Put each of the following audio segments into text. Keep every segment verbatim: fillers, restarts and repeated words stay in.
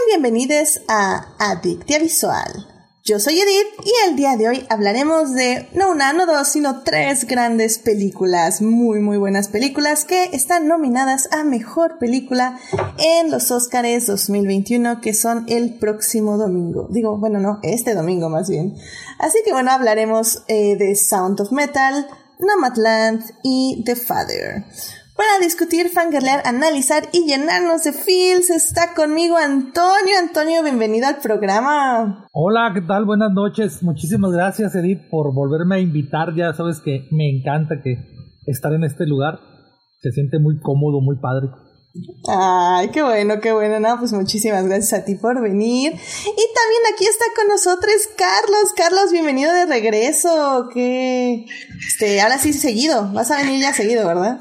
bienvenidos a Adictia Visual. Yo soy Edith y el día de hoy hablaremos de no una, no dos, sino tres grandes películas, muy muy buenas películas que están nominadas a Mejor Película en los Óscares dos mil veintiuno, que son el próximo domingo. Digo, bueno, no, este domingo más bien. Así que bueno, hablaremos eh, de Sound of Metal, Nomadland y The Father. Para discutir, fangirlear, analizar y llenarnos de feels, está conmigo Antonio. Antonio, bienvenido al programa. Hola, ¿qué tal? Buenas noches. Muchísimas gracias, Edith, por volverme a invitar. Ya sabes que me encanta que estar en este lugar. Se siente muy cómodo, muy padre. Ay, qué bueno, qué bueno. No, pues muchísimas gracias a ti por venir. Y también aquí está con nosotros Carlos. Carlos, bienvenido de regreso. Que este, ahora sí seguido. Vas a venir ya seguido, ¿verdad?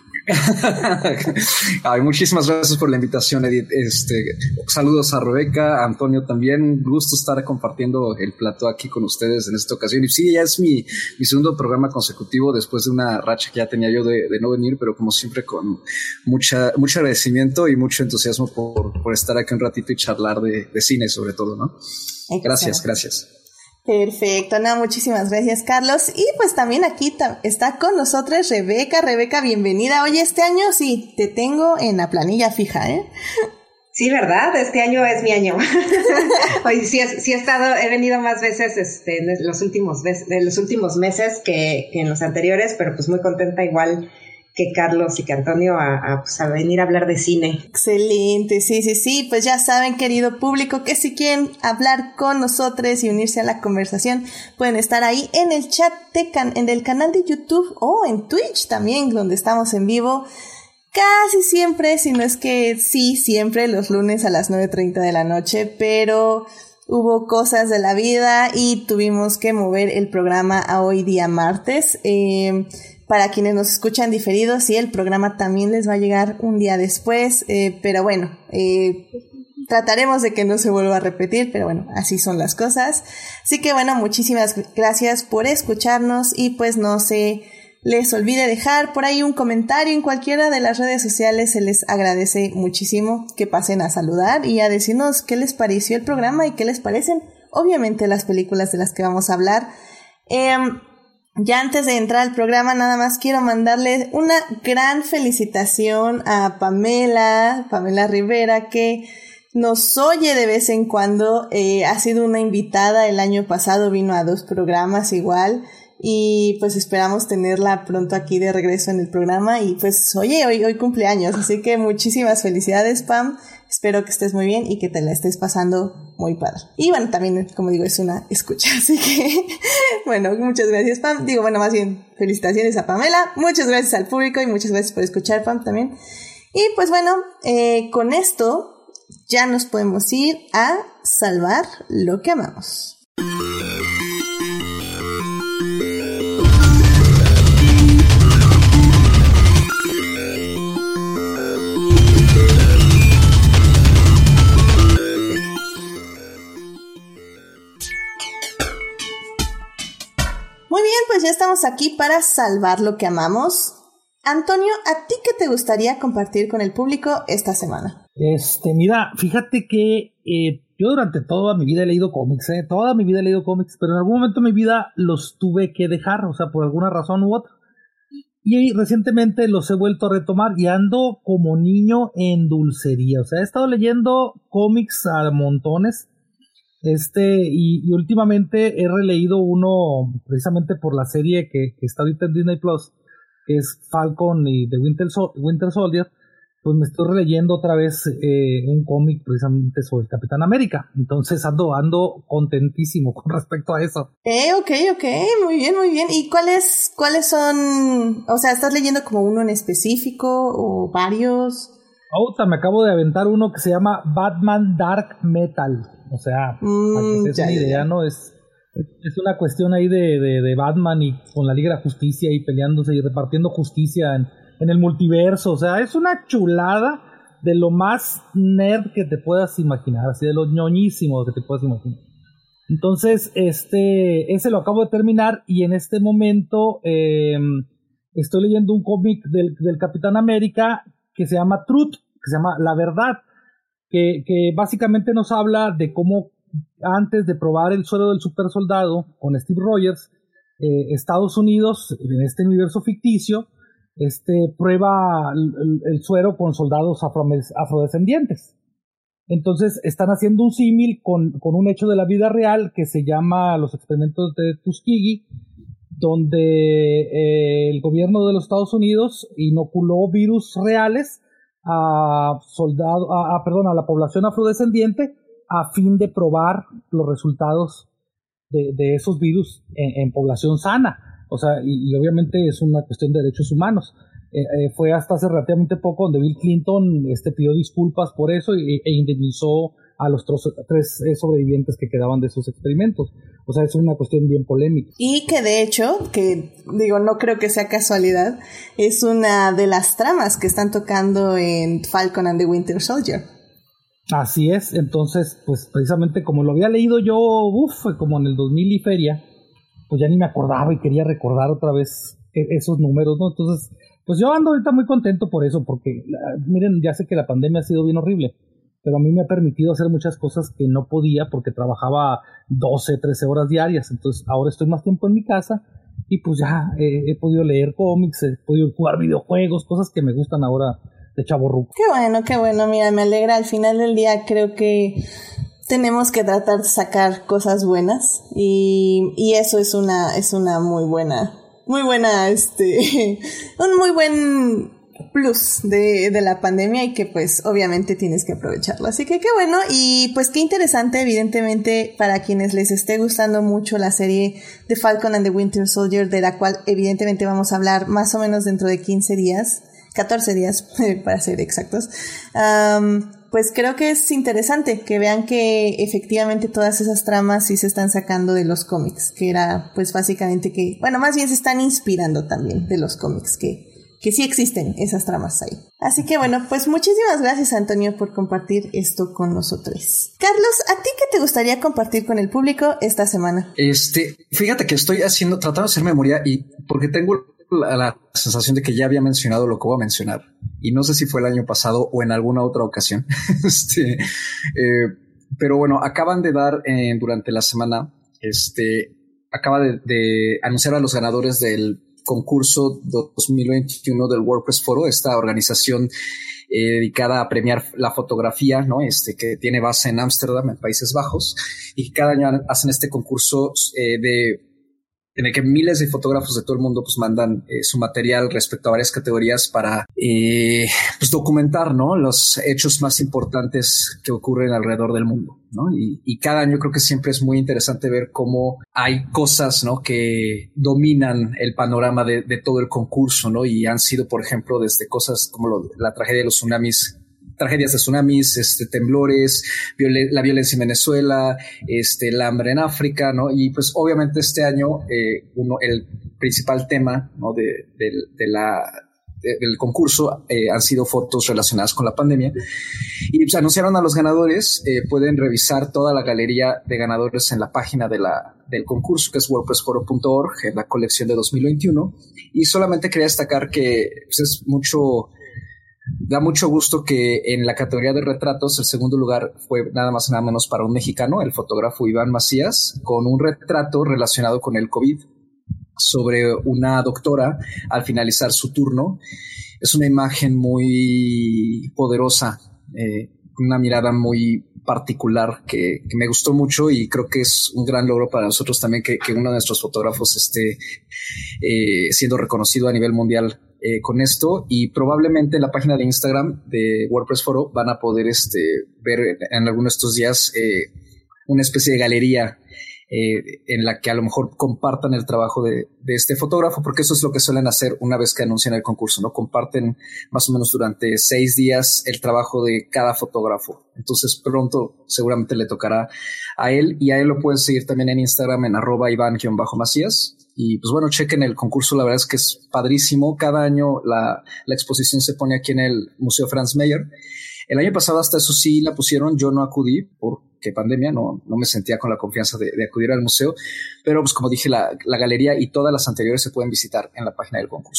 Ay, muchísimas gracias por la invitación, Edith. Este, saludos a Rebeca, a Antonio también. Un gusto estar compartiendo el plató aquí con ustedes en esta ocasión. Y sí, ya es mi, mi segundo programa consecutivo después de una racha que ya tenía yo de, de no venir, pero como siempre con mucha, mucho agradecimiento y mucho entusiasmo por, por estar aquí un ratito y charlar de, de cine sobre todo, ¿no? Exacto. Gracias, gracias. Perfecto, no, muchísimas gracias, Carlos. Y pues también aquí ta- está con nosotros Rebeca. Rebeca, bienvenida. Oye, este año sí, te tengo en la planilla fija, ¿eh? Sí, ¿verdad? Este año es mi año. Hoy sí, sí he estado, he venido más veces este, en los últimos, en los últimos meses que, que en los anteriores, pero pues muy contenta igual que Carlos y que Antonio a, a, pues a venir a hablar de cine. Excelente, sí, sí, sí, pues ya saben, querido público, que si quieren hablar con nosotros y unirse a la conversación, pueden estar ahí en el chat de can- en el canal de YouTube o en Twitch también, donde estamos en vivo casi siempre, si no es que sí, siempre los lunes a las nueve treinta de la noche, pero hubo cosas de la vida y tuvimos que mover el programa a hoy día martes. Eh, Para quienes nos escuchan diferidos, sí, el programa también les va a llegar un día después, eh, pero bueno, eh, trataremos de que no se vuelva a repetir, pero bueno, así son las cosas. Así que bueno, muchísimas gracias por escucharnos y pues no se les olvide dejar por ahí un comentario en cualquiera de las redes sociales. Se les agradece muchísimo que pasen a saludar y a decirnos qué les pareció el programa y qué les parecen, obviamente, las películas de las que vamos a hablar. Eh, Ya antes de entrar al programa, nada más quiero mandarle una gran felicitación a Pamela, Pamela Rivera, que nos oye de vez en cuando. Eh, ha sido una invitada el año pasado, vino a dos programas igual, y pues esperamos tenerla pronto aquí de regreso en el programa. Y pues, oye, hoy, hoy cumpleaños, así que muchísimas felicidades, Pam. Espero que estés muy bien y que te la estés pasando muy padre. Y bueno, también, como digo, es una escucha, así que, bueno, muchas gracias, Pam. Digo, bueno, más bien, felicitaciones a Pamela. Muchas gracias al público y muchas gracias por escuchar, Pam, también. Y pues bueno, eh, con esto ya nos podemos ir a salvar lo que amamos. Muy bien, pues ya estamos aquí para salvar lo que amamos. Antonio, ¿a ti qué te gustaría compartir con el público esta semana? Este, mira, fíjate que eh, yo durante toda mi vida he leído cómics, eh, toda mi vida he leído cómics, pero en algún momento de mi vida los tuve que dejar, o sea, por alguna razón u otra. Y recientemente los he vuelto a retomar y ando como niño en dulcería, o sea, he estado leyendo cómics a montones. Este, y, y últimamente he releído uno precisamente por la serie que, que está ahorita en Disney Plus, que es Falcon y The Winter, Sol- Winter Soldier. Pues me estoy releyendo otra vez eh, un cómic precisamente sobre el Capitán América. Entonces ando, ando contentísimo con respecto a eso. Eh, ok, ok, muy bien, muy bien. ¿Y cuáles, cuáles son? O sea, ¿estás leyendo como uno en específico o varios? Ahorita me acabo de aventar uno que se llama Batman Dark Metal. O sea, Mm, para que te des ya, una ya, idea, ya. ¿no? Es, es una cuestión ahí de, de, de Batman y con la Liga de la Justicia y peleándose y repartiendo justicia en, en el multiverso. O sea, es una chulada de lo más nerd que te puedas imaginar, así de lo ñoñísimo que te puedas imaginar. Entonces, este, ese lo acabo de terminar y en este momento eh, estoy leyendo un cómic del, del Capitán América que se llama Truth, que se llama La Verdad. que, que básicamente nos habla de cómo antes de probar el suero del super soldado con Steve Rogers, eh, Estados Unidos, en este universo ficticio, este, prueba el, el suero con soldados afro, afrodescendientes. Entonces están haciendo un símil con, con un hecho de la vida real que se llama los experimentos de Tuskegee, donde eh, el gobierno de los Estados Unidos inoculó virus reales a soldado, a, a, perdón, a la población afrodescendiente a fin de probar los resultados de, de esos virus en, en población sana. O sea, y, y obviamente es una cuestión de derechos humanos. Eh, eh, fue hasta hace relativamente poco donde Bill Clinton este, pidió disculpas por eso e, e indemnizó a los tres, tres sobrevivientes que quedaban de esos experimentos. O sea, es una cuestión bien polémica. Y que de hecho, que digo, no creo que sea casualidad, es una de las tramas que están tocando en Falcon and the Winter Soldier. Así es, entonces, pues precisamente como lo había leído yo, uff, como en el dos mil y feria, pues ya ni me acordaba y quería recordar otra vez esos números, ¿no? Entonces, pues yo ando ahorita muy contento por eso, porque miren, ya sé que la pandemia ha sido bien horrible, pero a mí me ha permitido hacer muchas cosas que no podía porque trabajaba doce, trece horas diarias. Entonces ahora estoy más tiempo en mi casa y pues ya eh, he podido leer cómics, he podido jugar videojuegos, cosas que me gustan ahora de chavorruco. Qué bueno, qué bueno, mira, me alegra. Al final del día creo que tenemos que tratar de sacar cosas buenas y, y eso es una, es una muy buena, muy buena, este, un muy buen plus de, de la pandemia y que pues obviamente tienes que aprovecharlo. Así que qué bueno y pues qué interesante, evidentemente, para quienes les esté gustando mucho la serie de Falcon and the Winter Soldier, de la cual evidentemente vamos a hablar más o menos dentro de quince días, catorce días para ser exactos. Um, pues creo que es interesante que vean que efectivamente todas esas tramas sí se están sacando de los cómics, que era pues básicamente que, bueno, más bien se están inspirando también de los cómics, que que sí existen esas tramas ahí. Así que bueno, pues muchísimas gracias, Antonio, por compartir esto con nosotros. Carlos, ¿a ti qué te gustaría compartir con el público esta semana? Este, fíjate que estoy haciendo, tratando de hacer memoria y porque tengo la, la sensación de que ya había mencionado lo que voy a mencionar y no sé si fue el año pasado o en alguna otra ocasión. este, eh, pero bueno, acaban de dar eh, durante la semana, este, acaba de, de anunciar a los ganadores del concurso dos mil veintiuno del WordPress Foro, esta organización eh, dedicada a premiar la fotografía, ¿no? Este, que tiene base en Ámsterdam, en Países Bajos, y cada año hacen este concurso eh, de en el que miles de fotógrafos de todo el mundo pues mandan eh, su material respecto a varias categorías para eh, pues documentar, ¿no? Los hechos más importantes que ocurren alrededor del mundo, ¿no? Y, y cada año creo que siempre es muy interesante ver cómo hay cosas, ¿no? Que dominan el panorama de, de todo el concurso, ¿no? Y han sido, por ejemplo, desde cosas como lo, la tragedia de los tsunamis, tragedias de tsunamis, este, temblores, violen- la violencia en Venezuela, este, el hambre en África, ¿no? Y pues obviamente este año eh, uno, el principal tema, ¿no? de, de, de la de, del concurso eh, han sido fotos relacionadas con la pandemia y pues anunciaron a los ganadores. Eh, pueden revisar toda la galería de ganadores en la página de la del concurso, que es wordpress foro punto org, en la colección de dos mil veintiuno, y solamente quería destacar que pues, es mucho Da mucho gusto que en la categoría de retratos el segundo lugar fue nada más y nada menos para un mexicano, el fotógrafo Iván Macías, con un retrato relacionado con el COVID sobre una doctora al finalizar su turno. Es una imagen muy poderosa, eh, una mirada muy particular que, que me gustó mucho y creo que es un gran logro para nosotros también que, que uno de nuestros fotógrafos esté eh, siendo reconocido a nivel mundial eh, con esto. Y probablemente en la página de Instagram de WordPress Foro van a poder este, ver en algunos de estos días eh, una especie de galería Eh, en la que a lo mejor compartan el trabajo de, de este fotógrafo, porque eso es lo que suelen hacer una vez que anuncian el concurso, ¿no? Comparten más o menos durante seis días el trabajo de cada fotógrafo. Entonces pronto seguramente le tocará a él, y a él lo pueden seguir también en Instagram en arroba Iván-Macías. Y pues bueno, chequen el concurso, la verdad es que es padrísimo. Cada año la, la exposición se pone aquí en el Museo Franz Mayer. El año pasado hasta eso sí la pusieron, yo no acudí porque pandemia, no, no me sentía con la confianza de, de acudir al museo, pero pues como dije, la, la galería y todas las anteriores se pueden visitar en la página del concurso.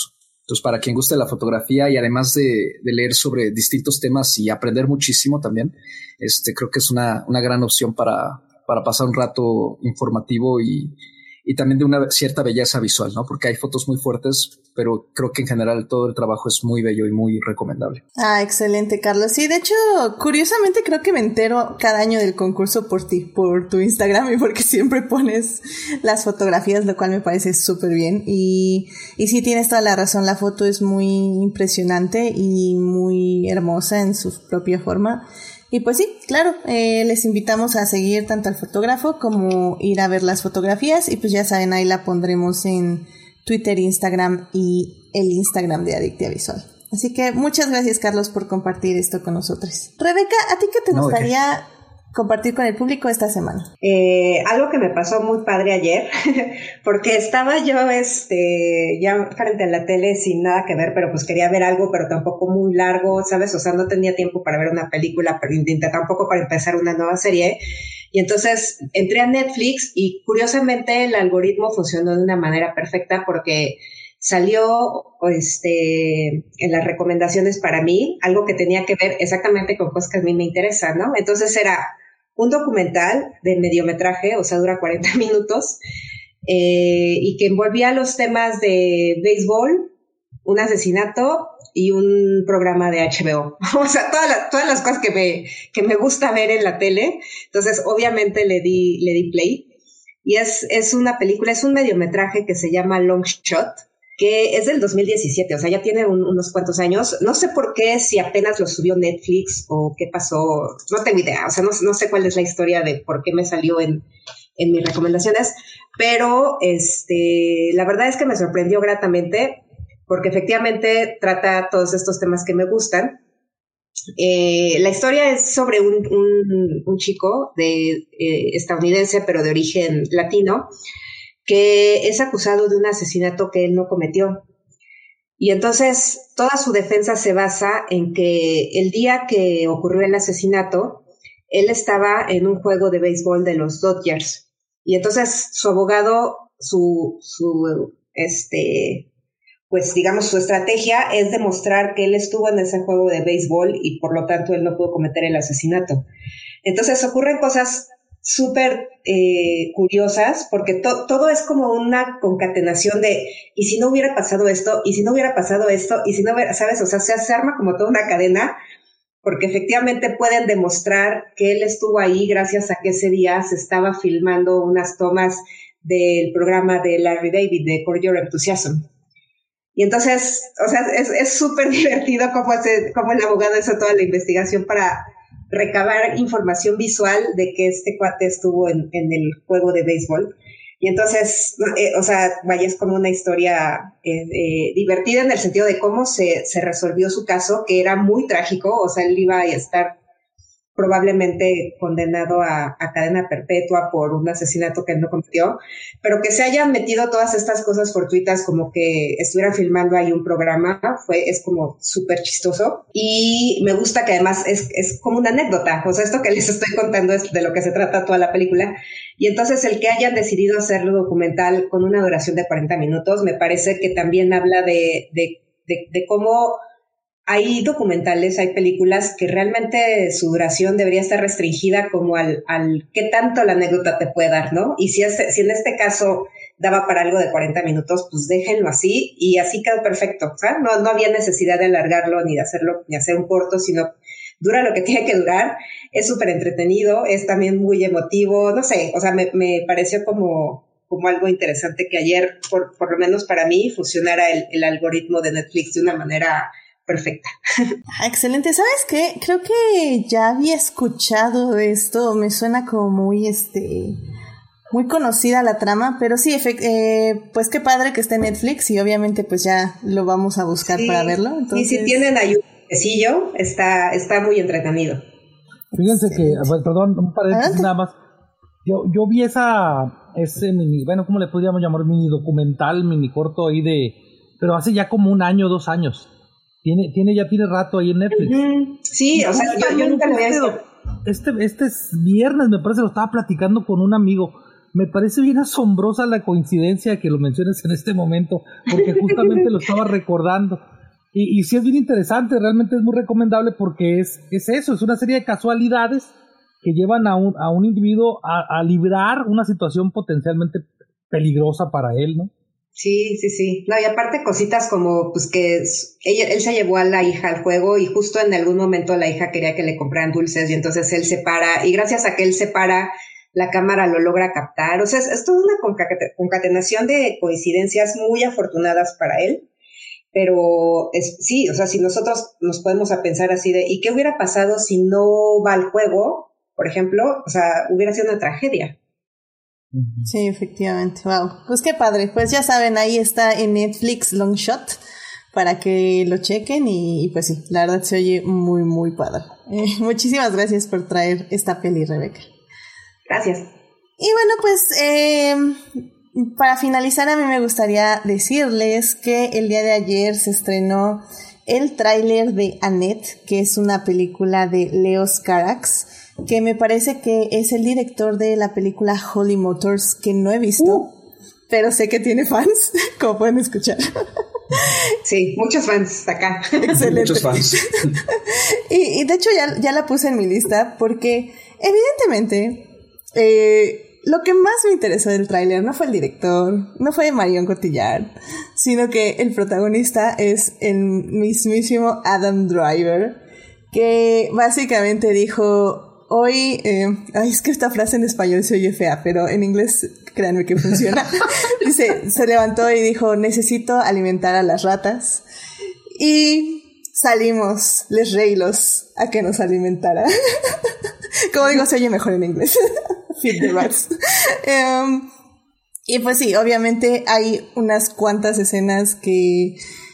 Entonces, para quien guste la fotografía y además de, de leer sobre distintos temas y aprender muchísimo también, este, creo que es una, una gran opción para, para pasar un rato informativo y, y también de una cierta belleza visual, ¿no? Porque hay fotos muy fuertes, pero creo que en general todo el trabajo es muy bello y muy recomendable. Ah, excelente, Carlos. Sí, de hecho, curiosamente creo que me entero cada año del concurso por ti, por tu Instagram y porque siempre pones las fotografías, lo cual me parece súper bien. Y, y sí, tienes toda la razón, la foto es muy impresionante y muy hermosa en su propia forma. Y pues sí, claro, eh, les invitamos a seguir tanto al fotógrafo como ir a ver las fotografías y pues ya saben, ahí la pondremos en Twitter, Instagram y el Instagram de Adictia Visual. Así que muchas gracias, Carlos, por compartir esto con nosotros. Rebeca, ¿a ti qué te no, gustaría okay. compartir con el público esta semana? Eh, algo que me pasó muy padre ayer, porque estaba yo este ya frente a la tele sin nada que ver, pero pues quería ver algo, pero tampoco muy largo, ¿sabes? O sea, no tenía tiempo para ver una película, pero tampoco para empezar una nueva serie. Y entonces entré a Netflix y curiosamente el algoritmo funcionó de una manera perfecta porque salió este en las recomendaciones para mí algo que tenía que ver exactamente con cosas que a mí me interesan, ¿no? Entonces era un documental de mediometraje, o sea, dura cuarenta minutos, eh, y que envolvía los temas de béisbol, un asesinato y un programa de H B O. O sea, todas las, todas las cosas que me, que me gusta ver en la tele. Entonces, obviamente le di, le di play. Y es, es una película, es un mediometraje que se llama Long Shot, que es del dos mil diecisiete, o sea, ya tiene un, unos cuantos años. No sé por qué, si apenas lo subió Netflix o qué pasó, no tengo idea, o sea, no, no sé cuál es la historia de por qué me salió en, en mis recomendaciones, pero este, la verdad es que me sorprendió gratamente, porque efectivamente trata todos estos temas que me gustan. Eh, la historia es sobre un, un, un chico de, eh, estadounidense, pero de origen latino, que es acusado de un asesinato que él no cometió. Y entonces toda su defensa se basa en que el día que ocurrió el asesinato, él estaba en un juego de béisbol de los Dodgers. Y entonces su abogado, su, su, este, pues digamos su estrategia es demostrar que él estuvo en ese juego de béisbol y por lo tanto él no pudo cometer el asesinato. Entonces ocurren cosas súper eh, curiosas, porque to, todo es como una concatenación de, y si no hubiera pasado esto, y si no hubiera pasado esto, y si no hubiera, ¿sabes? O sea, se, se arma como toda una cadena, porque efectivamente pueden demostrar que él estuvo ahí gracias a que ese día se estaba filmando unas tomas del programa de Larry David, de Curb Your Enthusiasm. Y entonces, o sea, es súper divertido cómo, hace, cómo el abogado hizo toda la investigación para recabar información visual de que este cuate estuvo en, en el juego de béisbol. Y entonces, eh, o sea, vaya, es como una historia eh, eh, divertida en el sentido de cómo se, se resolvió su caso, que era muy trágico. O sea, él iba a estar probablemente condenado a, a cadena perpetua por un asesinato que él no cometió, pero que se hayan metido todas estas cosas fortuitas, como que estuvieran filmando ahí un programa, fue, es como súper chistoso. Y me gusta que además es, es como una anécdota, o sea, esto que les estoy contando es de lo que se trata toda la película. Y entonces el que hayan decidido hacerlo documental con una duración de cuarenta minutos, me parece que también habla de, de, de, de cómo hay documentales, hay películas que realmente su duración debería estar restringida como al, al qué tanto la anécdota te puede dar, ¿no? Y si, es, si en este caso daba para algo de cuarenta minutos, pues déjenlo así, y así quedó perfecto, ¿sabes? No, no había necesidad de alargarlo ni de hacerlo, ni hacer un corto, sino dura lo que tiene que durar, es súper entretenido, es también muy emotivo, no sé, o sea, me, me pareció como, como algo interesante que ayer, por, por lo menos para mí, funcionara el, el algoritmo de Netflix de una manera perfecta. Excelente. ¿Sabes qué? Creo que ya había escuchado esto, me suena como muy, este, muy conocida la trama, pero sí, efect- eh, pues qué padre que esté en Netflix y obviamente pues ya lo vamos a buscar sí, para verlo. Entonces... Y si tienen ayuda, está, está muy entretenido. Fíjense que, perdón, un paréntesis nada más. Yo, yo vi esa, ese mini, bueno, ¿cómo le podríamos llamar? Mini documental, mini corto ahí de, pero hace ya como un año, dos años. Tiene, tiene, ya tiene rato ahí en Netflix. Uh-huh. Sí, o sea, yo, yo nunca lo había visto. Este, este viernes, me parece, lo estaba platicando con un amigo. me parece bien asombrosa la coincidencia que lo menciones en este momento, porque justamente lo estaba recordando. Y, y sí es bien interesante, realmente es muy recomendable porque es, es eso, es una serie de casualidades que llevan a un, a un individuo a, a librar una situación potencialmente peligrosa para él, ¿no? Sí, sí, sí. No, y aparte cositas como, pues que ella, él se llevó a la hija al juego y justo en algún momento la hija quería que le compraran dulces y entonces él se para, y gracias a que él se para, la cámara lo logra captar. O sea, es, es toda una concatenación de coincidencias muy afortunadas para él. Pero es, sí, o sea, si nosotros nos podemos a pensar así de, ¿y qué hubiera pasado si no va al juego? Por ejemplo, o sea, hubiera sido una tragedia. Sí, efectivamente, wow. Pues qué padre, pues ya saben, ahí está en Netflix Long Shot para que lo chequen y, y pues sí, la verdad se oye muy, muy padre. Eh, muchísimas gracias por traer esta peli, Rebeca. Gracias. Y bueno, pues eh, para finalizar, a mí me gustaría decirles que el día de ayer se estrenó el tráiler de Annette, que es una película de Leos Carax, que me parece que es el director de la película Holy Motors, que no he visto, uh. pero sé que tiene fans, como pueden escuchar. Sí, muchos fans acá. Excelente. Muchos fans. y, y de hecho ya, ya la puse en mi lista porque evidentemente eh, lo que más me interesó del tráiler no fue el director, no fue Marion Cotillard, sino que el protagonista es el mismísimo Adam Driver, que básicamente dijo... Hoy, eh, ay, es que esta frase en español se oye fea, pero en inglés, créanme que funciona. Dice, se levantó y dijo, necesito alimentar a las ratas. Y salimos, les reilos, a que nos alimentara. Como digo, se oye mejor en inglés. Feed the rats. Um, y pues sí, obviamente hay unas cuantas escenas que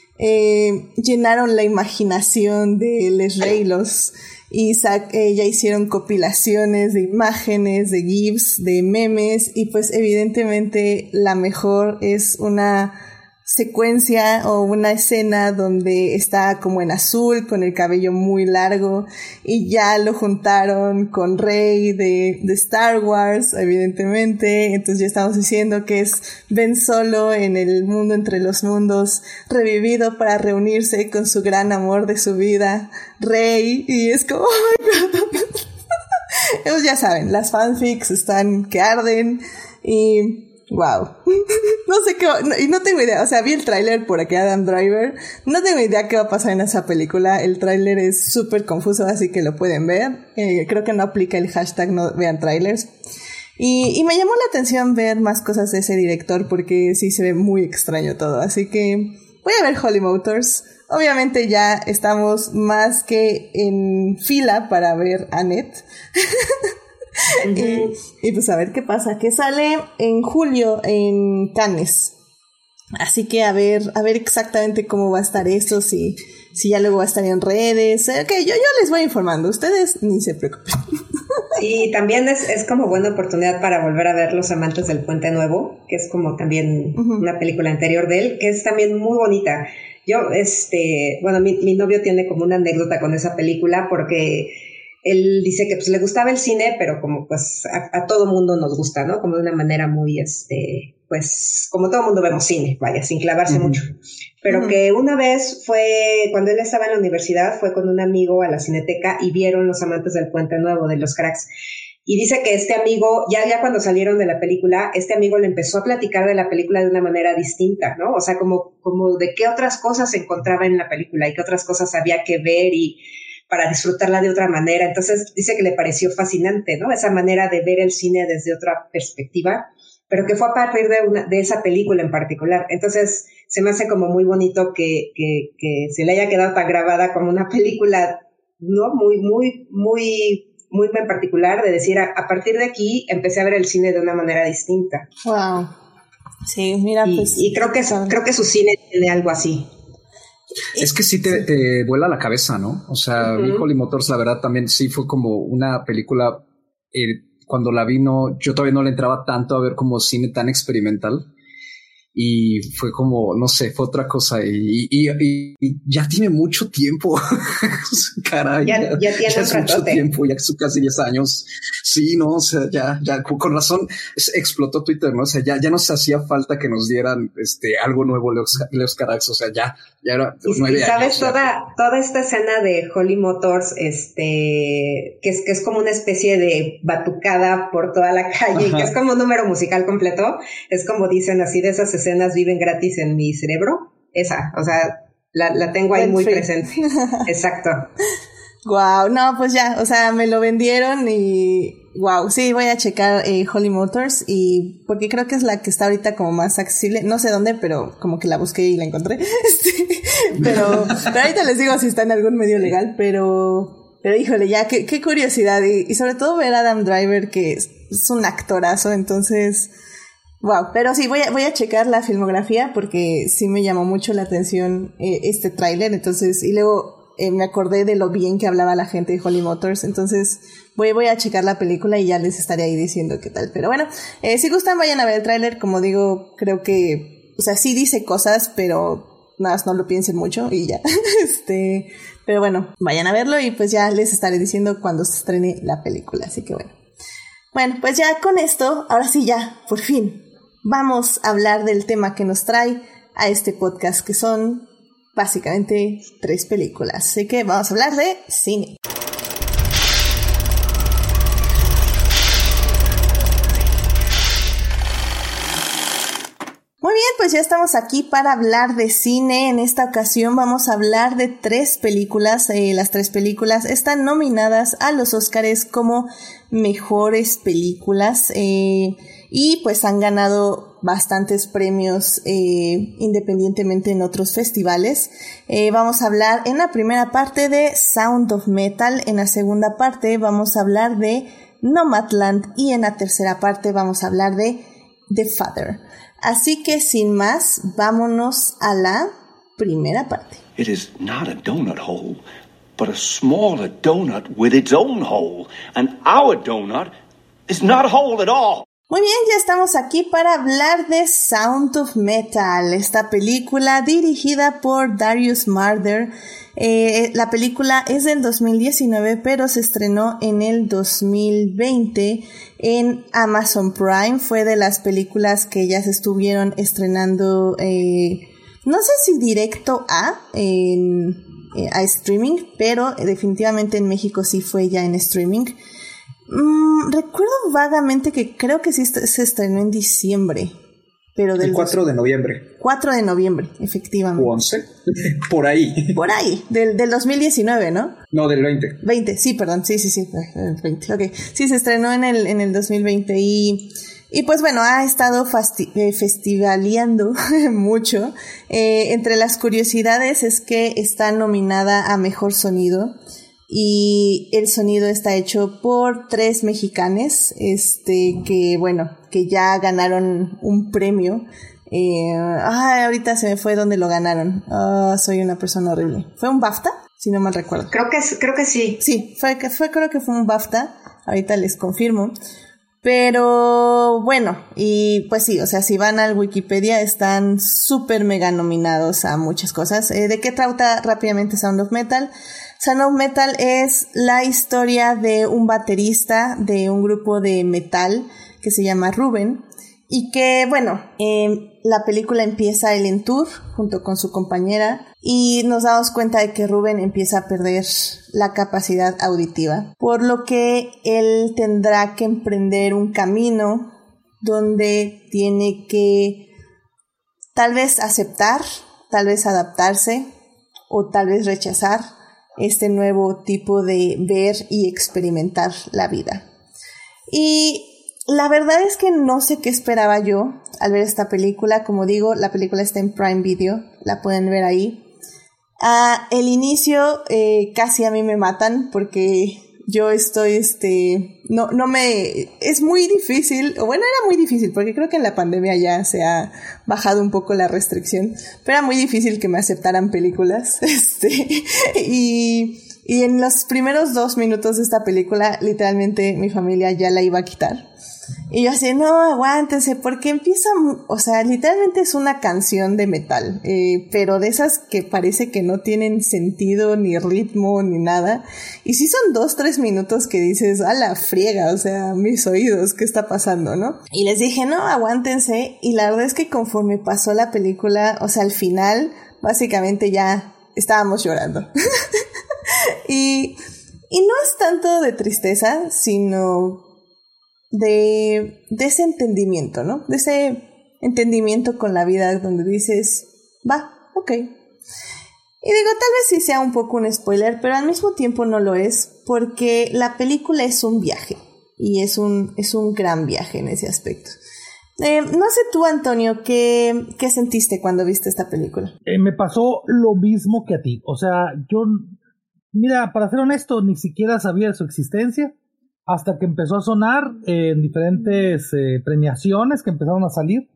eh, llenaron la imaginación de les reilos. Y eh, ya hicieron compilaciones de imágenes, de GIFs, de memes, y pues evidentemente la mejor es una secuencia o una escena donde está como en azul, con el cabello muy largo, y ya lo juntaron con Rey de, de Star Wars, evidentemente. Entonces ya estamos diciendo que es Ben Solo en el mundo entre los mundos, revivido para reunirse con su gran amor de su vida, Rey, y es como, oh my God. Ellos ya saben, las fanfics están que arden, y wow, no sé qué va, no, y no tengo idea, o sea, vi el tráiler por aquí, Adam Driver, no tengo idea qué va a pasar en esa película. El tráiler es súper confuso, así que lo pueden ver. Eh, creo que no aplica el hashtag no vean trailers. Y, y me llamó la atención ver más cosas de ese director porque sí se ve muy extraño todo, así que voy a ver Holy Motors. Obviamente ya estamos más que en fila para ver Annette. Uh-huh. y, y pues a ver qué pasa, que sale en julio en Cannes, así que a ver a ver exactamente cómo va a estar eso, si, si ya luego va a estar en redes. Ok, yo, yo les voy informando, ustedes ni se preocupen. Y también es, es como buena oportunidad para volver a ver Los Amantes del Puente Nuevo, que es como también uh-huh. una película anterior de él, que es también muy bonita. Yo, este, bueno, mi, mi novio tiene como una anécdota con esa película porque él dice que pues le gustaba el cine, pero como pues a, a todo mundo nos gusta, ¿no? Como de una manera muy, este, pues como todo mundo vemos cine, vaya, sin clavarse uh-huh. mucho. Pero uh-huh. que una vez fue, cuando él estaba en la universidad, fue con un amigo a la Cineteca y vieron Los Amantes del Puente Nuevo de los Cracks. Y dice que este amigo, ya, ya cuando salieron de la película, este amigo le empezó a platicar de la película de una manera distinta, ¿no? O sea, como, como de qué otras cosas se encontraba en la película y qué otras cosas había que ver y para disfrutarla de otra manera. Entonces dice que le pareció fascinante, ¿no? Esa manera de ver el cine desde otra perspectiva, pero que fue a partir de, una, de esa película en particular. Entonces se me hace como muy bonito que, que, que se le haya quedado tan grabada como una película, ¿no? Muy, muy, muy, muy en particular, de decir, a, a partir de aquí empecé a ver el cine de una manera distinta. Wow. Sí, mira, y, pues. Y creo que, creo que su cine tiene algo así. Es que sí te, te vuela la cabeza, ¿no? O sea, uh-huh. Holy Motors, la verdad, también sí fue como una película, eh, cuando la vi, no, yo todavía no le entraba tanto a ver como cine tan experimental. y fue como, no sé, fue otra cosa y, y, y, y ya tiene mucho tiempo. Caray, ya, ya, ya tiene ya es mucho tiempo, ya son casi diez años. Sí, no, o sea, ya, ya, con razón explotó Twitter, ¿no? O sea, ya, ya nos hacía falta que nos dieran este algo nuevo, Leos, Leos Carax, o sea, ya, ya era y, nueve y sabes, años, toda, ya. toda esta escena de Holly Motors, este, que es, que es como una especie de batucada por toda la calle, y que es como un número musical completo, es como dicen así, de esas escenas viven gratis en mi cerebro, esa, o sea, la, la tengo ahí Buen muy free. presente. Exacto. Wow, no, pues ya, o sea, me lo vendieron y wow, sí, voy a checar eh, Holly Motors y porque creo que es la que está ahorita como más accesible, no sé dónde, pero como que la busqué y la encontré. pero, pero ahorita les digo si está en algún medio legal, pero, pero híjole, ya, qué, qué curiosidad y, y sobre todo ver a Adam Driver que es, es un actorazo, entonces, wow, pero sí, voy a, voy a checar la filmografía porque sí me llamó mucho la atención eh, este tráiler, entonces, y luego Eh, me acordé de lo bien que hablaba la gente de Holly Motors, entonces voy, voy a checar la película y ya les estaré ahí diciendo qué tal. Pero bueno, eh, si gustan vayan a ver el tráiler, como digo, creo que, o sea, sí dice cosas, pero nada más no lo piensen mucho y ya. este, pero bueno, vayan a verlo y pues ya les estaré diciendo cuando se estrene la película, así que bueno. Bueno, pues ya con esto, ahora sí ya, por fin, vamos a hablar del tema que nos trae a este podcast, que son básicamente tres películas. Así que vamos a hablar de cine. Muy bien, pues ya estamos aquí para hablar de cine. En esta ocasión vamos a hablar de tres películas. Eh, las tres películas están nominadas a los Óscares como mejores películas eh, y pues han ganado bastantes premios eh, independientemente en otros festivales. Eh, vamos a hablar en la primera parte de Sound of Metal, en la segunda parte vamos a hablar de Nomadland y en la tercera parte vamos a hablar de The Father. Así que sin más, vámonos a la primera parte. It is not a donut hole, but a smaller donut with its own hole. And our donut is not a hole at all. Muy bien, ya estamos aquí para hablar de Sound of Metal, esta película dirigida por Darius Marder. Eh, la película es del dos mil diecinueve, pero se estrenó en el dos mil veinte en Amazon Prime. Fue de las películas que ya se estuvieron estrenando, eh, no sé si directo a, en, eh, a streaming, pero definitivamente en México sí fue ya en streaming. Mm, recuerdo vagamente que creo que sí se estrenó en diciembre. Pero del el cuatro de noviembre. cuatro de noviembre, efectivamente. ¿O once? Por ahí. Por ahí, del, del dos mil diecinueve, ¿no? No, del veinte. veinte, sí, perdón, sí, sí, sí, veinte, ok. Sí, se estrenó en el, en el dos mil veinte y, y pues bueno, ha estado fasti- eh, festivaleando mucho. Eh, entre las curiosidades es que está nominada a Mejor Sonido. Y el sonido está hecho por tres mexicanes, este, que bueno, que ya ganaron un premio. Eh, ay, ahorita se me fue donde lo ganaron. Oh, soy una persona horrible. ¿Fue un BAFTA? Si no mal recuerdo. Creo que, creo que sí. Sí, fue, fue, creo que fue un BAFTA. Ahorita les confirmo. Pero bueno, y pues sí, o sea, si van al Wikipedia están súper mega nominados a muchas cosas. Eh, ¿De qué trata rápidamente Sound of Metal? Sound of Metal es la historia de un baterista de un grupo de metal que se llama Ruben y que, bueno, eh, la película empieza él en tour junto con su compañera y nos damos cuenta de que Ruben empieza a perder la capacidad auditiva, por lo que él tendrá que emprender un camino donde tiene que tal vez aceptar, tal vez adaptarse o tal vez rechazar este nuevo tipo de ver y experimentar la vida. Y la verdad es que no sé qué esperaba yo al ver esta película. Como digo, la película está en Prime Video, la pueden ver ahí. Ah, el inicio eh, casi a mí me matan porque yo estoy, este, no, no me, es muy difícil, o bueno, era muy difícil porque creo que en la pandemia ya se ha bajado un poco la restricción, pero era muy difícil que me aceptaran películas, este, y, y en los primeros dos minutos de esta película, literalmente mi familia ya la iba a quitar. Y yo así, no, aguántense, porque empieza, o sea, literalmente es una canción de metal, eh, pero de esas que parece que no tienen sentido, ni ritmo, ni nada. Y sí son dos, tres minutos que dices, a la friega, o sea, mis oídos, ¿qué está pasando, no? Y les dije, no, aguántense, y la verdad es que conforme pasó la película, o sea, al final, básicamente ya estábamos llorando. y, y no es tanto de tristeza, sino de, de ese entendimiento, ¿no? De ese entendimiento con la vida donde dices, va, ok. Y digo, tal vez sí sea un poco un spoiler, pero al mismo tiempo no lo es, porque la película es un viaje, y es un, es un gran viaje en ese aspecto. Eh, no sé tú, Antonio, ¿qué, qué sentiste cuando viste esta película? Eh, me pasó lo mismo que a ti, o sea, yo, mira, para ser honesto, ni siquiera sabía de su existencia, hasta que empezó a sonar eh, en diferentes eh, premiaciones que empezaron a salir.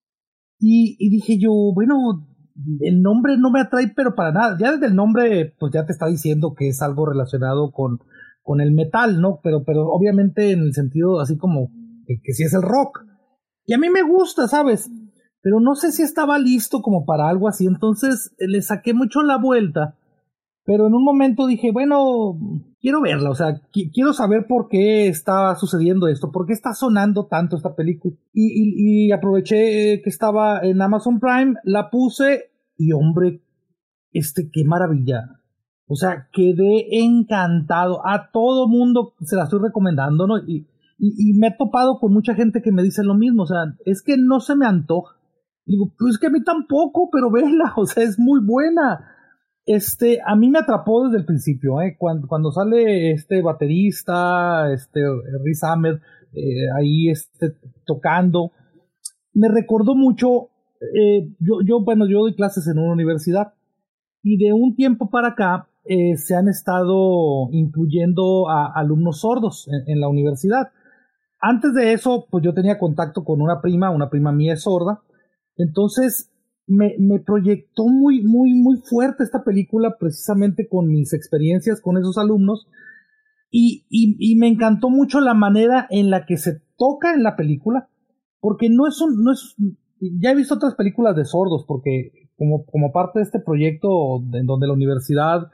Y, y dije yo, bueno, el nombre no me atrae, pero para nada. Ya desde el nombre, pues ya te está diciendo que es algo relacionado con, con el metal, ¿no? Pero, pero obviamente en el sentido así como que, que sí es el rock. Y a mí me gusta, ¿sabes? Pero no sé si estaba listo como para algo así. Entonces le saqué mucho la vuelta. Pero en un momento dije, bueno, quiero verla, o sea, qu- quiero saber por qué está sucediendo esto, por qué está sonando tanto esta película. Y, y, y aproveché que estaba en Amazon Prime, la puse y hombre, este, qué maravilla. O sea, quedé encantado. A todo mundo se la estoy recomendando, ¿no? Y, y, y me he topado con mucha gente que me dice lo mismo, o sea, es que no se me antoja. Digo, pues es que a mí tampoco, pero vela, o sea, es muy buena. Este, a mí me atrapó desde el principio, ¿eh? Cuando, cuando sale este baterista, este, Riz Ahmed, eh, ahí este, tocando, me recordó mucho, eh, yo, yo, bueno, yo doy clases en una universidad, y de un tiempo para acá, eh, se han estado incluyendo a alumnos sordos en, en la universidad. Antes de eso, pues yo tenía contacto con una prima, una prima mía es sorda, entonces, Me, me proyectó muy, muy, muy fuerte esta película precisamente con mis experiencias con esos alumnos y, y, y me encantó mucho la manera en la que se toca en la película, porque no es un, no es, ya he visto otras películas de sordos, porque como, como parte de este proyecto en donde la universidad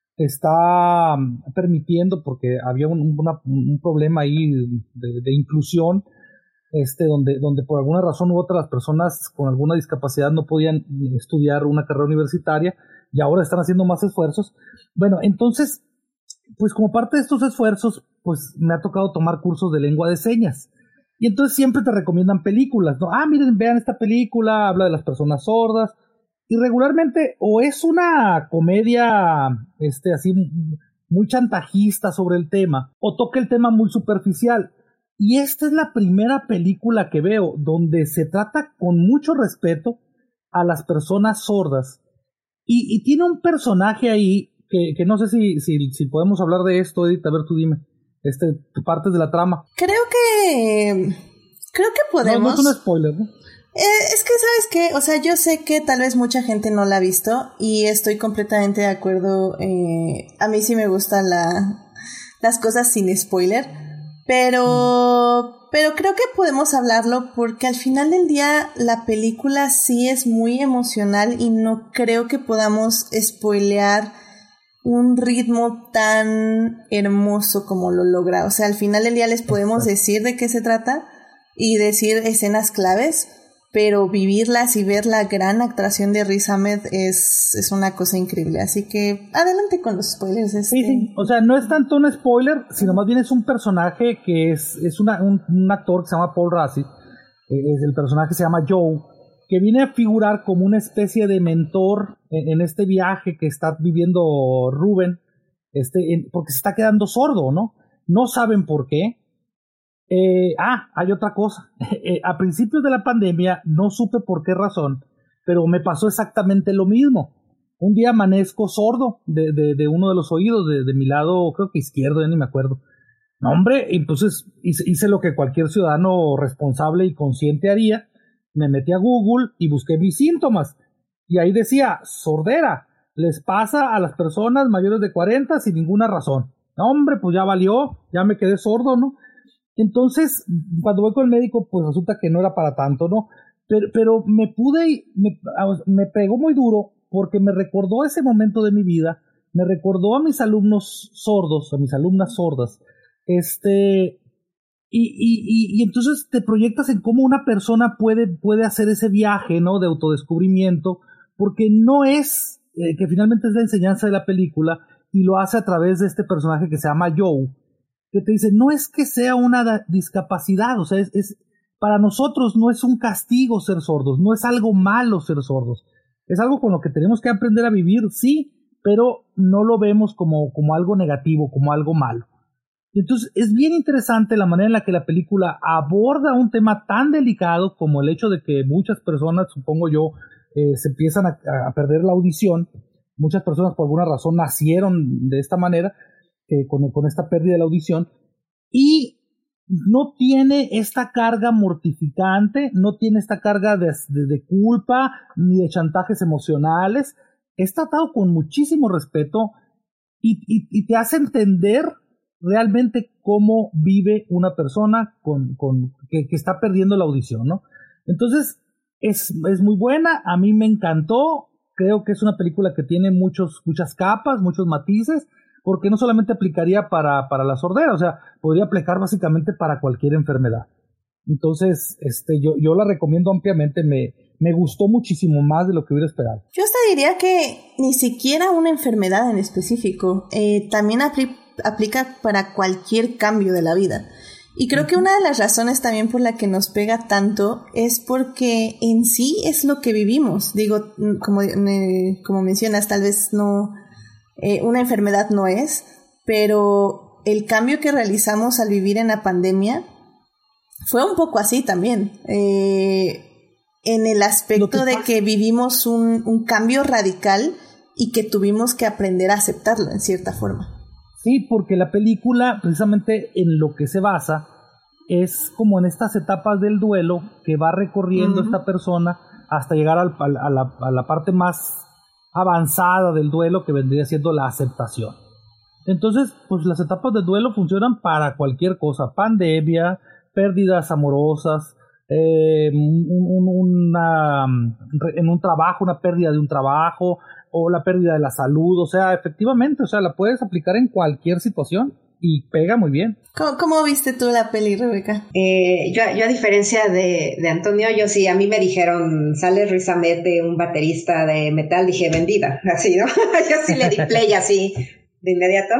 está permitiendo, porque había un, una, un problema ahí de, de inclusión, este, donde, donde por alguna razón u otra las personas con alguna discapacidad no podían estudiar una carrera universitaria y ahora están haciendo más esfuerzos. Bueno, entonces, pues como parte de estos esfuerzos, pues me ha tocado tomar cursos de lengua de señas. Y entonces siempre te recomiendan películas, ¿no? Ah, miren, vean esta película, habla de las personas sordas. Y regularmente o es una comedia, este, así, muy chantajista sobre el tema, o toca el tema muy superficial. Y esta es la primera película que veo donde se trata con mucho respeto a las personas sordas. Y, y tiene un personaje ahí que, que no sé si, si, si podemos hablar de esto, Edith. A ver, tú dime. Este, partes de la trama. Creo que... Creo que podemos... No, no es un spoiler, ¿no? Eh, es que, ¿sabes qué? O sea, yo sé que tal vez mucha gente no la ha visto y estoy completamente de acuerdo. Eh, a mí sí me gustan la, las cosas sin spoiler. Pero, pero creo que podemos hablarlo porque al final del día la película sí es muy emocional y no creo que podamos spoilear un ritmo tan hermoso como lo logra. O sea, al final del día les podemos decir de qué se trata y decir escenas claves, pero vivirlas y ver la gran actuación de Riz Ahmed es, es una cosa increíble. Así que adelante con los spoilers. Este. Sí, sí. O sea, no es tanto un spoiler, sino más bien es un personaje que es, es una, un, un actor que se llama Paul Rassi. Eh, es el personaje se llama Joe, que viene a figurar como una especie de mentor en, en este viaje que está viviendo Rubén, este, en, porque se está quedando sordo, ¿no? No saben por qué. Eh, ah, hay otra cosa. Eh, a principios de la pandemia no supe por qué razón, pero me pasó exactamente lo mismo. Un día amanezco sordo de, de, de uno de los oídos, de, de mi lado, creo que izquierdo, ya ni me acuerdo. No, hombre, entonces hice, hice lo que cualquier ciudadano responsable y consciente haría. Me metí a Google y busqué mis síntomas. Y ahí decía, sordera, les pasa a las personas mayores de cuarenta sin ninguna razón. No, hombre, pues ya valió, ya me quedé sordo, ¿no? Entonces, cuando voy con el médico, pues resulta que no era para tanto, ¿no? Pero, pero me pude, me, me pegó muy duro porque me recordó ese momento de mi vida, me recordó a mis alumnos sordos, a mis alumnas sordas, este, y, y, y, y entonces te proyectas en cómo una persona puede, puede hacer ese viaje, ¿no? De autodescubrimiento, porque no es, eh, que finalmente es la enseñanza de la película, y lo hace a través de este personaje que se llama Joe, que te dice, no es que sea una da- discapacidad, o sea, es, es, para nosotros no es un castigo ser sordos, no es algo malo ser sordos, es algo con lo que tenemos que aprender a vivir, sí, pero no lo vemos como, como algo negativo, como algo malo. Entonces es bien interesante la manera en la que la película aborda un tema tan delicado como el hecho de que muchas personas, supongo yo, eh, se empiezan a, a perder la audición. Muchas personas por alguna razón nacieron de esta manera, eh, con, con esta pérdida de la audición, y no tiene esta carga mortificante, no tiene esta carga de, de, de culpa ni de chantajes emocionales. Es tratado con muchísimo respeto y, y, y te hace entender realmente cómo vive una persona con, con, que, que está perdiendo la audición, ¿no? Entonces, es, es muy buena, a mí me encantó, creo que es una película que tiene muchos, muchas capas, muchos matices, porque no solamente aplicaría para, para la sordera, o sea, podría aplicar básicamente para cualquier enfermedad. Entonces, este, yo, yo la recomiendo ampliamente, me, me gustó muchísimo más de lo que hubiera esperado. Yo hasta diría que ni siquiera una enfermedad en específico, eh, también apl- aplica para cualquier cambio de la vida. Y creo que una de las razones también por la que nos pega tanto es porque en sí es lo que vivimos. Digo, como, eh, como mencionas, tal vez no, eh, una enfermedad no es, pero el cambio que realizamos al vivir en la pandemia fue un poco así también, eh, en el aspecto de que vivimos un, un cambio radical y que tuvimos que aprender a aceptarlo en cierta forma. Sí, porque la película, precisamente en lo que se basa, es como en estas etapas del duelo que va recorriendo uh-huh. esta persona hasta llegar al, a, la, a la parte más avanzada del duelo, que vendría siendo la aceptación. Entonces, pues las etapas del duelo funcionan para cualquier cosa, pandemia, pérdidas amorosas, eh, un, una, en un trabajo, una pérdida de un trabajo, o la pérdida de la salud, o sea, efectivamente, o sea, la puedes aplicar en cualquier situación y pega muy bien. ¿Cómo, cómo viste tú la peli, Rebeca? Eh, yo, yo a diferencia de, de Antonio, yo sí, a mí me dijeron, sale Riz Ahmed, un baterista de metal, dije, vendida, así, ¿no? Yo sí le di play así, de inmediato.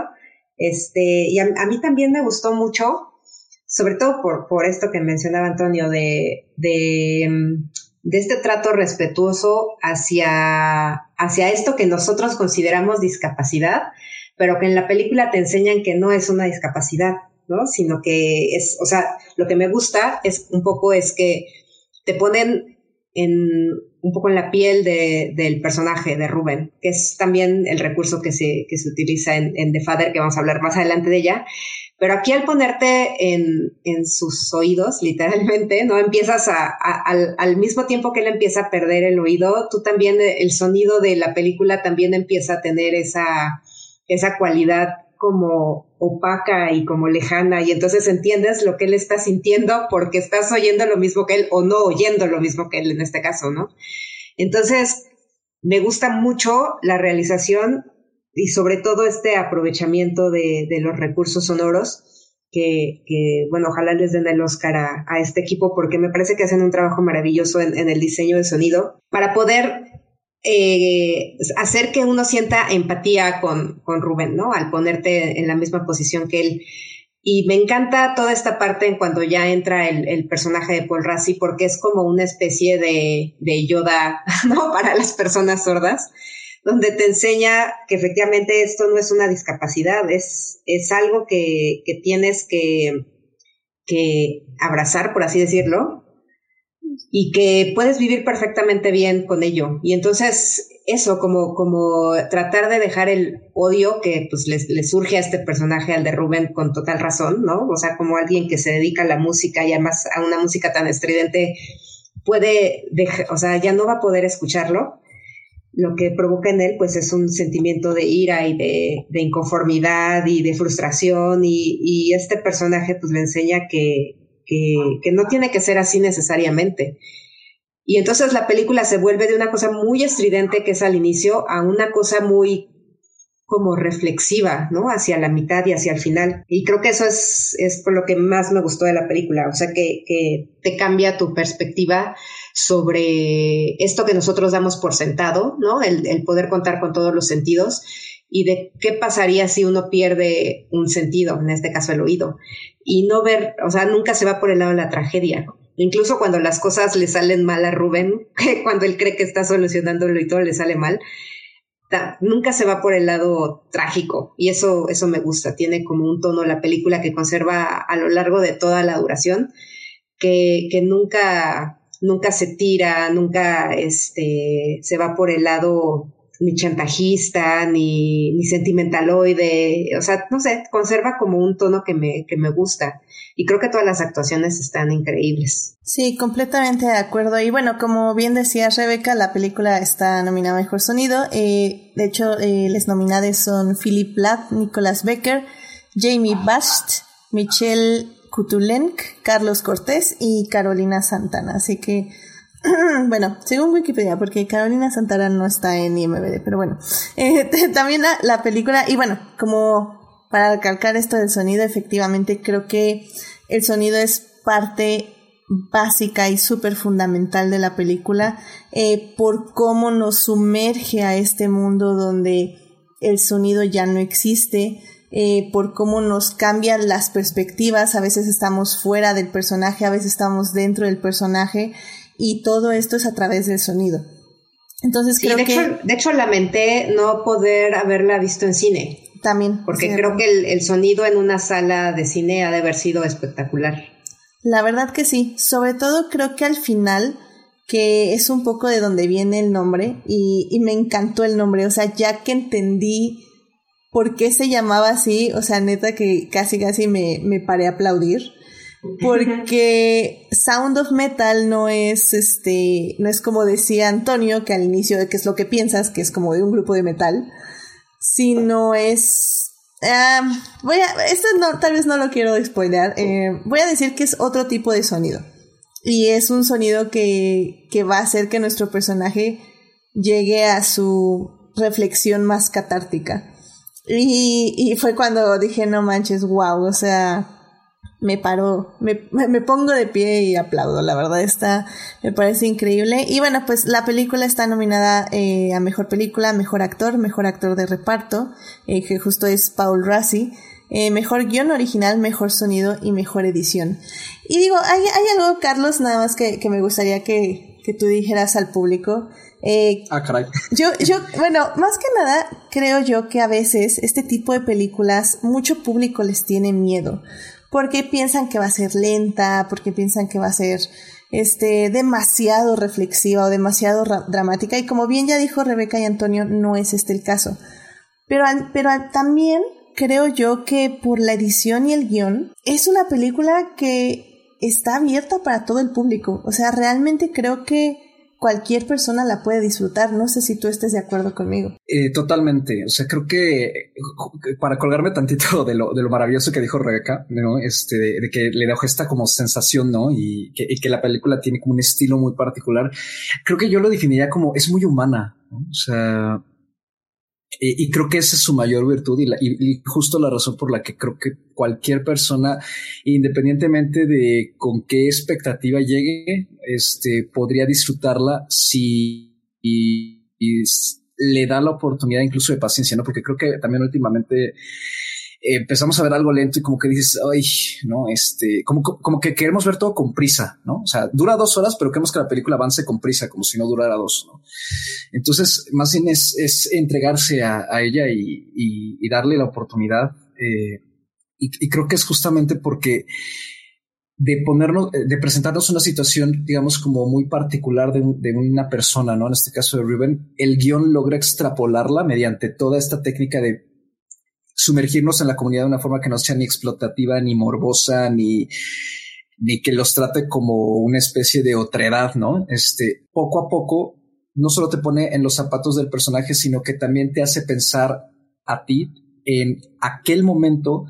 Este, y a, a mí también me gustó mucho, sobre todo por, por esto que mencionaba Antonio, de, de, de este trato respetuoso hacia, hacia esto que nosotros consideramos discapacidad, pero que en la película te enseñan que no es una discapacidad, ¿no? Sino que es, o sea, lo que me gusta es un poco es que te ponen en, un poco en la piel de, del personaje de Ruben, que es también el recurso que se, que se utiliza en, en The Father, que vamos a hablar más adelante de ella. Pero aquí al ponerte en, en sus oídos, literalmente, ¿no? Empiezas a, a al, al mismo tiempo que él empieza a perder el oído, tú también, el sonido de la película también empieza a tener esa, esa cualidad como opaca y como lejana, y entonces entiendes lo que él está sintiendo porque estás oyendo lo mismo que él o no oyendo lo mismo que él en este caso, ¿no? Entonces, me gusta mucho la realización y sobre todo este aprovechamiento de, de los recursos sonoros que, que, bueno, ojalá les den el Oscar a, a este equipo porque me parece que hacen un trabajo maravilloso en, en el diseño de sonido para poder eh, hacer que uno sienta empatía con, con Rubén, ¿no? Al ponerte en la misma posición que él. Y me encanta toda esta parte en cuando ya entra el, el personaje de Paul Raci porque es como una especie de, de Yoda, ¿no? Para las personas sordas, donde te enseña que efectivamente esto no es una discapacidad, es, es algo que, que tienes que, que abrazar, por así decirlo, y que puedes vivir perfectamente bien con ello. Y entonces eso, como, como tratar de dejar el odio que pues le, le surge a este personaje, al de Rubén, con total razón, ¿no? O sea, como alguien que se dedica a la música y además a una música tan estridente puede dejar, o sea, ya no va a poder escucharlo. lo que provoca en él pues es un sentimiento de ira y de, de inconformidad y de frustración y, y este personaje pues le enseña que, que, que no tiene que ser así necesariamente. Y entonces la película se vuelve de una cosa muy estridente que es al inicio a una cosa muy como reflexiva, ¿no? Hacia la mitad y hacia el final. Y creo que eso es, es por lo que más me gustó de la película. O sea, que, que te cambia tu perspectiva sobre esto que nosotros damos por sentado, ¿no? El, el poder contar con todos los sentidos y de qué pasaría si uno pierde un sentido, en este caso el oído. Y no ver, o sea, nunca se va por el lado de la tragedia. Incluso cuando las cosas le salen mal a Rubén, cuando él cree que está solucionándolo y todo le sale mal, nunca se va por el lado trágico y eso, eso me gusta. Tiene como un tono la película que conserva a lo largo de toda la duración, que, que nunca, nunca se tira, nunca este, se va por el lado ni chantajista, ni, ni sentimentaloide. O sea, no sé, conserva como un tono que me, que me gusta. Y creo que todas las actuaciones están increíbles. Sí, completamente de acuerdo. Y bueno, como bien decía Rebeca, la película está nominada a Mejor Sonido. Eh, de hecho, eh, las nominadas son Philip Lath, Nicholas Becker, Jamie Bast, Michelle Kutulenk, Carlos Cortés y Carolina Santana. Así que, bueno, según Wikipedia, porque Carolina Santana no está en I M D B, pero bueno. Eh, también la, la película, y bueno, como para recalcar esto del sonido, efectivamente creo que el sonido es parte básica y súper fundamental de la película, eh, por cómo nos sumerge a este mundo donde el sonido ya no existe, eh, por cómo nos cambian las perspectivas. A veces estamos fuera del personaje, a veces estamos dentro del personaje, y todo esto es a través del sonido. Entonces sí, creo de que... Hecho, de hecho, lamenté no poder haberla visto en cine. También. Porque sí, creo que el, el sonido en una sala de cine ha de haber sido espectacular. La verdad que sí. Sobre todo creo que al final, que es un poco de donde viene el nombre, y, y me encantó el nombre. O sea, ya que entendí por qué se llamaba así, o sea, neta que casi casi me, me paré a aplaudir. Porque Sound of Metal no es este, no es como decía Antonio, que al inicio de qué es lo que piensas, que es como de un grupo de metal, sino es um, voy a, esto no, tal vez no lo quiero spoilear, eh, voy a decir que es otro tipo de sonido, y es un sonido que, que va a hacer que nuestro personaje llegue a su reflexión más catártica, y, y fue cuando dije no manches, wow, o sea, me paro, me, me pongo de pie y aplaudo, la verdad está, me parece increíble. Y bueno, pues la película está nominada eh, a Mejor Película, Mejor Actor, Mejor Actor de Reparto, eh, que justo es Paul Raci, eh, Mejor Guión Original, Mejor Sonido y Mejor Edición. Y digo, hay, hay algo, Carlos, nada más que, que me gustaría que, que tú dijeras al público. Eh, ah, caray. Yo, yo, bueno, más que nada, creo yo que a veces este tipo de películas, mucho público les tiene miedo, porque piensan que va a ser lenta, porque piensan que va a ser este demasiado reflexiva o demasiado ra- dramática, y como bien ya dijo Rebeca y Antonio, no es este el caso. Pero, pero también creo yo que por la edición y el guión, es una película que está abierta para todo el público. O sea, realmente creo que cualquier persona la puede disfrutar. No sé si tú estés de acuerdo conmigo. Eh, totalmente. O sea, creo que para colgarme tantito de lo, de lo maravilloso que dijo Rebeca, ¿no? Este, de, de que le dejó esta como sensación, ¿no? Y que, y que la película tiene como un estilo muy particular. Creo que yo lo definiría como es muy humana, ¿no? O sea, y, y creo que esa es su mayor virtud y, la, y, y justo la razón por la que creo que cualquier persona, independientemente de con qué expectativa llegue, este, podría disfrutarla si y, y le da la oportunidad incluso de paciencia, ¿no? Porque creo que también últimamente eh, empezamos a ver algo lento y como que dices, ay, no, este, como, como que queremos ver todo con prisa, ¿no? O sea, dura dos horas, pero queremos que la película avance con prisa, como si no durara dos, ¿no? Entonces, más bien es, es entregarse a, a ella y, y, y darle la oportunidad, eh, y, y creo que es justamente porque de ponernos, de presentarnos una situación, digamos, como muy particular de, de una persona, ¿no? En este caso de Ruben, el guión logra extrapolarla mediante toda esta técnica de sumergirnos en la comunidad de una forma que no sea ni explotativa, ni morbosa, ni, ni que los trate como una especie de otredad, ¿no? Este, poco a poco no solo te pone en los zapatos del personaje, sino que también te hace pensar a ti en aquel momento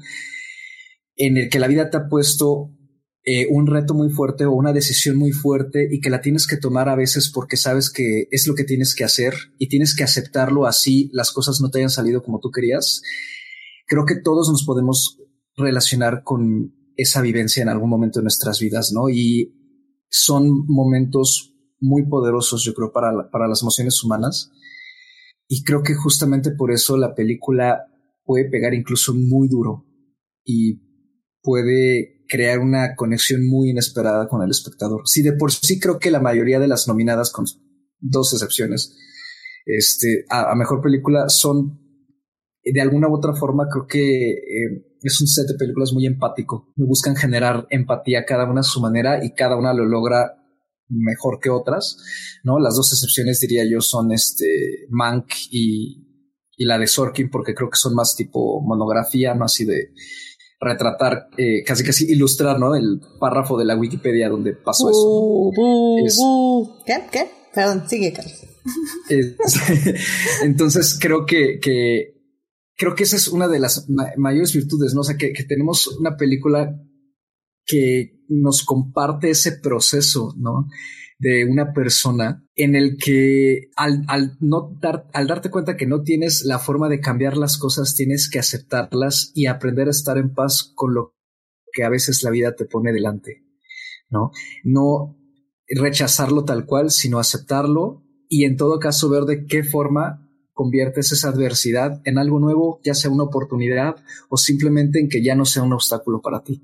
en el que la vida te ha puesto eh, un reto muy fuerte o una decisión muy fuerte y que la tienes que tomar a veces porque sabes que es lo que tienes que hacer y tienes que aceptarlo así las cosas no te hayan salido como tú querías. Creo que todos nos podemos relacionar con esa vivencia en algún momento de nuestras vidas, ¿no? Y son momentos muy poderosos, yo creo, para, para las emociones humanas. Y creo que justamente por eso la película puede pegar incluso muy duro y puede crear una conexión muy inesperada con el espectador. Sí, de por sí creo que la mayoría de las nominadas, con dos excepciones, este, a, a mejor película son, de alguna u otra forma, creo que eh, es un set de películas muy empático. Me buscan generar empatía cada una a su manera y cada una lo logra mejor que otras, ¿no? Las dos excepciones, diría yo, son este Mank y, y la de Sorkin, porque creo que son más tipo monografía, no así de retratar, eh, casi casi ilustrar, ¿no? El párrafo de la Wikipedia donde pasó uh, eso. Uh, es, uh. ¿Qué? ¿Qué? Perdón, sigue, Carlos. Es, entonces creo que, que creo que esa es una de las ma- mayores virtudes, ¿no? O sea, que, que tenemos una película que nos comparte ese proceso, ¿no? De una persona en el que al, al no dar, al darte cuenta que no tienes la forma de cambiar las cosas, tienes que aceptarlas y aprender a estar en paz con lo que a veces la vida te pone delante, ¿no? No rechazarlo tal cual, sino aceptarlo y en todo caso ver de qué forma conviertes esa adversidad en algo nuevo, ya sea una oportunidad o simplemente en que ya no sea un obstáculo para ti.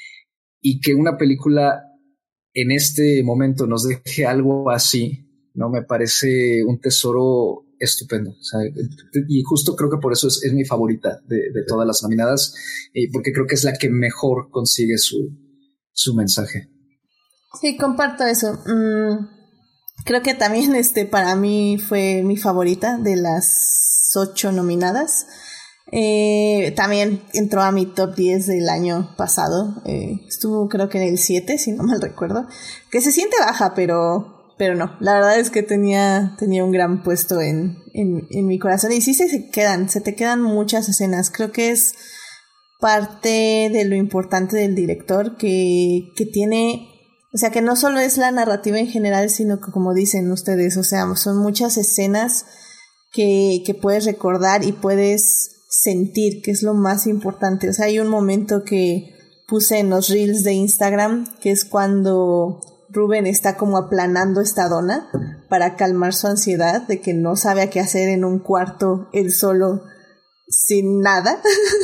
Y que una película en este momento nos deje algo así, ¿no? Me parece un tesoro estupendo. O sea, y justo creo que por eso es, es mi favorita de, de todas las nominadas, eh, porque creo que es la que mejor consigue su, su mensaje. Sí, comparto eso. Mm, creo que también este para mí fue mi favorita de las ocho nominadas. Eh, también entró a mi top diez del año pasado. Eh, estuvo creo que en el siete, si no mal recuerdo. Que se siente baja, pero, pero no. La verdad es que tenía, tenía un gran puesto en, en, en mi corazón. Y sí se, se quedan, se te quedan muchas escenas. Creo que es parte de lo importante del director que, que tiene, o sea, que no solo es la narrativa en general, sino que como dicen ustedes, o sea, son muchas escenas que, que puedes recordar y puedes sentir, que es lo más importante. O sea, hay un momento que puse en los reels de Instagram, que es cuando Rubén está como aplanando esta dona para calmar su ansiedad de que no sabe a qué hacer en un cuarto él solo sin nada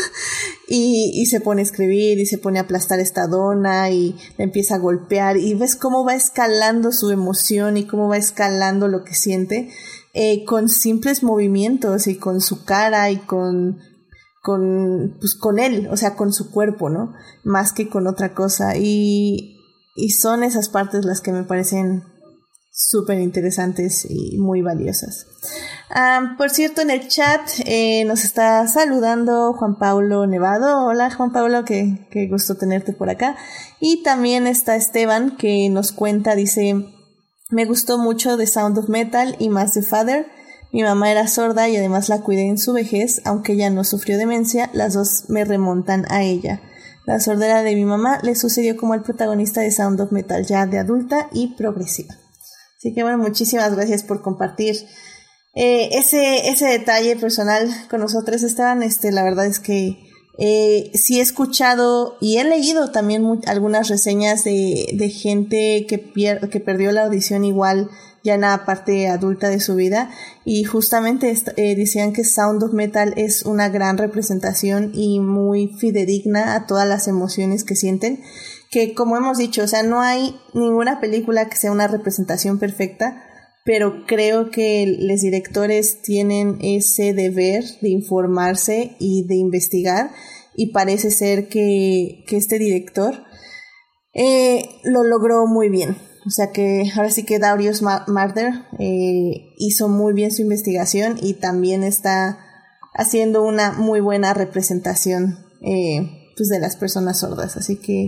y, y se pone a escribir y se pone a aplastar esta dona y la empieza a golpear y ves cómo va escalando su emoción y cómo va escalando lo que siente. Eh, con simples movimientos y con su cara y con, con, pues con él, o sea, con su cuerpo, ¿no? Más que con otra cosa. Y, y son esas partes las que me parecen súper interesantes y muy valiosas. Um, por cierto, en el chat eh, nos está saludando Juan Pablo Nevado. Hola, Juan Pablo, qué, qué gusto tenerte por acá. Y también está Esteban, que nos cuenta, dice: me gustó mucho The Sound of Metal y más The Father. Mi mamá era sorda y además la cuidé en su vejez, aunque ella no sufrió demencia, las dos me remontan a ella. La sordera de mi mamá le sucedió como al protagonista de Sound of Metal, ya de adulta y progresiva. Así que bueno, muchísimas gracias por compartir eh, ese, ese detalle personal con nosotros, Esteban. Este, la verdad es que Eh, sí he escuchado y he leído también muy, algunas reseñas de, de gente que, pier, que perdió la audición igual ya en la parte adulta de su vida y justamente eh, decían que Sound of Metal es una gran representación y muy fidedigna a todas las emociones que sienten, que como hemos dicho, o sea, no hay ninguna película que sea una representación perfecta, pero creo que los directores tienen ese deber de informarse y de investigar, y parece ser que, que este director eh, lo logró muy bien. O sea que ahora sí que Darius Marder eh, hizo muy bien su investigación y también está haciendo una muy buena representación eh, pues de las personas sordas. Así que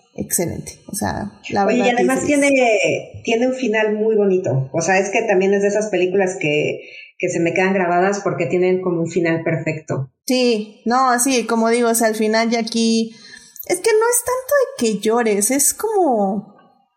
excelente. O sea, la verdad. Oye, y además que tiene, tiene un final muy bonito. O sea, es que también es de esas películas que, que se me quedan grabadas porque tienen como un final perfecto. Sí, no, así, como digo, o sea, al final ya aquí, es que no es tanto de que llores, es como,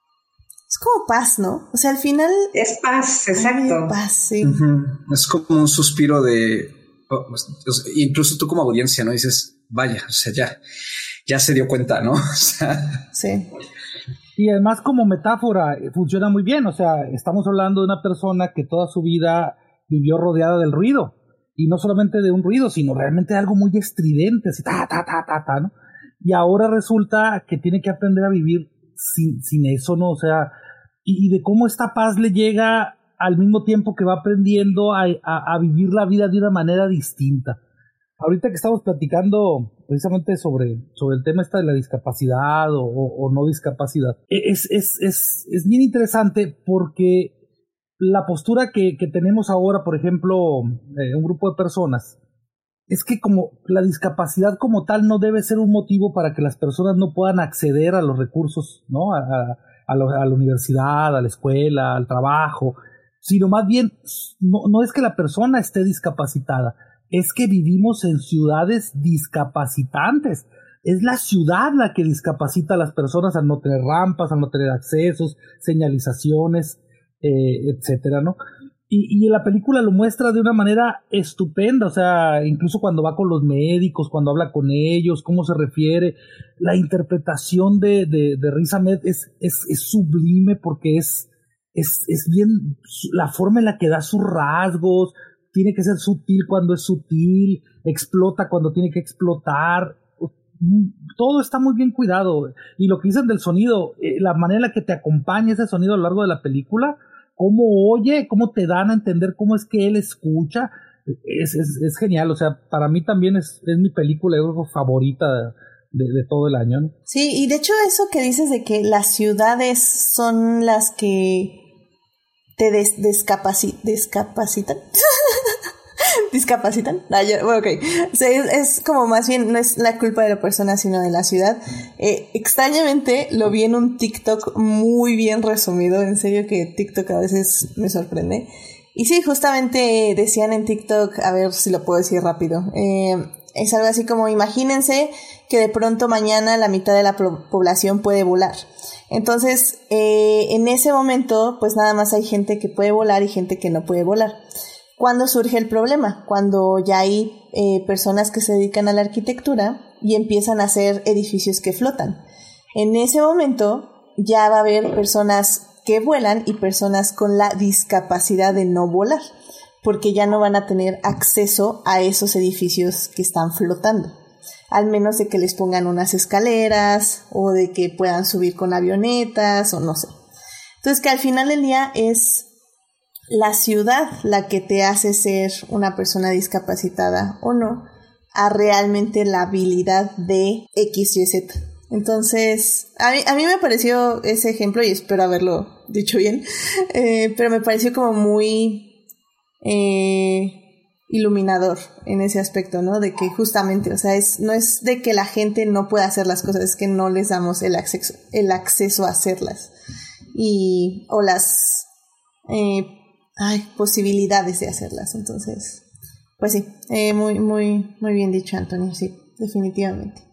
es como paz, ¿no? O sea, al final... Es paz, exacto. Ay, paz, sí. Uh-huh. Es como un suspiro de, oh, incluso tú como audiencia, ¿no? Dices, vaya, o sea, ya, ya se dio cuenta, ¿no? O sea... Sí. Y además como metáfora funciona muy bien, o sea, estamos hablando de una persona que toda su vida vivió rodeada del ruido, y no solamente de un ruido, sino realmente de algo muy estridente, así, ta, ta, ta, ta, ta, ¿no? Y ahora resulta que tiene que aprender a vivir sin, sin eso, ¿no? O sea, y, y de cómo esta paz le llega al mismo tiempo que va aprendiendo a, a, a vivir la vida de una manera distinta. Ahorita que estamos platicando precisamente sobre, sobre el tema esta de la discapacidad o, o, o no discapacidad, es, es, es, es bien interesante porque la postura que, que tenemos ahora, por ejemplo, eh, un grupo de personas, es que como la discapacidad como tal no debe ser un motivo para que las personas no puedan acceder a los recursos, ¿no? A, a, a, lo, a la universidad, a la escuela, al trabajo, sino más bien, no, no es que la persona esté discapacitada, es que vivimos en ciudades discapacitantes. Es la ciudad la que discapacita a las personas al no tener rampas, al no tener accesos, señalizaciones, eh, etcétera, ¿no? Y, y la película lo muestra de una manera estupenda, o sea, incluso cuando va con los médicos, cuando habla con ellos, cómo se refiere. La interpretación de, de, de Riz Ahmed es, es, es sublime porque es, es, es bien la forma en la que da sus rasgos. Tiene que ser sutil cuando es sutil, explota cuando tiene que explotar, todo está muy bien cuidado. Y lo que dicen del sonido, eh, la manera en la que te acompaña ese sonido a lo largo de la película, cómo oye, cómo te dan a entender cómo es que él escucha, es, es, es genial. O sea, para mí también es, es mi película yo creo, favorita de, de todo el año, ¿no? Sí, y de hecho eso que dices de que las ciudades son las que te des, descapaci, descapacitan. ¿Discapacitan? Ah, yo, bueno, ok. O sea, es, es como más bien, no es la culpa de la persona, sino de la ciudad. Eh, extrañamente, lo vi en un TikTok muy bien resumido. En serio que TikTok a veces me sorprende. Y sí, justamente decían en TikTok, a ver si lo puedo decir rápido. Eh, es algo así como, imagínense que de pronto mañana la mitad de la pro- población puede volar. Entonces, eh, en ese momento, pues nada más hay gente que puede volar y gente que no puede volar. ¿Cuándo surge el problema? Cuando ya hay eh, personas que se dedican a la arquitectura y empiezan a hacer edificios que flotan. En ese momento ya va a haber personas que vuelan y personas con la discapacidad de no volar, porque ya no van a tener acceso a esos edificios que están flotando, al menos de que les pongan unas escaleras o de que puedan subir con avionetas o no sé. Entonces que al final del día es la ciudad la que te hace ser una persona discapacitada o no, a realmente la habilidad de X, Y, Z. Entonces, a mí, a mí me pareció ese ejemplo, y espero haberlo dicho bien, eh, pero me pareció como muy eh, iluminador en ese aspecto, ¿no? De que justamente, o sea, es, no es de que la gente no pueda hacer las cosas, es que no les damos el acceso, el acceso a hacerlas. Y, o las... Eh, Hay posibilidades de hacerlas. Entonces, pues sí, eh, muy, muy, muy bien dicho, Antonio, sí, definitivamente.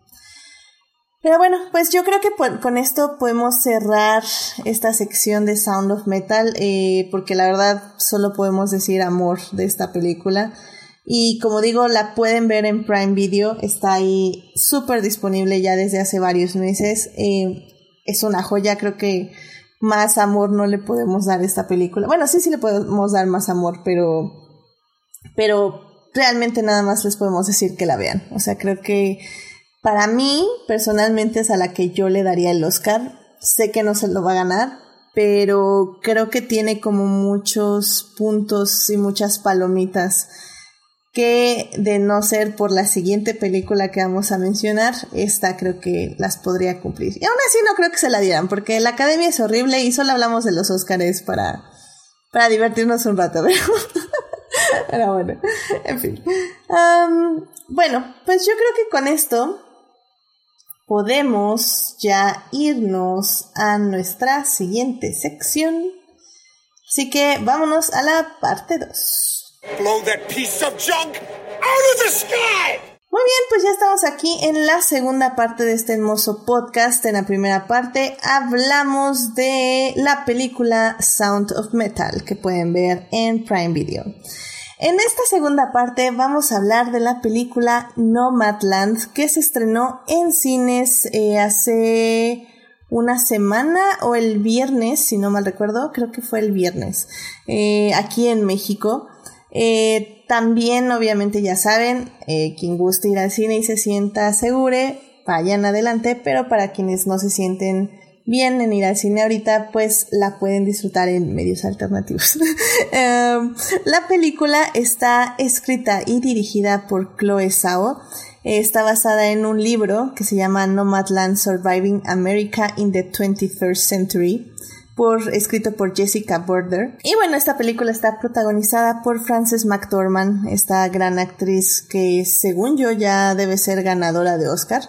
Pero bueno, pues yo creo que po- con esto podemos cerrar esta sección de Sound of Metal, eh, porque la verdad solo podemos decir amor de esta película. Y como digo, la pueden ver en Prime Video, está ahí súper disponible ya desde hace varios meses. Eh, es una joya, creo que más amor no le podemos dar a esta película. Bueno, sí, sí le podemos dar más amor, pero, pero realmente nada más les podemos decir que la vean. O sea, creo que para mí, personalmente, es a la que yo le daría el Oscar. Sé que no se lo va a ganar, pero creo que tiene como muchos puntos y muchas palomitas que, de no ser por la siguiente película que vamos a mencionar, esta creo que las podría cumplir. Y aún así no creo que se la dieran, porque la Academia es horrible y solo hablamos de los Óscares para, para divertirnos un rato, pero, pero bueno, en fin. Um, bueno, pues yo creo que con esto podemos ya irnos a nuestra siguiente sección. Así que vámonos a la parte dos. Blow that piece of junk out of the sky! Muy bien, pues ya estamos aquí en la segunda parte de este hermoso podcast. En la primera parte hablamos de la película Sound of Metal, que pueden ver en Prime Video. En esta segunda parte vamos a hablar de la película Nomadland, que se estrenó en cines eh, hace una semana o el viernes, si no mal recuerdo, creo que fue el viernes, eh, aquí en México. Eh, también, obviamente, ya saben, eh, quien guste ir al cine y se sienta seguro, vayan adelante, pero para quienes no se sienten bien en ir al cine ahorita, pues la pueden disfrutar en medios alternativos. um, la película está escrita y dirigida por Chloe Zhao. Está basada en un libro que se llama Nomadland: Surviving America in the twenty-first century, por, escrito por Jessica Border. Y bueno, esta película está protagonizada por Frances McDormand, esta gran actriz que según yo ya debe ser ganadora de Oscar.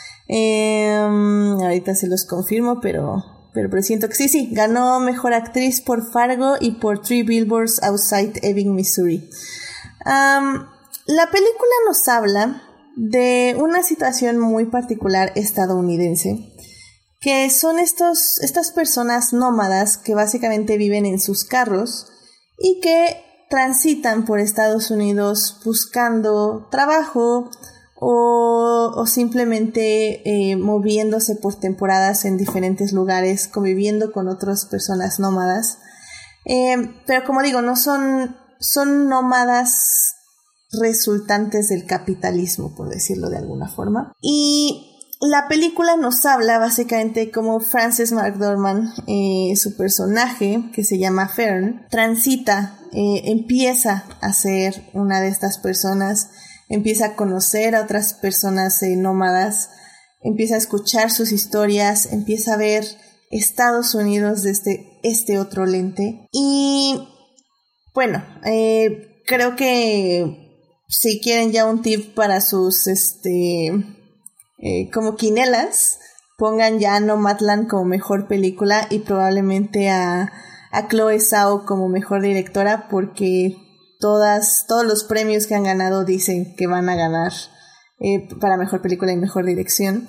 Eh, ahorita se los confirmo, pero, pero presiento que sí, sí, ganó Mejor Actriz por Fargo y por Three Billboards Outside Ebbing, Missouri. Um, la película nos habla de una situación muy particular estadounidense, que son estos, estas personas nómadas que básicamente viven en sus carros y que transitan por Estados Unidos buscando trabajo o, o simplemente eh, moviéndose por temporadas en diferentes lugares, conviviendo con otras personas nómadas. Eh, pero como digo, no son, son nómadas resultantes del capitalismo, por decirlo de alguna forma. Y la película nos habla básicamente cómo Frances McDormand, eh, su personaje, que se llama Fern, transita, eh, empieza a ser una de estas personas, empieza a conocer a otras personas eh, nómadas, empieza a escuchar sus historias, empieza a ver Estados Unidos desde este otro lente. Y bueno, eh, creo que si quieren ya un tip para sus este eh, como quinelas, pongan ya a Nomadland como mejor película y probablemente a, a Chloe Zhao como mejor directora, porque todas todos los premios que han ganado dicen que van a ganar eh, para mejor película y mejor dirección.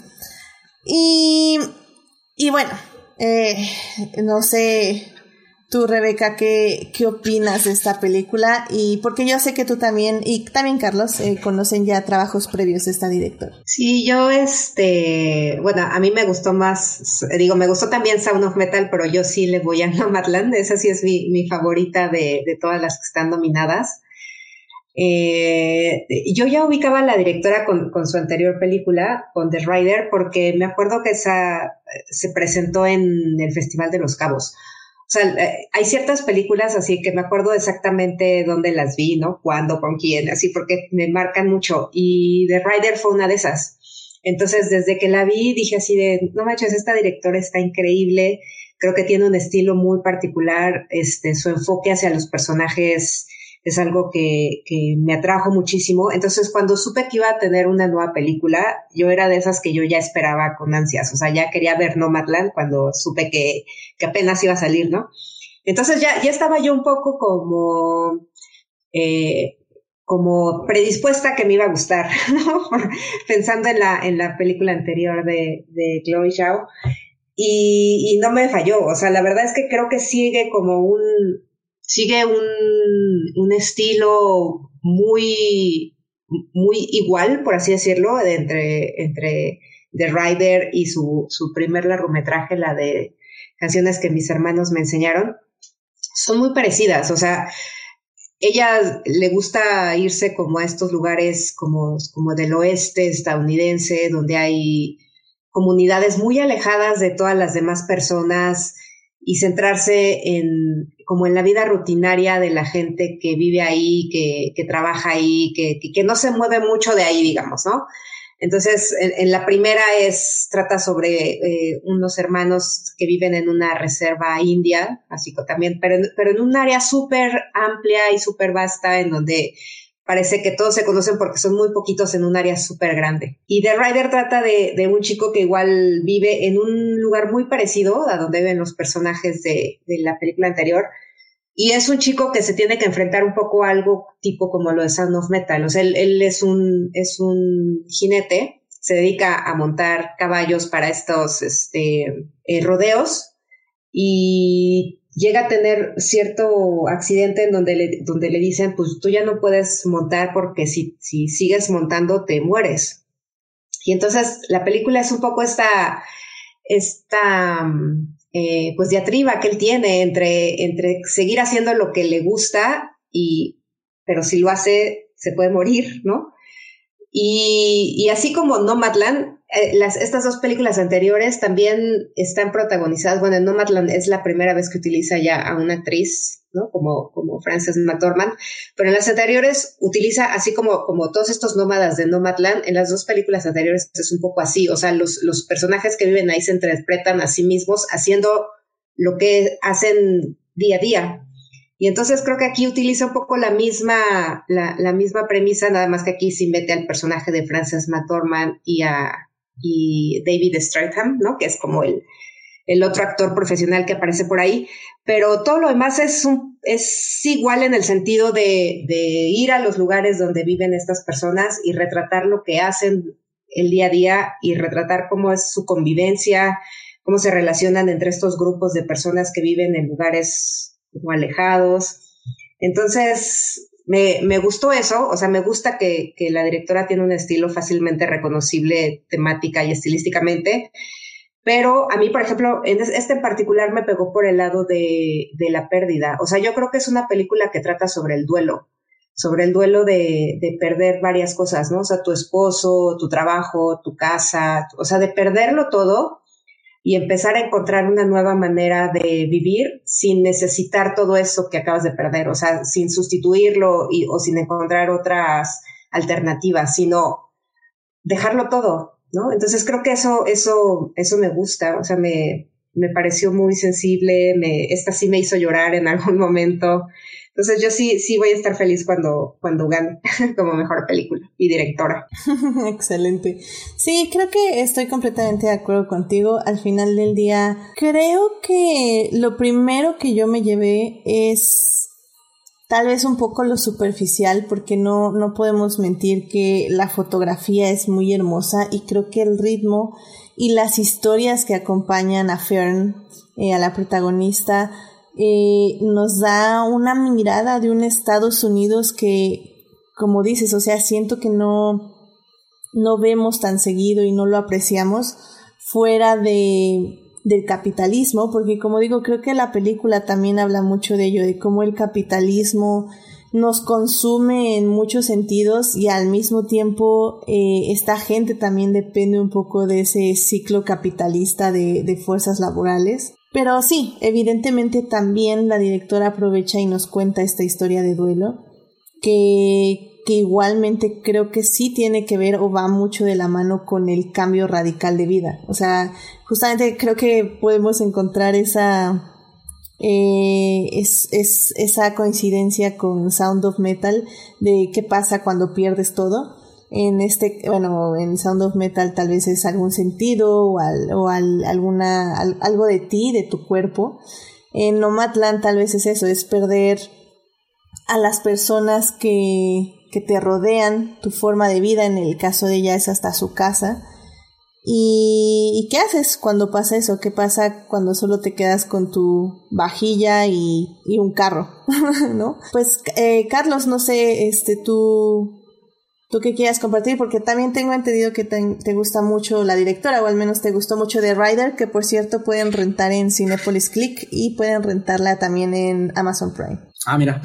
Y, y bueno, eh, no sé tú, Rebeca, ¿qué, qué opinas de esta película? Y porque yo sé que tú también, y también Carlos, eh, conocen ya trabajos previos de esta directora. Sí, yo, este, bueno, a mí me gustó más, digo, me gustó también Sound of Metal, pero yo sí le voy a Nomadland, esa sí es mi, mi favorita de, de todas las que están nominadas. Eh, yo ya ubicaba a la directora con, con su anterior película, con The Rider, porque me acuerdo que esa se presentó en el Festival de Los Cabos. O sea, hay ciertas películas así que me acuerdo exactamente dónde las vi, ¿no? Cuándo, con quién, así, porque me marcan mucho. Y The Rider fue una de esas. Entonces, desde que la vi, dije así de, no manches, esta directora está increíble. Creo que tiene un estilo muy particular. Este, su enfoque hacia los personajes es algo que, que me atrajo muchísimo. Entonces, cuando supe que iba a tener una nueva película, yo era de esas que yo ya esperaba con ansias. O sea, ya quería ver Nomadland cuando supe que, que apenas iba a salir, ¿no? Entonces, ya, ya estaba yo un poco como, eh, como predispuesta a que me iba a gustar, ¿no? Pensando en la, en la película anterior de, de Chloe Zhao. Y, y no me falló. O sea, la verdad es que creo que sigue como un, sigue un, un estilo muy, muy igual, por así decirlo, de entre, entre The Rider y su, su primer largometraje, la de Canciones que mis hermanos me enseñaron. Son muy parecidas, o sea, ella le gusta irse como a estos lugares como, como del oeste estadounidense, donde hay comunidades muy alejadas de todas las demás personas, y centrarse en como en la vida rutinaria de la gente que vive ahí, que, que trabaja ahí, que, que, que no se mueve mucho de ahí, digamos, ¿no? Entonces, en, en la primera es, trata sobre eh, unos hermanos que viven en una reserva india, así que también, pero, pero en un área súper amplia y súper vasta, en donde parece que todos se conocen porque son muy poquitos en un área súper grande. Y The Rider trata de, de un chico que igual vive en un lugar muy parecido a donde viven los personajes de, de la película anterior. Y es un chico que se tiene que enfrentar un poco a algo tipo como lo de Sound of Metal. O sea, él, él es un, es un jinete, se dedica a montar caballos para estos este, eh, rodeos y llega a tener cierto accidente en donde le, donde le dicen, pues tú ya no puedes montar porque si, si sigues montando te mueres. Y entonces la película es un poco esta, esta eh, pues diatriba que él tiene entre, entre seguir haciendo lo que le gusta, y, pero si lo hace se puede morir, ¿no? Y, y así como Nomadland, eh, las, estas dos películas anteriores también están protagonizadas. Bueno, en Nomadland es la primera vez que utiliza ya a una actriz, ¿no? Como, como Frances McDormand, pero en las anteriores utiliza, así como, como todos estos nómadas de Nomadland, en las dos películas anteriores es un poco así. O sea, los, los personajes que viven ahí se interpretan a sí mismos haciendo lo que hacen día a día. Y entonces creo que aquí utiliza un poco la misma, la, la misma premisa, nada más que aquí sí mete al personaje de Frances McDormand y a y David Strathairn, ¿no? Que es como el, el otro actor profesional que aparece por ahí. Pero todo lo demás es, un, es igual en el sentido de, de ir a los lugares donde viven estas personas y retratar lo que hacen el día a día y retratar cómo es su convivencia, cómo se relacionan entre estos grupos de personas que viven en lugares como alejados. Entonces me, me gustó eso, o sea, me gusta que, que la directora tiene un estilo fácilmente reconocible temática y estilísticamente, pero a mí, por ejemplo, en este en particular me pegó por el lado de, de la pérdida. O sea, yo creo que es una película que trata sobre el duelo, sobre el duelo de, de perder varias cosas, ¿no? O sea, tu esposo, tu trabajo, tu casa, o sea, de perderlo todo y empezar a encontrar una nueva manera de vivir sin necesitar todo eso que acabas de perder, o sea, sin sustituirlo y, o sin encontrar otras alternativas, sino dejarlo todo, ¿no? Entonces creo que eso, eso, eso me gusta, o sea, me, me pareció muy sensible, me, esta sí me hizo llorar en algún momento. Entonces yo sí, sí voy a estar feliz cuando, cuando gane como mejor película y directora. Excelente. Sí, creo que estoy completamente de acuerdo contigo. Al final del día, creo que lo primero que yo me llevé es tal vez un poco lo superficial, porque no, no podemos mentir que la fotografía es muy hermosa y creo que el ritmo y las historias que acompañan a Fern, eh, a la protagonista, Eh, nos da una mirada de un Estados Unidos que, como dices, o sea, siento que no, no vemos tan seguido y no lo apreciamos fuera de, del capitalismo, porque como digo, creo que la película también habla mucho de ello, de cómo el capitalismo nos consume en muchos sentidos y al mismo tiempo eh, esta gente también depende un poco de ese ciclo capitalista de, de fuerzas laborales. Pero sí, evidentemente también la directora aprovecha y nos cuenta esta historia de duelo, que, que igualmente creo que sí tiene que ver o va mucho de la mano con el cambio radical de vida. O sea, justamente creo que podemos encontrar esa, eh, es, es, esa coincidencia con Sound of Metal de qué pasa cuando pierdes todo. En este, bueno, en Sound of Metal tal vez es algún sentido o, al, o al, alguna, al, algo de ti, de tu cuerpo. En Nomadland tal vez es eso, es perder a las personas que, que te rodean, tu forma de vida. En el caso de ella es hasta su casa. ¿Y, ¿y qué haces cuando pasa eso? ¿Qué pasa cuando solo te quedas con tu vajilla y, y un carro? ¿No? Pues, eh, Carlos, no sé, este, tú... ¿Tú qué quieras compartir? Porque también tengo entendido que te, te gusta mucho la directora, o al menos te gustó mucho The Rider, que por cierto pueden rentar en Cinépolis Click y pueden rentarla también en Amazon Prime. Ah, mira,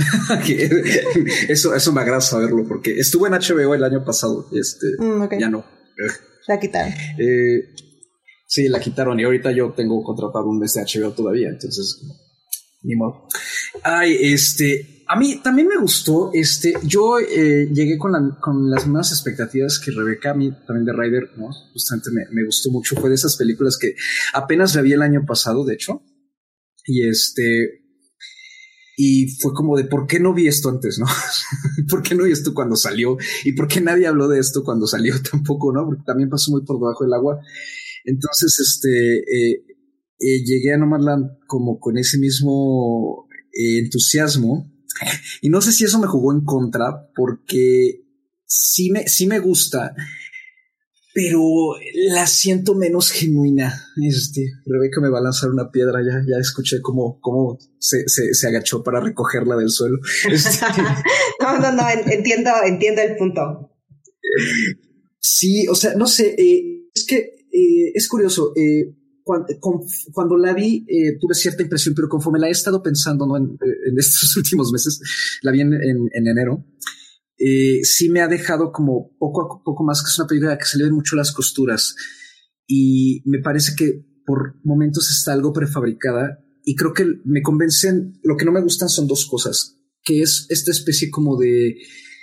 eso, eso me agrada saberlo, porque estuvo en H B O el año pasado, este, mm, okay. Ya no. La quitaron. Eh, sí, la quitaron y ahorita yo tengo contratado un mes de H B O todavía, entonces ni modo. Ay, este... A mí también me gustó, este, yo eh, llegué con, la, con las mismas expectativas que Rebeca, a mí también de Rider, ¿no? Justamente me, me gustó mucho, fue de esas películas que apenas la vi el año pasado, de hecho, y este, Y fue como de, ¿por qué no vi esto antes, no? ¿Por qué no vi esto cuando salió? ¿Y por qué nadie habló de esto cuando salió tampoco, no? Porque también pasó muy por debajo del agua. Entonces, este, eh, eh, llegué a Nomadland como con ese mismo eh, entusiasmo. Y no sé si eso me jugó en contra, porque sí me, sí me gusta, pero la siento menos genuina. Este, Rebeca me va a lanzar una piedra, ya, ya escuché cómo, cómo se, se, se agachó para recogerla del suelo. Este, no, no, no, entiendo, entiendo el punto. Sí, o sea, no sé, eh, es que eh, es curioso, eh, cuando, cuando la vi eh, tuve cierta impresión, pero conforme la he estado pensando, ¿no? en, en estos últimos meses, la vi en, en, en enero. Eh, sí me ha dejado como poco a poco más, que es una película que se le ven mucho las costuras y me parece que por momentos está algo prefabricada y creo que me convencen. Lo que no me gustan son dos cosas, que es esta especie como de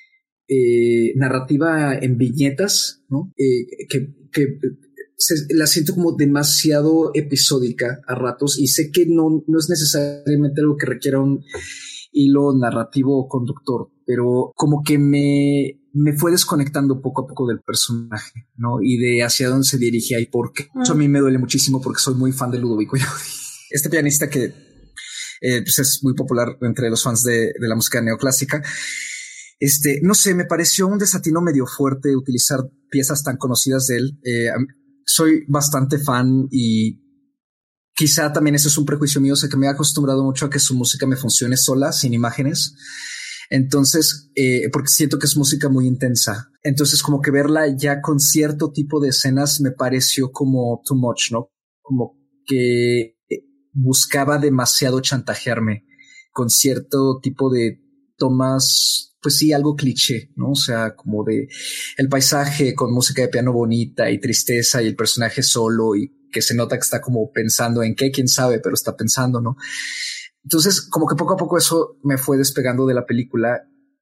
eh, narrativa en viñetas, ¿no? Eh, que, que se, la siento como demasiado episódica a ratos y sé que no, no es necesariamente algo que requiera un hilo narrativo o conductor, pero como que me, me fue desconectando poco a poco del personaje, ¿no? Y de hacia dónde se dirigía y por qué. Mm. Eso a mí me duele muchísimo porque soy muy fan de Ludovico Einaudi. Este pianista que eh, pues es muy popular entre los fans de, de la música neoclásica. Este, no sé, me pareció un desatino medio fuerte utilizar piezas tan conocidas de él. Eh, soy bastante fan y quizá también eso es un prejuicio mío, o sea que me he acostumbrado mucho a que su música me funcione sola, sin imágenes. Entonces, eh, porque siento que es música muy intensa. Entonces, como que verla ya con cierto tipo de escenas me pareció como too much, ¿no? Como que buscaba demasiado chantajearme con cierto tipo de tomas, pues sí, algo cliché, ¿no? O sea, como de el paisaje con música de piano bonita y tristeza y el personaje solo y que se nota que está como pensando en qué, quién sabe, pero está pensando, ¿no? Entonces, como que poco a poco eso me fue despegando de la película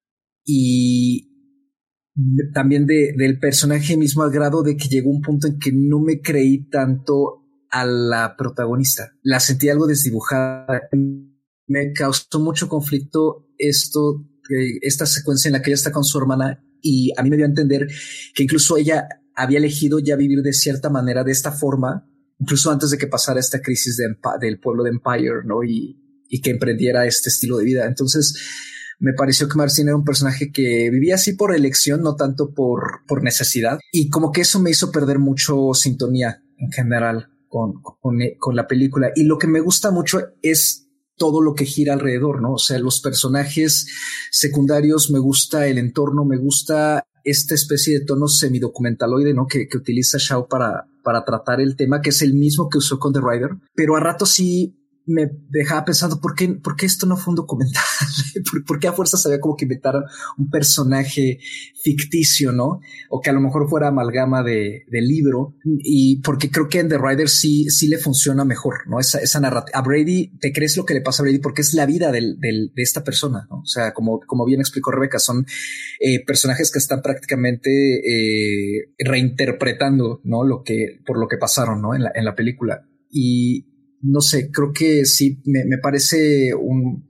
y también de, del personaje mismo, al grado de que llegó un punto en que no me creí tanto a la protagonista. La sentí algo desdibujada. Me causó mucho conflicto esto, eh, esta secuencia en la que ella está con su hermana y a mí me dio a entender que incluso ella había elegido ya vivir de cierta manera, de esta forma, incluso antes de que pasara esta crisis de, del pueblo de Empire, ¿no? Y, y que emprendiera este estilo de vida. Entonces me pareció que Marcin era un personaje que vivía así por elección, no tanto por, por necesidad. Y como que eso me hizo perder mucho sintonía en general con, con, con la película. Y lo que me gusta mucho es todo lo que gira alrededor, ¿no? O sea, los personajes secundarios, me gusta el entorno, me gusta esta especie de tono semidocumentaloide, ¿no? Que, que utiliza Shaw para, para tratar el tema, que es el mismo que usó con The Rider. Pero a rato sí me dejaba pensando, ¿por qué, por qué esto no fue un documental? ¿Por, ¿Por qué a fuerza sabía como que inventar un personaje ficticio, no? O que a lo mejor fuera amalgama de, de libro. Y porque creo que en The Rider sí, sí le funciona mejor, ¿no? Esa, esa narrativa. A Brady, te crees lo que le pasa a Brady porque es la vida del, del, de esta persona, ¿no? O sea, como, como bien explicó Rebeca, son eh, personajes que están prácticamente eh, reinterpretando, ¿no? Lo que, por lo que pasaron, ¿no? En la, en la película. Y no sé, creo que sí, me, me parece un,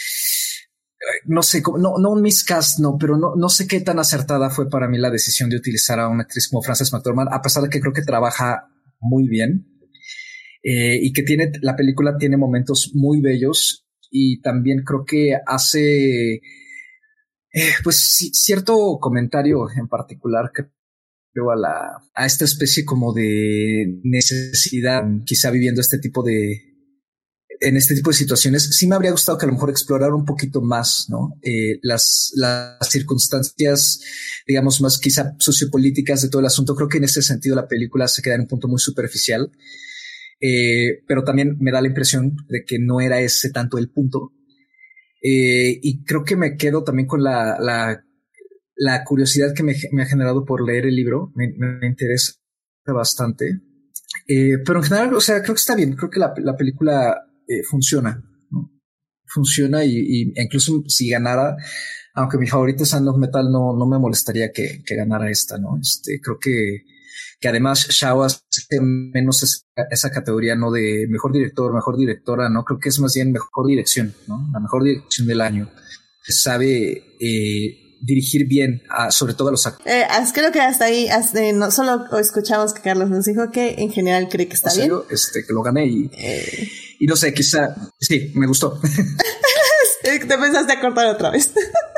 no sé, no, no un miscast, no, pero no, no sé qué tan acertada fue para mí la decisión de utilizar a una actriz como Frances McDormand, a pesar de que creo que trabaja muy bien eh, y que tiene, la película tiene momentos muy bellos y también creo que hace, eh, pues cierto comentario en particular que a la a esta especie como de necesidad, quizá viviendo este tipo de en este tipo de situaciones. Sí me habría gustado que a lo mejor explorar un poquito más, ¿no? Eh, las, las circunstancias, digamos, más quizá sociopolíticas de todo el asunto. Creo que en ese sentido la película se queda en un punto muy superficial, eh, pero también me da la impresión de que no era ese tanto el punto. Eh, y creo que me quedo también con la, la la curiosidad que me, me ha generado por leer el libro. Me, me interesa bastante. Eh, pero en general, o sea, creo que está bien. Creo que la, la película eh, funciona, ¿no? Funciona y, y incluso si ganara, aunque mi favorito es Sound of Metal, no, no me molestaría que, que ganara esta, ¿no? Este, creo que que además Shaw hace menos esa, esa categoría, ¿no? De mejor director, mejor directora, ¿no? Creo que es más bien mejor dirección, ¿no? La mejor dirección del año. Sabe eh, dirigir bien, a, sobre todo a los actores. Eh, creo que hasta ahí, hasta, eh, no, solo escuchamos que Carlos nos dijo que en general cree que está o sea, bien. Yo, este, que lo gané y, Eh... y no sé, quizá, sí, me gustó. Te pensaste a cortar otra vez.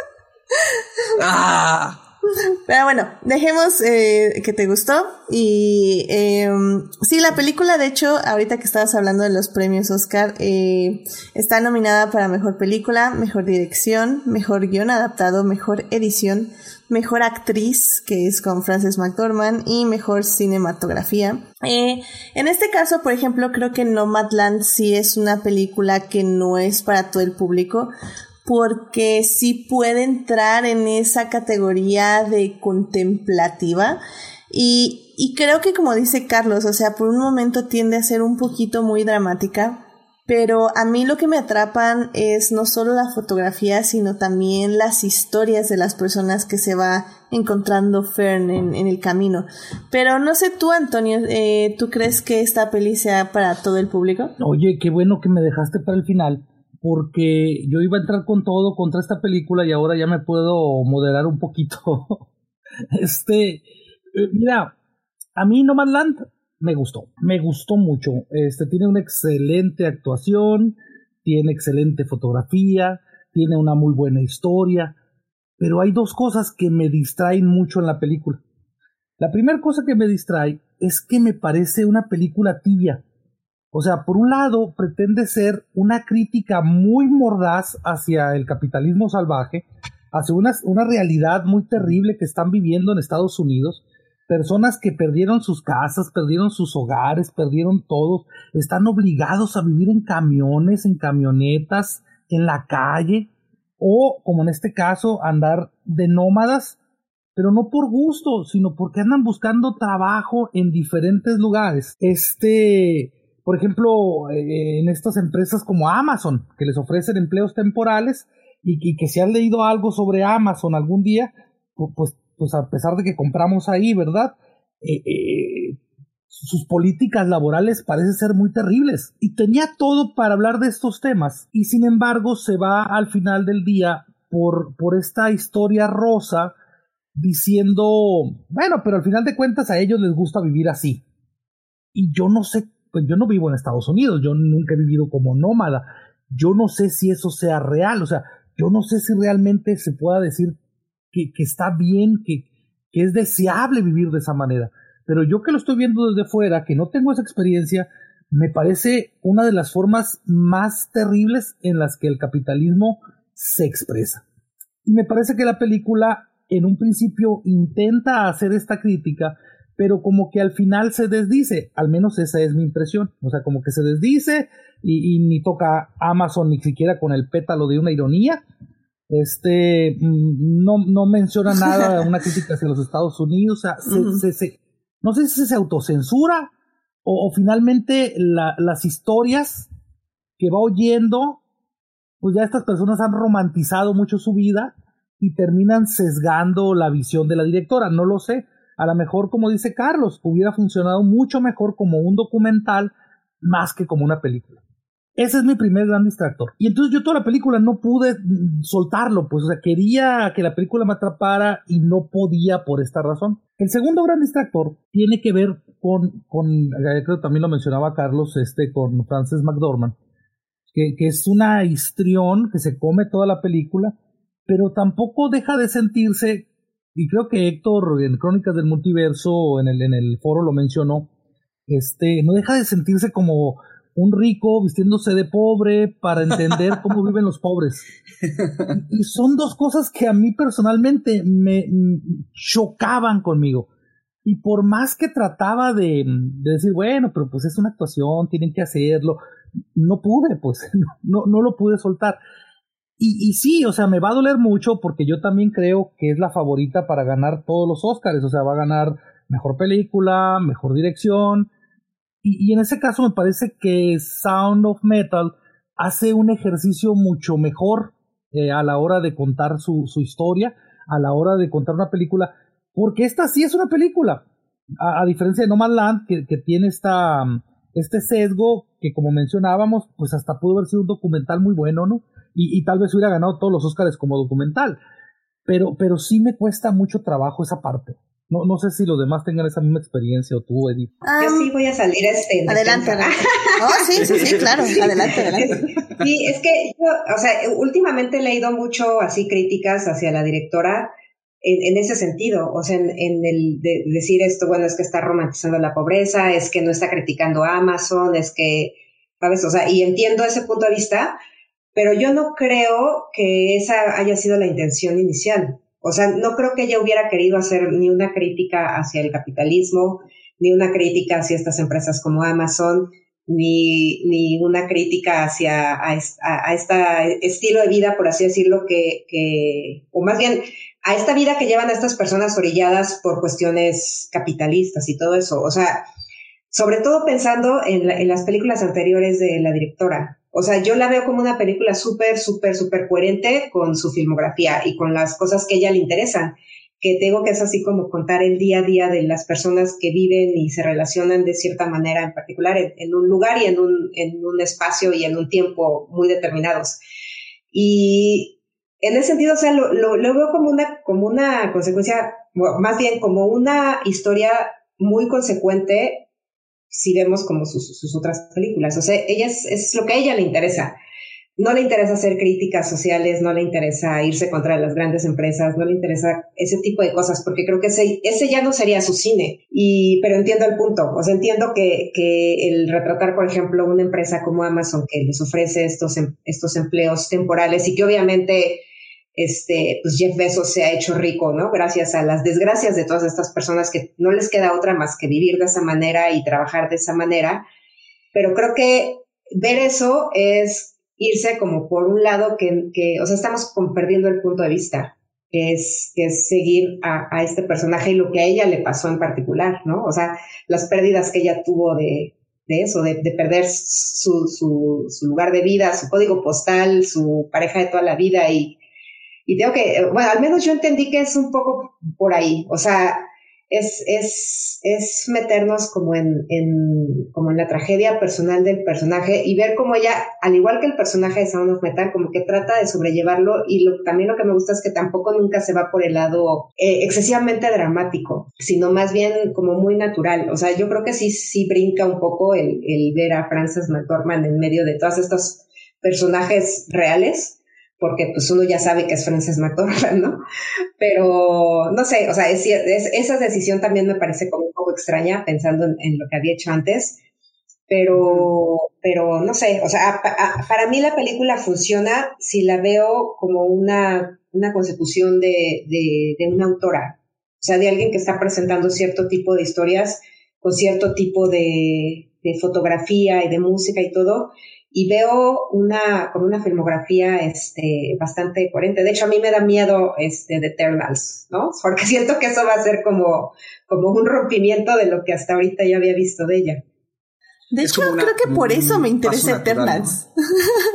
¡Ah! Pero bueno, dejemos eh, que te gustó. Y eh, sí, la película, de hecho, ahorita que estabas hablando de los premios Oscar, eh, está nominada para mejor película, mejor dirección, mejor guión adaptado, mejor edición, mejor actriz, que es con Frances McDormand, y mejor cinematografía. Eh, en este caso, por ejemplo, creo que Nomadland sí es una película que no es para todo el público, porque sí puede entrar en esa categoría de contemplativa y, y creo que, como dice Carlos, o sea, por un momento tiende a ser un poquito muy dramática, pero a mí lo que me atrapan es no solo la fotografía, sino también las historias de las personas que se va encontrando Fern en, en el camino. Pero no sé tú, Antonio, eh, ¿tú crees que esta peli sea para todo el público? Oye, qué bueno que me dejaste para el final, porque yo iba a entrar con todo contra esta película y ahora ya me puedo moderar un poquito. este, eh, mira, a mí Nomadland me gustó, me gustó mucho. Este, tiene una excelente actuación, tiene excelente fotografía, tiene una muy buena historia, pero hay dos cosas que me distraen mucho en la película. La primera cosa que me distrae es que me parece una película tibia. O sea, por un lado, pretende ser una crítica muy mordaz hacia el capitalismo salvaje, hacia una, una realidad muy terrible que están viviendo en Estados Unidos. Personas que perdieron sus casas, perdieron sus hogares, perdieron todo, están obligados a vivir en camiones, en camionetas, en la calle, o, como en este caso, andar de nómadas, pero no por gusto, sino porque andan buscando trabajo en diferentes lugares. Este... Por ejemplo, eh, en estas empresas como Amazon, que les ofrecen empleos temporales y que, y que si han leído algo sobre Amazon algún día, pues, pues a pesar de que compramos ahí, ¿verdad? Eh, eh, sus políticas laborales parecen ser muy terribles. Y tenía todo para hablar de estos temas. Y sin embargo se va al final del día por, por esta historia rosa diciendo, bueno, pero al final de cuentas a ellos les gusta vivir así. Y yo no sé. Pues yo no vivo en Estados Unidos, yo nunca he vivido como nómada, yo no sé si eso sea real, o sea, yo no sé si realmente se pueda decir que, que está bien, que, que es deseable vivir de esa manera, pero yo que lo estoy viendo desde fuera, que no tengo esa experiencia, me parece una de las formas más terribles en las que el capitalismo se expresa. Y me parece que la película en un principio intenta hacer esta crítica, pero como que al final se desdice, al menos esa es mi impresión, o sea, como que se desdice y, y ni toca Amazon ni siquiera con el pétalo de una ironía, este, no, no menciona nada, una crítica hacia los Estados Unidos, o sea, se, uh-huh. se, se, no sé si se autocensura o, o finalmente la, las historias que va oyendo, pues ya estas personas han romantizado mucho su vida y terminan sesgando la visión de la directora, no lo sé. A lo mejor, como dice Carlos, hubiera funcionado mucho mejor como un documental más que como una película. Ese es mi primer gran distractor. Y entonces yo toda la película no pude soltarlo, pues, o sea, quería que la película me atrapara y no podía por esta razón. El segundo gran distractor tiene que ver con, con creo que también lo mencionaba Carlos, este, con Frances McDormand, que, que es una histrión que se come toda la película, pero tampoco deja de sentirse. Y creo que Héctor en Crónicas del Multiverso en el, en el foro lo mencionó, este, no deja de sentirse como un rico vistiéndose de pobre para entender cómo viven los pobres. Y, y son dos cosas que a mí personalmente me, me chocaban conmigo. Y por más que trataba de, de decir, bueno, pero pues es una actuación, tienen que hacerlo, no pude, pues, no, no lo pude soltar. Y, y sí, o sea, me va a doler mucho porque yo también creo que es la favorita para ganar todos los Óscares, o sea, va a ganar mejor película, mejor dirección, y, y en ese caso me parece que Sound of Metal hace un ejercicio mucho mejor eh, a la hora de contar su, su historia, a la hora de contar una película, porque esta sí es una película, A, a diferencia de Nomadland, que, que tiene esta, este sesgo que, como mencionábamos, pues hasta pudo haber sido un documental muy bueno, ¿no? Y, y tal vez hubiera ganado todos los Óscares como documental. Pero, pero sí me cuesta mucho trabajo esa parte. No, no sé si los demás tengan esa misma experiencia o tú, Edith. Um, Yo sí voy a salir este. Adelante, adelante. Oh, sí, sí, sí, claro. Adelante, adelante. Sí, es que yo, o sea, últimamente he leído mucho así críticas hacia la directora en, en ese sentido. O sea, en, en el de decir esto, bueno, es que está romantizando la pobreza, es que no está criticando a Amazon, es que, ¿sabes? O sea, y entiendo ese punto de vista, pero yo no creo que esa haya sido la intención inicial. O sea, no creo que ella hubiera querido hacer ni una crítica hacia el capitalismo, ni una crítica hacia estas empresas como Amazon, ni, ni una crítica hacia a, a, a este estilo de vida, por así decirlo, que, que, o más bien a esta vida que llevan a estas personas orilladas por cuestiones capitalistas y todo eso. O sea, sobre todo pensando en, la, en las películas anteriores de la directora. O sea, yo la veo como una película súper, súper, súper coherente con su filmografía y con las cosas que a ella le interesan, que tengo que es así como contar el día a día de las personas que viven y se relacionan de cierta manera en particular en, en un lugar y en un, en un espacio y en un tiempo muy determinados. Y en ese sentido, o sea, lo, lo, lo veo como una, como una consecuencia, más bien como una historia muy consecuente si vemos como sus, sus otras películas. O sea, ella es, es lo que a ella le interesa. No le interesa hacer críticas sociales, no le interesa irse contra las grandes empresas, no le interesa ese tipo de cosas, porque creo que ese, ese ya no sería su cine. Y, pero entiendo el punto. O sea, entiendo que, que el retratar, por ejemplo, una empresa como Amazon que les ofrece estos, estos empleos temporales y que obviamente este, pues Jeff Bezos se ha hecho rico, ¿no? Gracias a las desgracias de todas estas personas que no les queda otra más que vivir de esa manera y trabajar de esa manera. Pero creo que ver eso es irse como por un lado que, que o sea, estamos como perdiendo el punto de vista, que es, que es seguir a, a este personaje y lo que a ella le pasó en particular, ¿no? O sea, las pérdidas que ella tuvo de, de eso, de, de perder su, su, su lugar de vida, su código postal, su pareja de toda la vida y Y tengo que, bueno, al menos yo entendí que es un poco por ahí, o sea, es, es, es meternos como en, en, como en la tragedia personal del personaje y ver cómo ella, al igual que el personaje de Sound of Metal, como que trata de sobrellevarlo y lo, también lo que me gusta es que tampoco nunca se va por el lado eh, excesivamente dramático, sino más bien como muy natural. O sea, yo creo que sí, sí brinca un poco el, el ver a Frances McDormand en medio de todos estos personajes reales, porque pues uno ya sabe que es Frances McDormand, ¿no? Pero no sé, o sea, es, es, esa decisión también me parece como un poco extraña pensando en, en lo que había hecho antes, pero, pero no sé, o sea, a, a, para mí la película funciona si la veo como una, una consecución de, de, de una autora, o sea, de alguien que está presentando cierto tipo de historias con cierto tipo de, de fotografía y de música y todo. Y veo una, con una filmografía, este, bastante coherente. De hecho, a mí me da miedo, este, de Eternals, ¿no? Porque siento que eso va a ser como, como un rompimiento de lo que hasta ahorita ya había visto de ella. De hecho, una, creo que por eso me interesa Eternals. ¿No?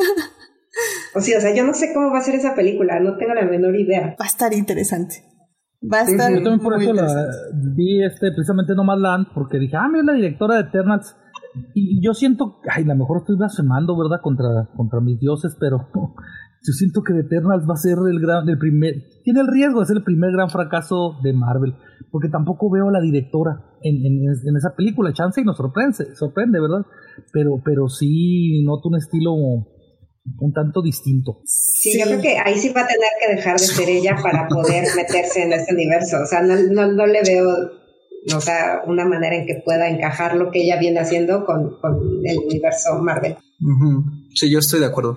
O sea, o sea, yo no sé cómo va a ser esa película, no tengo la menor idea. Va a estar interesante. Va a estar. Yo también por eso la vi, este, precisamente Nomadland, porque dije, ah, mira, la directora de Eternals. Y yo siento, ay, a lo mejor estoy blasfemando, ¿verdad? Contra, contra mis dioses, pero yo siento que The Eternals va a ser el gran, el primer, tiene el riesgo de ser el primer gran fracaso de Marvel, porque tampoco veo a la directora en, en, en esa película. Chance y nos sorprende, sorprende, ¿verdad? Pero, pero sí noto un estilo un tanto distinto. Sí, sí, yo creo que ahí sí va a tener que dejar de ser ella para poder meterse en este universo. O sea, no, no, no le veo, o sea, una manera en que pueda encajar lo que ella viene haciendo con, con el universo Marvel. Uh-huh. Sí, yo estoy de acuerdo.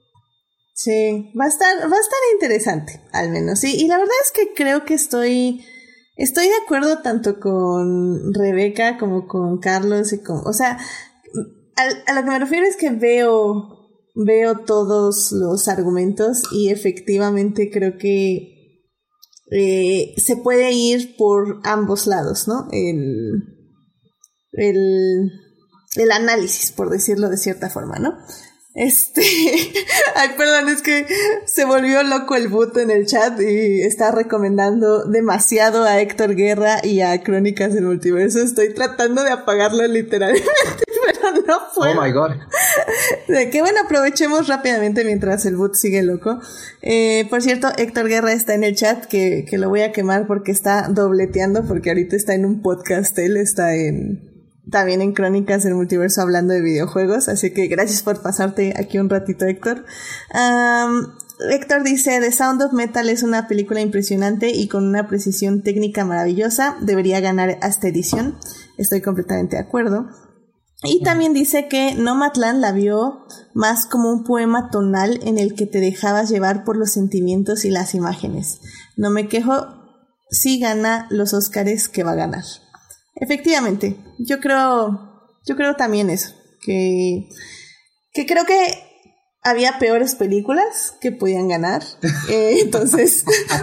Sí, va a estar, va a estar interesante, al menos. Sí, y la verdad es que creo que estoy, estoy de acuerdo tanto con Rebeca como con Carlos y con, o sea, a, a lo que me refiero es que veo, veo todos los argumentos y efectivamente creo que Eh, se puede ir por ambos lados, ¿no? El, el, el análisis, por decirlo de cierta forma, ¿no? Este, ay, perdón, es que se volvió loco el boot en el chat y está recomendando demasiado a Héctor Guerra y a Crónicas del Multiverso. Estoy tratando de apagarlo literalmente, pero no puedo. Oh my god. De que bueno, aprovechemos rápidamente mientras el boot sigue loco. Eh, por cierto, Héctor Guerra está en el chat, que, que lo voy a quemar porque está dobleteando, porque ahorita está en un podcast, él está en... también en Crónicas del Multiverso hablando de videojuegos, así que gracias por pasarte aquí un ratito, Héctor. Um, Héctor dice, The Sound of Metal es una película impresionante y con una precisión técnica maravillosa, debería ganar hasta edición, estoy completamente de acuerdo. Y también dice que Nomadland la vio más como un poema tonal en el que te dejabas llevar por los sentimientos y las imágenes. No me quejo, si gana los Óscares que va a ganar. Efectivamente, yo creo, yo creo también eso, que, que creo que había peores películas que podían ganar, eh, entonces,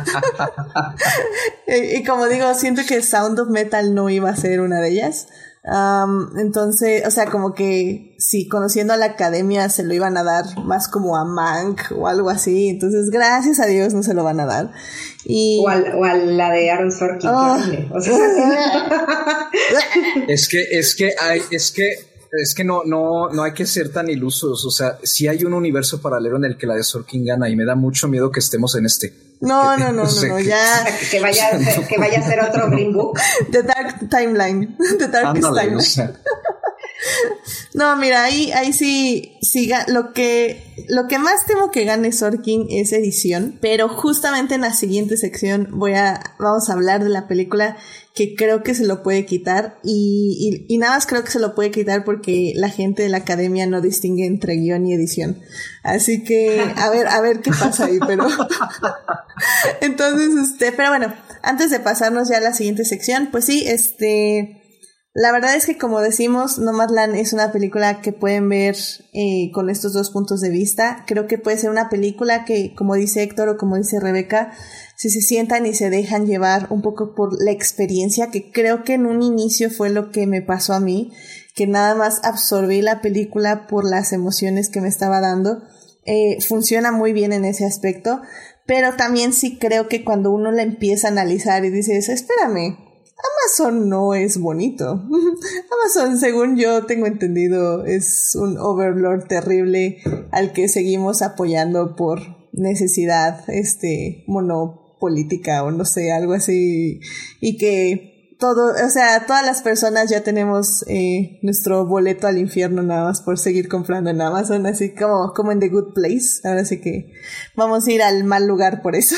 y, y como digo, siento que Sound of Metal no iba a ser una de ellas, um, entonces, o sea, como que si conociendo a la academia se lo iban a dar más como a Mank o algo así, entonces gracias a Dios no se lo van a dar. Y... O, a, o a la de Aaron Sorkin. Oh. O sea, es que, es que hay, es que, es que no, no, no hay que ser tan ilusos. O sea, si hay un universo paralelo en el que la de Sorkin gana y me da mucho miedo que estemos en este. No, que, no, no, no, no, no, ya. Que vaya, a ser, que vaya a ser otro Green Book. The Dark Timeline. The Darkest Ándale, Timeline. O sea. No, mira, ahí, ahí sí, sí, lo que, lo que más temo que gane Sorkin es edición, pero justamente en la siguiente sección voy a, vamos a hablar de la película que creo que se lo puede quitar y, y, y nada más creo que se lo puede quitar porque la gente de la academia no distingue entre guión y edición. Así que, a ver, a ver qué pasa ahí, pero, entonces, este, pero bueno, antes de pasarnos ya a la siguiente sección, pues sí, este, la verdad es que como decimos, Nomadland es una película que pueden ver eh, con estos dos puntos de vista. Creo que puede ser una película que, como dice Héctor o como dice Rebeca, si se sientan y se dejan llevar un poco por la experiencia, que creo que en un inicio fue lo que me pasó a mí, que nada más absorbí la película por las emociones que me estaba dando. Eh, funciona muy bien en ese aspecto, pero también sí creo que cuando uno la empieza a analizar y dices, espérame, Amazon no es bonito. Amazon, según yo tengo entendido, es un overlord terrible al que seguimos apoyando por necesidad, este, monopolítica o no sé, algo así, y que todo, o sea, todas las personas ya tenemos eh, nuestro boleto al infierno nada más por seguir comprando en Amazon, así como, como en The Good Place. Ahora sí que vamos a ir al mal lugar por eso.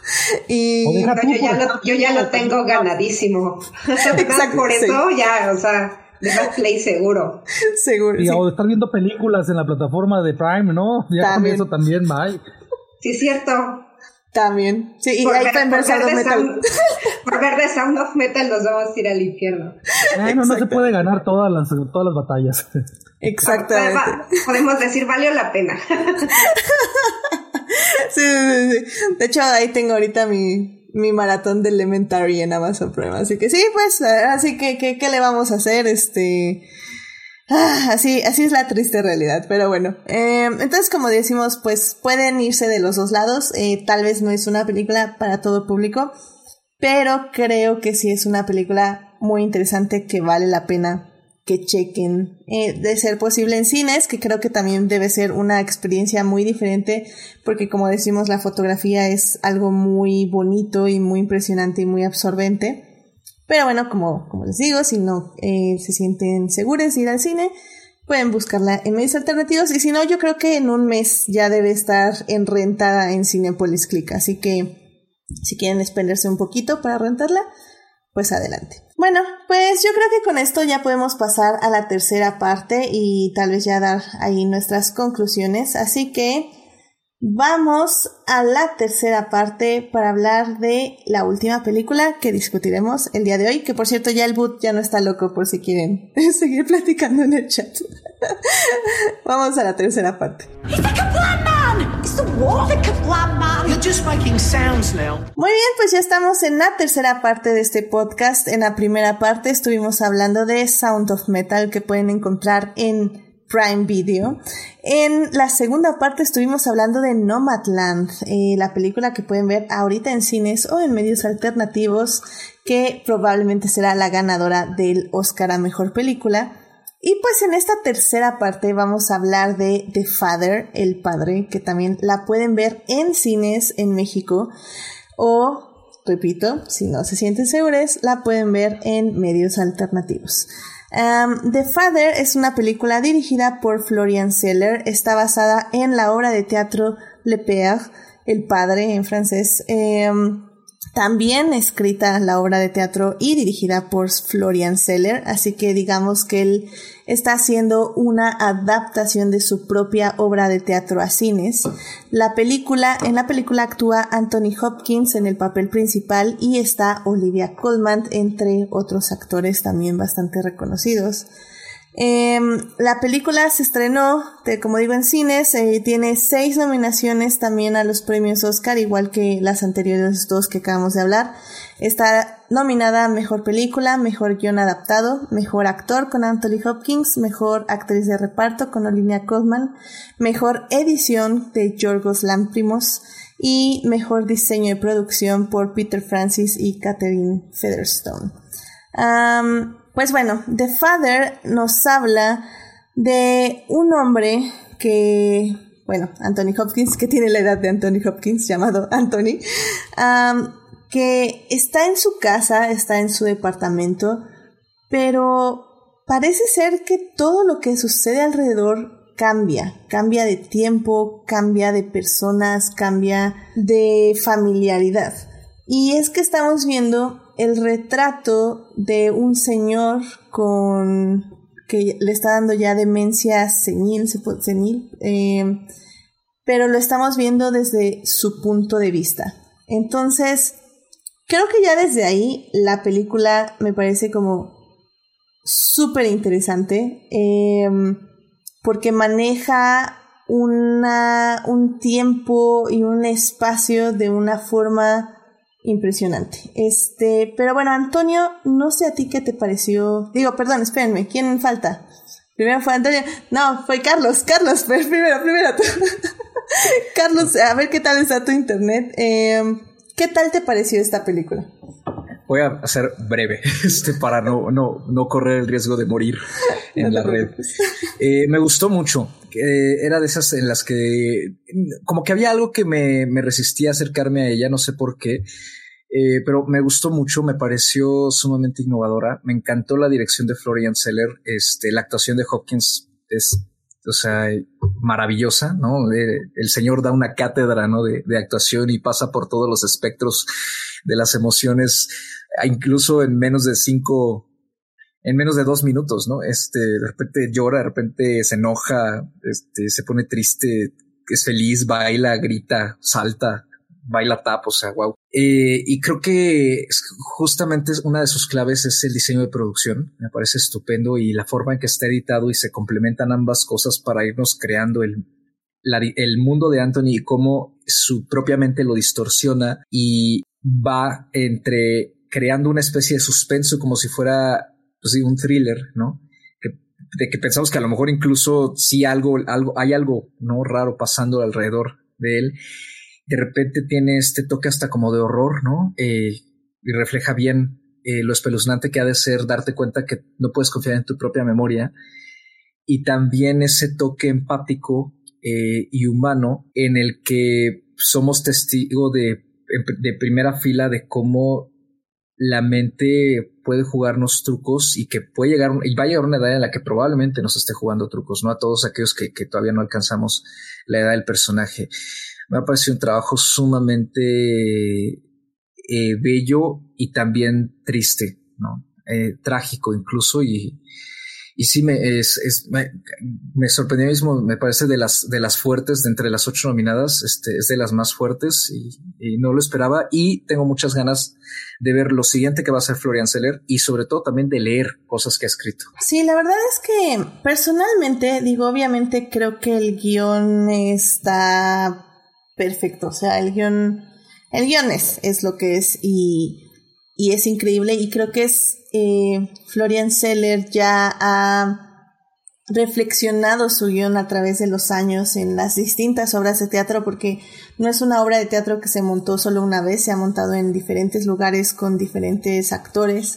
Y yo, ya lo, yo ya lo tengo ganadísimo. Exacto, por eso sí. Ya, o sea, The Bad Place seguro. Seguro. Y sí. O estar viendo películas en la plataforma de Prime, ¿no? Ya también. Con eso también, bye. Sí, es cierto. También. Sí, y por ahí ver, pueden ver Sound of Metal. Sound, por ver de Sound of Metal nos vamos a ir al infierno. Bueno, no se puede ganar todas las, todas las batallas. Exactamente. Podemos decir, valió la pena. Sí, sí, sí. De hecho, ahí tengo ahorita mi, mi maratón de Elementary en Amazon Prime. Así que sí, pues, así que, que ¿qué le vamos a hacer? Este... Ah, así, así es la triste realidad, pero bueno. Eh, entonces, como decimos, pues pueden irse de los dos lados. Eh, tal vez no es una película para todo público, pero creo que sí es una película muy interesante que vale la pena que chequen, eh, de ser posible en cines, que creo que también debe ser una experiencia muy diferente, porque como decimos, la fotografía es algo muy bonito y muy impresionante y muy absorbente. Pero bueno, como, como les digo, si no eh, se sienten seguros de ir al cine, pueden buscarla en medios alternativos. Y si no, yo creo que en un mes ya debe estar en renta en Cinépolis Click. Así que si quieren expenderse un poquito para rentarla, pues adelante. Bueno, pues yo creo que con esto ya podemos pasar a la tercera parte y tal vez ya dar ahí nuestras conclusiones. Así que vamos a la tercera parte para hablar de la última película que discutiremos el día de hoy, que por cierto ya el boot ya no está loco por si quieren seguir platicando en el chat. Vamos a la tercera parte. Muy bien, pues ya estamos en la tercera parte de este podcast. En la primera parte estuvimos hablando de Sound of Metal, que pueden encontrar en Prime Video. En la segunda parte estuvimos hablando de Nomadland, eh, la película que pueden ver ahorita en cines o en medios alternativos, que probablemente será la ganadora del Oscar a Mejor Película. Y pues en esta tercera parte vamos a hablar de The Father, El Padre, que también la pueden ver en cines en México o, repito, si no se sienten seguros, la pueden ver en medios alternativos. Um, The Father es una película dirigida por Florian Zeller, está basada en la obra de teatro Le Père, El Padre en francés, um, también escrita la obra de teatro y dirigida por Florian Zeller, así que digamos que él está haciendo una adaptación de su propia obra de teatro a cines. La película, en la película actúa Anthony Hopkins en el papel principal y está Olivia Colman, entre otros actores también bastante reconocidos. Eh, la película se estrenó, de, como digo, en cines, eh, tiene seis nominaciones también a los premios Oscar, igual que las anteriores dos que acabamos de hablar. Está nominada a Mejor Película, Mejor Guión Adaptado, Mejor Actor con Anthony Hopkins, Mejor Actriz de Reparto con Olivia Colman, Mejor Edición de Yorgos Lanthimos y Mejor Diseño de Producción por Peter Francis y Catherine Featherstone. Um, Pues bueno, The Father nos habla de un hombre que, bueno, Anthony Hopkins, que tiene la edad de Anthony Hopkins, llamado Anthony, um, que está en su casa, está en su departamento, pero parece ser que todo lo que sucede alrededor cambia, cambia de tiempo, cambia de personas, cambia de familiaridad. Y es que estamos viendo el retrato de un señor con que le está dando ya demencia senil, senil eh, pero lo estamos viendo desde su punto de vista. Entonces, creo que ya desde ahí la película me parece como súper interesante, eh, porque maneja una, un tiempo y un espacio de una forma impresionante. Este, pero bueno, Antonio, no sé a ti qué te pareció. Digo, perdón, espérenme, ¿quién falta? Primero fue Antonio. No, fue Carlos. Carlos, primero, primero tú. Carlos, a ver qué tal está tu internet. Eh, ¿Qué tal te pareció esta película? Voy a ser breve, este, para no, no, no correr el riesgo de morir en no la red. Eh, me gustó mucho. Eh, era de esas en las que como que había algo que me, me resistía a acercarme a ella, no sé por qué, eh, pero me gustó mucho, me pareció sumamente innovadora. Me encantó la dirección de Florian Zeller, este, la actuación de Hopkins es, o sea, maravillosa, ¿no? Eh, el señor da una cátedra, ¿no? De, de actuación y pasa por todos los espectros de las emociones, incluso en menos de cinco, en menos de dos minutos, ¿no? Este, de repente llora, de repente se enoja, este, se pone triste, es feliz, baila, grita, salta, baila tap, o sea, wow. Eh, y creo que justamente una de sus claves es el diseño de producción. Me parece estupendo, y la forma en que está editado y se complementan ambas cosas para irnos creando el, la, el mundo de Anthony y cómo su propia mente lo distorsiona y va entre creando una especie de suspenso como si fuera, pues sí, un thriller, ¿no? Que, de que pensamos que a lo mejor incluso sí algo, algo, hay algo no raro pasando alrededor de él. De repente tiene este toque hasta como de horror, ¿no? Eh, y refleja bien eh, lo espeluznante que ha de ser darte cuenta que no puedes confiar en tu propia memoria, y también ese toque empático eh, y humano en el que somos testigos de de primera fila de cómo la mente puede jugarnos trucos, y que puede llegar, y va a llegar una edad en la que probablemente nos esté jugando trucos, ¿no? A todos aquellos que, que todavía no alcanzamos la edad del personaje. Me ha parecido un trabajo sumamente eh, bello y también triste, ¿no? Eh, trágico incluso, y Y sí, me, es, es, me, me sorprendió mismo, me parece de las, de las fuertes, de entre las ocho nominadas, este, es de las más fuertes, y, y no lo esperaba, y tengo muchas ganas de ver lo siguiente que va a hacer Florian Zeller, y sobre todo también de leer cosas que ha escrito. Sí, la verdad es que personalmente, digo, obviamente creo que el guión está perfecto, o sea, el guión, el guión es, es lo que es, y, y es increíble, y creo que es, eh, Florian Zeller ya ha reflexionado su guión a través de los años en las distintas obras de teatro, porque no es una obra de teatro que se montó solo una vez, se ha montado en diferentes lugares con diferentes actores.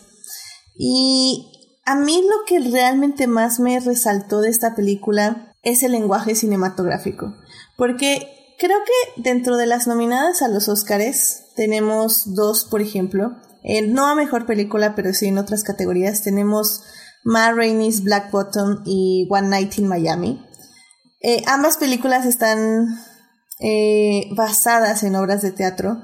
Y a mí lo que realmente más me resaltó de esta película es el lenguaje cinematográfico, porque creo que dentro de las nominadas a los Óscares tenemos dos, por ejemplo, eh, no a mejor película, pero sí en otras categorías. Tenemos Ma Rainey's Black Bottom y One Night in Miami. Eh, ambas películas están eh, basadas en obras de teatro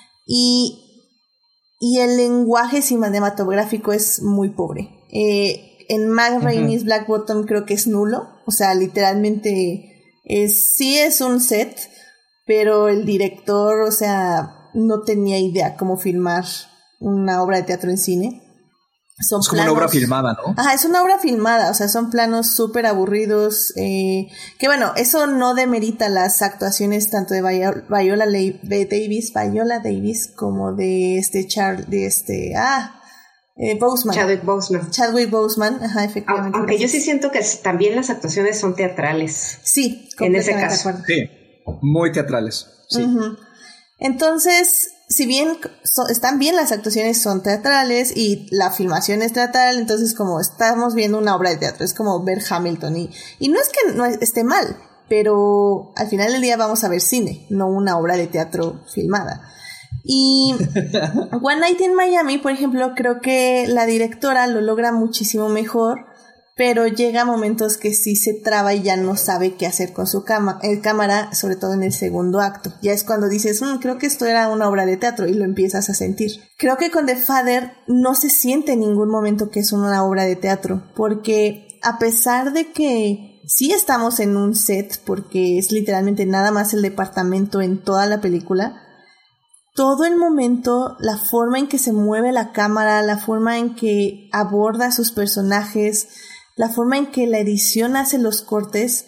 y, y el lenguaje cinematográfico es muy pobre. Eh, en Ma Rainey's uh-huh. Black Bottom creo que es nulo, o sea, literalmente es, sí es un set, pero el director, o sea, no tenía idea cómo filmar una obra de teatro en cine. Son es como planos, una obra filmada, ¿no? Ajá, es una obra filmada, o sea, son planos súper aburridos, eh, que bueno, eso no demerita las actuaciones tanto de Viola, Viola Davis, Viola Davis, como de este Charles, de este, ah, eh, Boseman. Chadwick Boseman. Chadwick Boseman, ajá, efectivamente. Aunque yo sí siento que también las actuaciones son teatrales. Sí, en ese caso. Sí, muy teatrales, sí. Uh-huh. Entonces, si bien so, están bien las actuaciones, son teatrales y la filmación es teatral, entonces como estamos viendo una obra de teatro, es como ver Hamilton y, y no es que no esté mal, pero al final del día vamos a ver cine, no una obra de teatro filmada. Y One Night in Miami, por ejemplo, creo que la directora lo logra muchísimo mejor, pero llega momentos que sí se traba y ya no sabe qué hacer con su cama, eh, cámara, sobre todo en el segundo acto. Ya es cuando dices, mmm, creo que esto era una obra de teatro y lo empiezas a sentir. Creo que con The Father no se siente en ningún momento que es una obra de teatro, porque a pesar de que sí estamos en un set, porque es literalmente nada más el departamento en toda la película, todo el momento, la forma en que se mueve la cámara, la forma en que aborda a sus personajes, la forma en que la edición hace los cortes,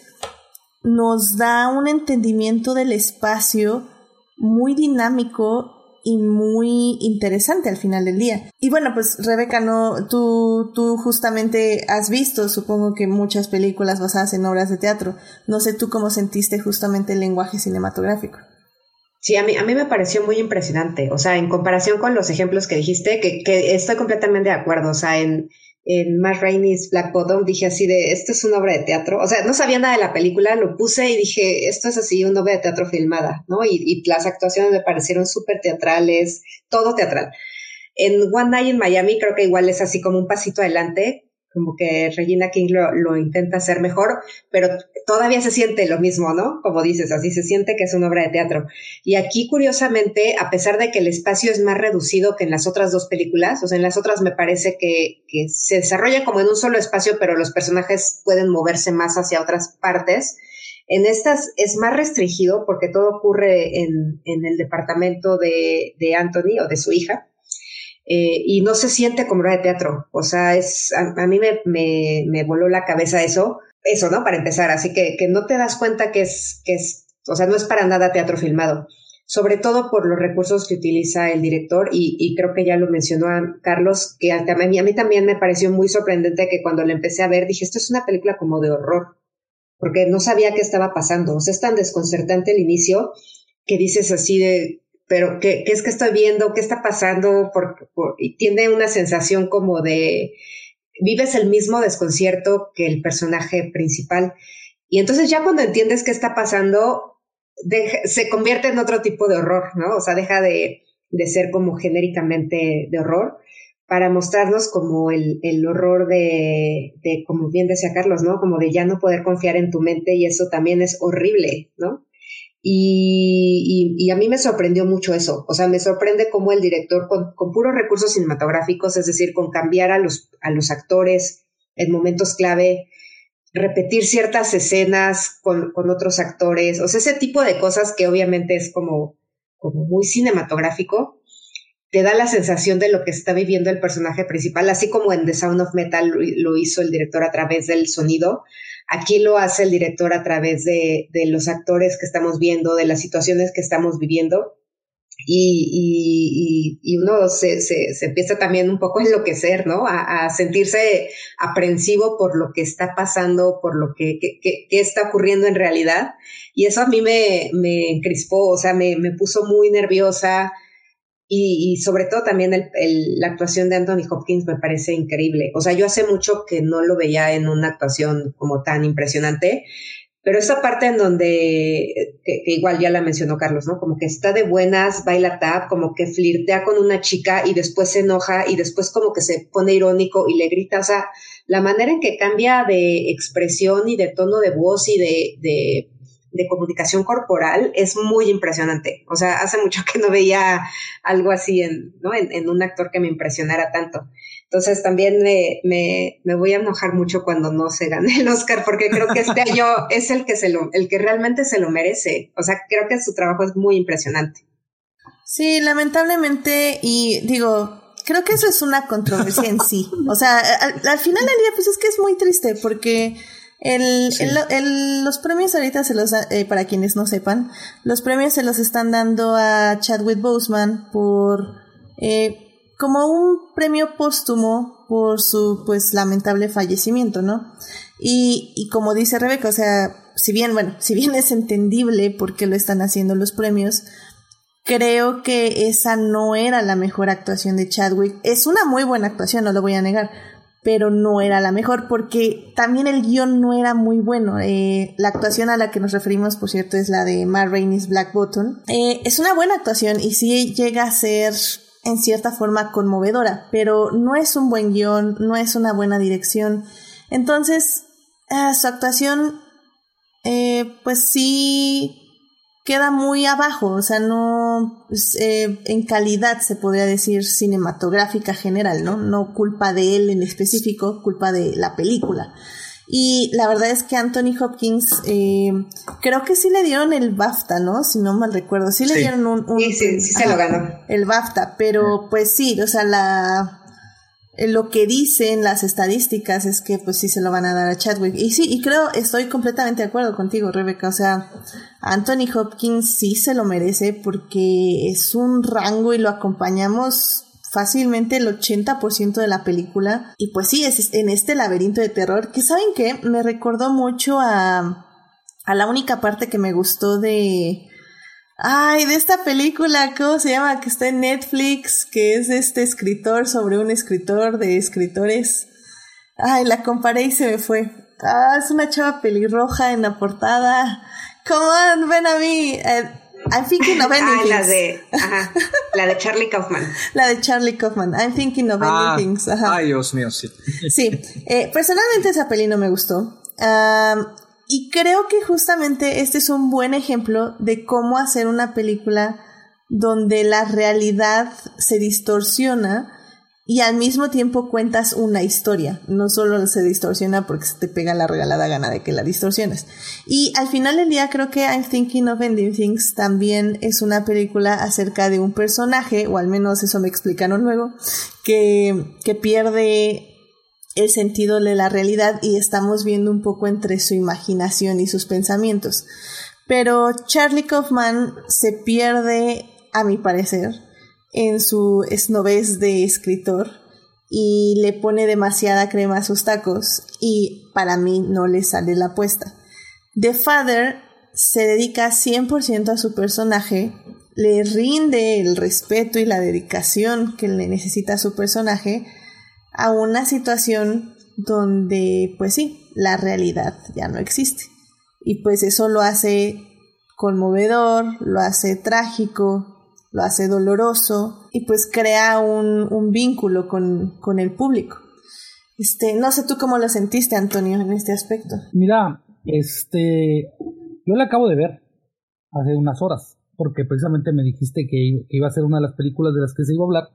nos da un entendimiento del espacio muy dinámico y muy interesante al final del día. Y bueno, pues Rebeca, no, tú, tú justamente has visto, supongo que muchas películas basadas en obras de teatro. No sé tú cómo sentiste justamente el lenguaje cinematográfico. Sí, a mí, a mí me pareció muy impresionante, o sea, en comparación con los ejemplos que dijiste, que, que estoy completamente de acuerdo, o sea, en, en Ma Rainey's Black Bottom dije así de, esto es una obra de teatro, o sea, no sabía nada de la película, lo puse y dije, esto es así, una obra de teatro filmada, ¿no? Y, y las actuaciones me parecieron súper teatrales, todo teatral. En One Night in Miami creo que igual es así como un pasito adelante, como que Regina King lo, lo intenta hacer mejor, pero todavía se siente lo mismo, ¿no? Como dices, así se siente que es una obra de teatro. Y aquí, curiosamente, a pesar de que el espacio es más reducido que en las otras dos películas, o sea, en las otras me parece que, que se desarrolla como en un solo espacio, pero los personajes pueden moverse más hacia otras partes. En estas es más restringido porque todo ocurre en, en el departamento de, de Anthony o de su hija. Eh, y no se siente como obra de teatro, o sea, es a, a mí me, me, me voló la cabeza eso, eso, ¿no? Para empezar, así que, que no te das cuenta que es, que es, o sea, no es para nada teatro filmado, sobre todo por los recursos que utiliza el director y, y creo que ya lo mencionó a Carlos, que a, a, mí, a mí también me pareció muy sorprendente que cuando la empecé a ver dije, esto es una película como de horror, porque no sabía qué estaba pasando, o sea, es tan desconcertante el inicio que dices así de... pero ¿qué, qué es que estoy viendo? ¿Qué está pasando? Por, por, y tiene una sensación como de, vives el mismo desconcierto que el personaje principal. Y entonces ya cuando entiendes qué está pasando, de, se convierte en otro tipo de horror, ¿no? O sea, deja de, de ser como genéricamente de horror para mostrarnos como el, el horror de, de, como bien decía Carlos, ¿no? Como de ya no poder confiar en tu mente y eso también es horrible, ¿no? Y, y, y a mí me sorprendió mucho eso, o sea, me sorprende cómo el director con, con puros recursos cinematográficos, es decir, con cambiar a los, a los actores en momentos clave, repetir ciertas escenas con, con otros actores, o sea, ese tipo de cosas que obviamente es como, como muy cinematográfico, te da la sensación de lo que está viviendo el personaje principal, así como en The Sound of Metal lo, lo hizo el director a través del sonido. Aquí lo hace el director a través de, de los actores que estamos viendo, de las situaciones que estamos viviendo. y, y, y uno se, se, se empieza también un poco a enloquecer, ¿no? A, a sentirse aprensivo por lo que está pasando, por lo que, que, que, que está ocurriendo en realidad. Y eso a mí me, me encrispó, o sea, me, me puso muy nerviosa. Y, y sobre todo también el, el, la actuación de Anthony Hopkins me parece increíble. O sea, yo hace mucho que no lo veía en una actuación como tan impresionante, pero esa parte en donde, que, que igual ya la mencionó Carlos, ¿no? Como que está de buenas, baila tap, como que flirtea con una chica y después se enoja y después como que se pone irónico y le grita. O sea, la manera en que cambia de expresión y de tono de voz y de... de de comunicación corporal es muy impresionante. O sea, hace mucho que no veía algo así en, ¿no? en, en un actor que me impresionara tanto. Entonces también me, me, me voy a enojar mucho cuando no se gane el Oscar, porque creo que este año es el que se lo, el que realmente se lo merece. O sea, creo que su trabajo es muy impresionante. Sí, lamentablemente, y digo, creo que eso es una controversia en sí. O sea, al, al final del día, pues es que es muy triste, porque El, sí. el, el, los premios ahorita se los, eh, para quienes no sepan, los premios se los están dando a Chadwick Boseman por, eh, como un premio póstumo por su, pues, lamentable fallecimiento, ¿no? Y, y como dice Rebeca, o sea, si bien, bueno, si bien es entendible por qué lo están haciendo los premios, creo que esa no era la mejor actuación de Chadwick. Es una muy buena actuación, no lo voy a negar, pero no era la mejor porque también el guión no era muy bueno. Eh, la actuación a la que nos referimos, por cierto, es la de Matt Rainey's Black Bottom. Eh, es una buena actuación y sí llega a ser en cierta forma conmovedora, pero no es un buen guión, no es una buena dirección. Entonces, eh, su actuación, eh, pues sí queda muy abajo, o sea, no, pues, eh, en calidad se podría decir cinematográfica general, ¿no? No culpa de él en específico, culpa de la película. Y la verdad es que Anthony Hopkins, eh, creo que sí le dieron el BAFTA, ¿no? Si no mal recuerdo, sí le sí. dieron un... un sí, sí, sí se ajá, lo ganó. El BAFTA, pero pues sí, o sea, la... lo que dicen las estadísticas es que pues sí se lo van a dar a Chadwick. Y sí, y creo, estoy completamente de acuerdo contigo, Rebeca. O sea, Anthony Hopkins sí se lo merece porque es un rango y lo acompañamos fácilmente el ochenta por ciento de la película. Y pues sí, es en este laberinto de terror que, ¿saben qué? Me recordó mucho a, a la única parte que me gustó de... Ay, de esta película, ¿cómo se llama? Que está en Netflix, que es de este escritor sobre un escritor de escritores. Ay, la comparé y se me fue. Ah, es una chava pelirroja en la portada. Come on, ven a mí. Uh, I'm thinking of ending ah, things. La de, ajá, la de Charlie Kaufman. La de Charlie Kaufman. I'm thinking of ah, ending things. Ajá. Ay, Dios mío, sí. Sí, eh, personalmente esa peli no me gustó. Um, Y creo que justamente este es un buen ejemplo de cómo hacer una película donde la realidad se distorsiona y al mismo tiempo cuentas una historia. No solo se distorsiona porque se te pega la regalada gana de que la distorsiones. Y al final del día creo que I'm Thinking of Ending Things también es una película acerca de un personaje, o al menos eso me explicaron luego, que, que pierde el sentido de la realidad y estamos viendo un poco entre su imaginación y sus pensamientos. Pero Charlie Kaufman se pierde, a mi parecer, en su esnovez de escritor y le pone demasiada crema a sus tacos y para mí no le sale la apuesta. The Father se dedica cien por ciento a su personaje, le rinde el respeto y la dedicación que le necesita a su personaje a una situación donde, pues sí, la realidad ya no existe. Y pues eso lo hace conmovedor, lo hace trágico, lo hace doloroso y pues crea un, un vínculo con, con el público. Este, no sé tú cómo lo sentiste, Antonio, en este aspecto. Mira, este, yo la acabo de ver hace unas horas, porque precisamente me dijiste que iba a ser una de las películas de las que se iba a hablar.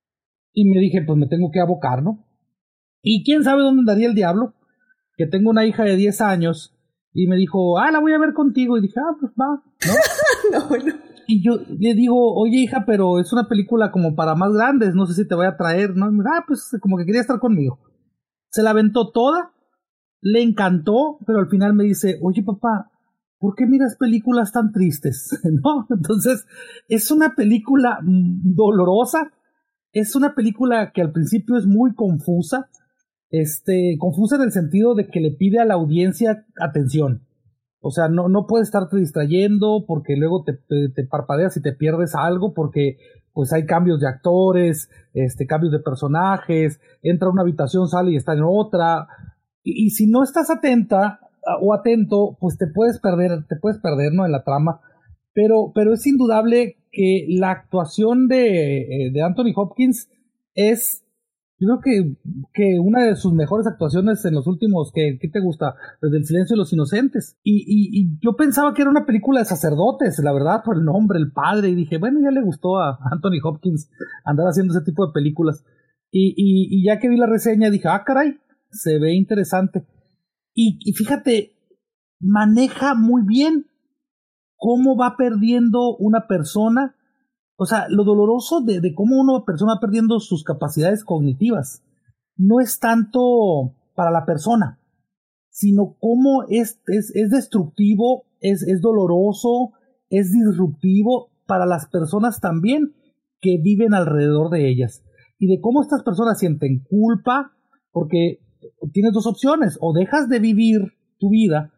Y me dije, pues me tengo que abocar, ¿no? Y quién sabe dónde andaría el diablo, que tengo una hija de diez años, y me dijo, ah, la voy a ver contigo, y dije, ah, pues va, ¿no? No, bueno. Y yo le digo, oye hija, pero es una película como para más grandes, no sé si te voy a traer, ¿no? Y me dijo, ah, pues como que quería estar conmigo. Se la aventó toda, le encantó, pero al final me dice, oye papá, ¿por qué miras películas tan tristes? ¿No? Entonces, es una película dolorosa, es una película que al principio es muy confusa, este, confusa en el sentido de que le pide a la audiencia atención. O sea, no, no puedes estarte distrayendo porque luego te, te, te parpadeas y te pierdes algo porque pues hay cambios de actores, este, cambios de personajes, entra a una habitación, sale y está en otra. Y, y si no estás atenta o atento, pues te puedes perder, te puedes perder, ¿no? En la trama. Pero, pero es indudable que la actuación de, de Anthony Hopkins es, yo creo que, que una de sus mejores actuaciones en los últimos, que, ¿qué te gusta? Desde El silencio de los inocentes. Y, y, y yo pensaba que era una película de sacerdotes, la verdad, por el nombre, el padre, y dije, bueno, ya le gustó a Anthony Hopkins andar haciendo ese tipo de películas. Y, y, y ya que vi la reseña dije, ah, caray, se ve interesante. Y, y fíjate, maneja muy bien cómo va perdiendo una persona, o sea, lo doloroso de, de cómo una persona va perdiendo sus capacidades cognitivas. No es tanto para la persona, sino cómo es, es, es destructivo, es, es doloroso, es disruptivo para las personas también que viven alrededor de ellas. Y de cómo estas personas sienten culpa, porque tienes dos opciones, o dejas de vivir tu vida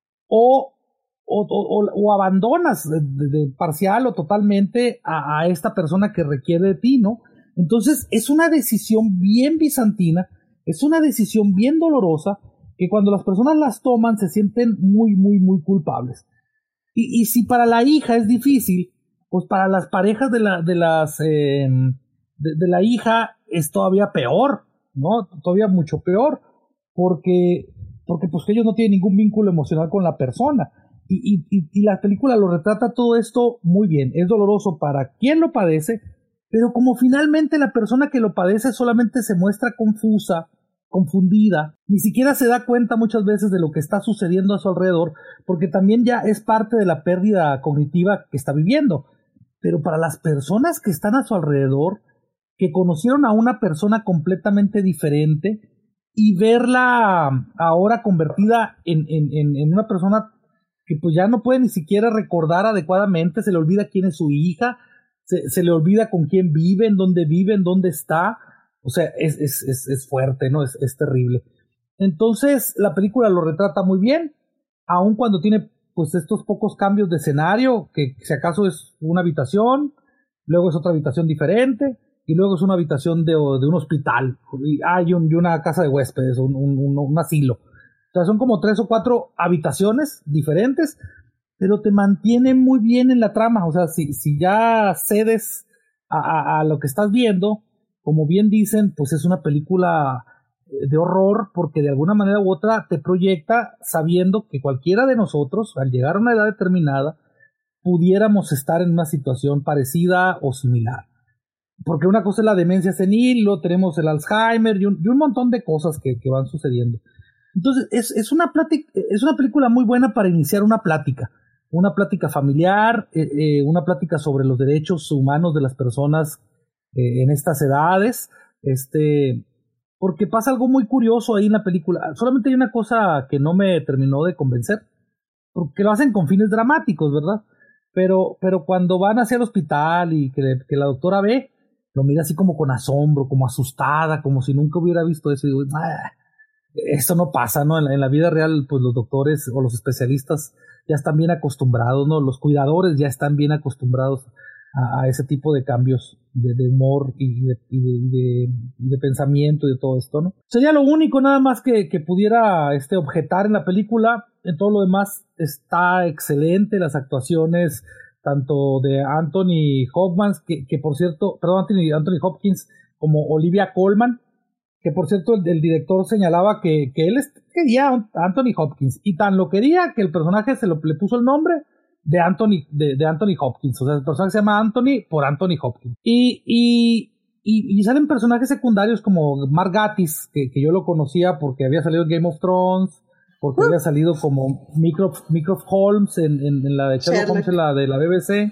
o, o, o, o abandonas de, de, de parcial o totalmente a, a esta persona que requiere de ti, ¿no? Entonces es una decisión bien bizantina, es una decisión bien dolorosa que cuando las personas las toman se sienten muy, muy, muy culpables. Y, y si para la hija es difícil, pues para las parejas de la, de las eh, de, de la hija es todavía peor, ¿no? Todavía mucho peor, porque, porque pues ellos no tienen ningún vínculo emocional con la persona. Y, y, y la película lo retrata todo esto muy bien. Es doloroso para quien lo padece, pero como finalmente la persona que lo padece solamente se muestra confusa, confundida, ni siquiera se da cuenta muchas veces de lo que está sucediendo a su alrededor, porque también ya es parte de la pérdida cognitiva que está viviendo. Pero para las personas que están a su alrededor, que conocieron a una persona completamente diferente y verla ahora convertida en, en, en, en una persona que pues ya no puede ni siquiera recordar adecuadamente, se le olvida quién es su hija, se, se le olvida con quién vive, en dónde vive, en dónde está. O sea, es, es, es, es fuerte, ¿no? Es, es terrible. Entonces, la película lo retrata muy bien, aun cuando tiene pues estos pocos cambios de escenario, que si acaso es una habitación, luego es otra habitación diferente, y luego es una habitación de, de un hospital, y hay un, y una casa de huéspedes, un, un, un, un asilo. O sea, son como tres o cuatro habitaciones diferentes, pero te mantiene muy bien en la trama. O sea, si, si ya cedes a, a, a lo que estás viendo, como bien dicen, pues es una película de horror, porque de alguna manera u otra te proyecta sabiendo que cualquiera de nosotros, al llegar a una edad determinada, pudiéramos estar en una situación parecida o similar. Porque una cosa es la demencia senil, luego tenemos el Alzheimer y un, y un montón de cosas que, que van sucediendo. Entonces es, es, una plática, es una película muy buena para iniciar una plática, una plática familiar, eh, eh, una plática sobre los derechos humanos de las personas eh, en estas edades, este, porque pasa algo muy curioso ahí en la película. Solamente hay una cosa que no me terminó de convencer, porque lo hacen con fines dramáticos, ¿verdad? Pero, pero cuando van hacia el hospital y que, que la doctora ve, lo mira así como con asombro, como asustada, como si nunca hubiera visto eso. Y digo, ah, esto no pasa, ¿no? En la, en la vida real, pues los doctores o los especialistas ya están bien acostumbrados, ¿no? Los cuidadores ya están bien acostumbrados a, a ese tipo de cambios de, de humor y de, y, de, y, de, y de pensamiento y de todo esto, ¿no? Sería lo único nada más que, que pudiera este, objetar en la película. En todo lo demás está excelente, las actuaciones tanto de Anthony Hopkins, que, que por cierto, perdón, Anthony, Anthony Hopkins, como Olivia Colman, que por cierto el, el director señalaba que, que él quería a Anthony Hopkins, y tan lo quería que el personaje se lo, le puso el nombre de Anthony, de, de Anthony Hopkins. O sea, el personaje se llama Anthony por Anthony Hopkins. Y, y, y, y salen personajes secundarios como Mark Gatiss, que, que yo lo conocía porque había salido en Game of Thrones, porque uh. había salido como Mycroft, Mycroft Holmes en, en, en la de Sherlock, Sherlock Holmes, en la de la B B C.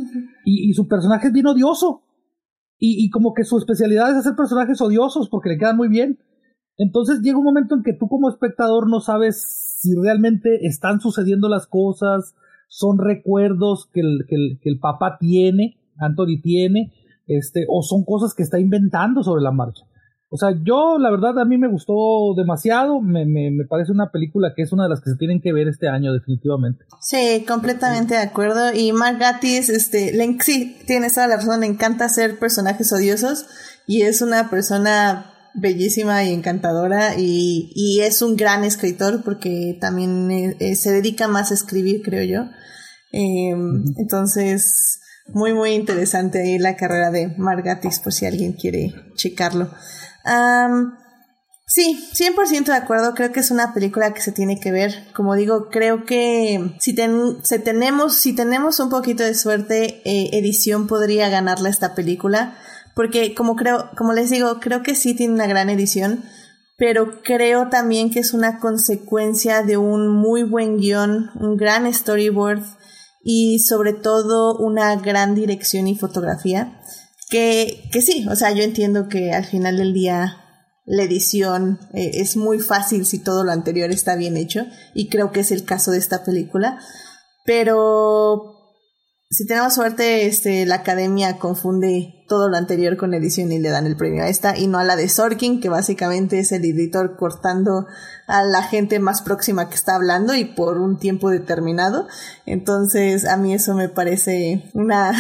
y, y su personaje es bien odioso. Y, y como que su especialidad es hacer personajes odiosos porque le quedan muy bien. Entonces llega un momento en que tú como espectador no sabes si realmente están sucediendo las cosas, son recuerdos que el, que el, que el papá tiene, Anthony tiene, este, o son cosas que está inventando sobre la marcha. O sea, yo, la verdad, a mí me gustó demasiado, me, me, me parece una película que es una de las que se tienen que ver este año, definitivamente. Sí, completamente de acuerdo, y Mark Gatiss, este, le, sí, tienes toda la razón, le encanta hacer personajes odiosos, y es una persona bellísima y encantadora, y, y es un gran escritor, porque también eh, se dedica más a escribir, creo yo. Eh, uh-huh. Entonces, muy, muy interesante ahí la carrera de Mark Gatiss, por si alguien quiere checarlo. Um, sí, cien por ciento de acuerdo, creo que es una película que se tiene que ver. Como digo, creo que si, ten, si, tenemos, si tenemos un poquito de suerte, eh, edición podría ganarle esta película, porque como creo, como les digo, creo que sí tiene una gran edición, pero creo también que es una consecuencia de un muy buen guión, un gran storyboard y sobre todo una gran dirección y fotografía. Que, que sí, o sea, yo entiendo que al final del día la edición eh, es muy fácil si todo lo anterior está bien hecho, y creo que es el caso de esta película, pero si tenemos suerte, este, la academia confunde todo lo anterior con edición y le dan el premio a esta y no a la de Sorkin, que básicamente es el editor cortando a la gente más próxima que está hablando y por un tiempo determinado. Entonces a mí eso me parece una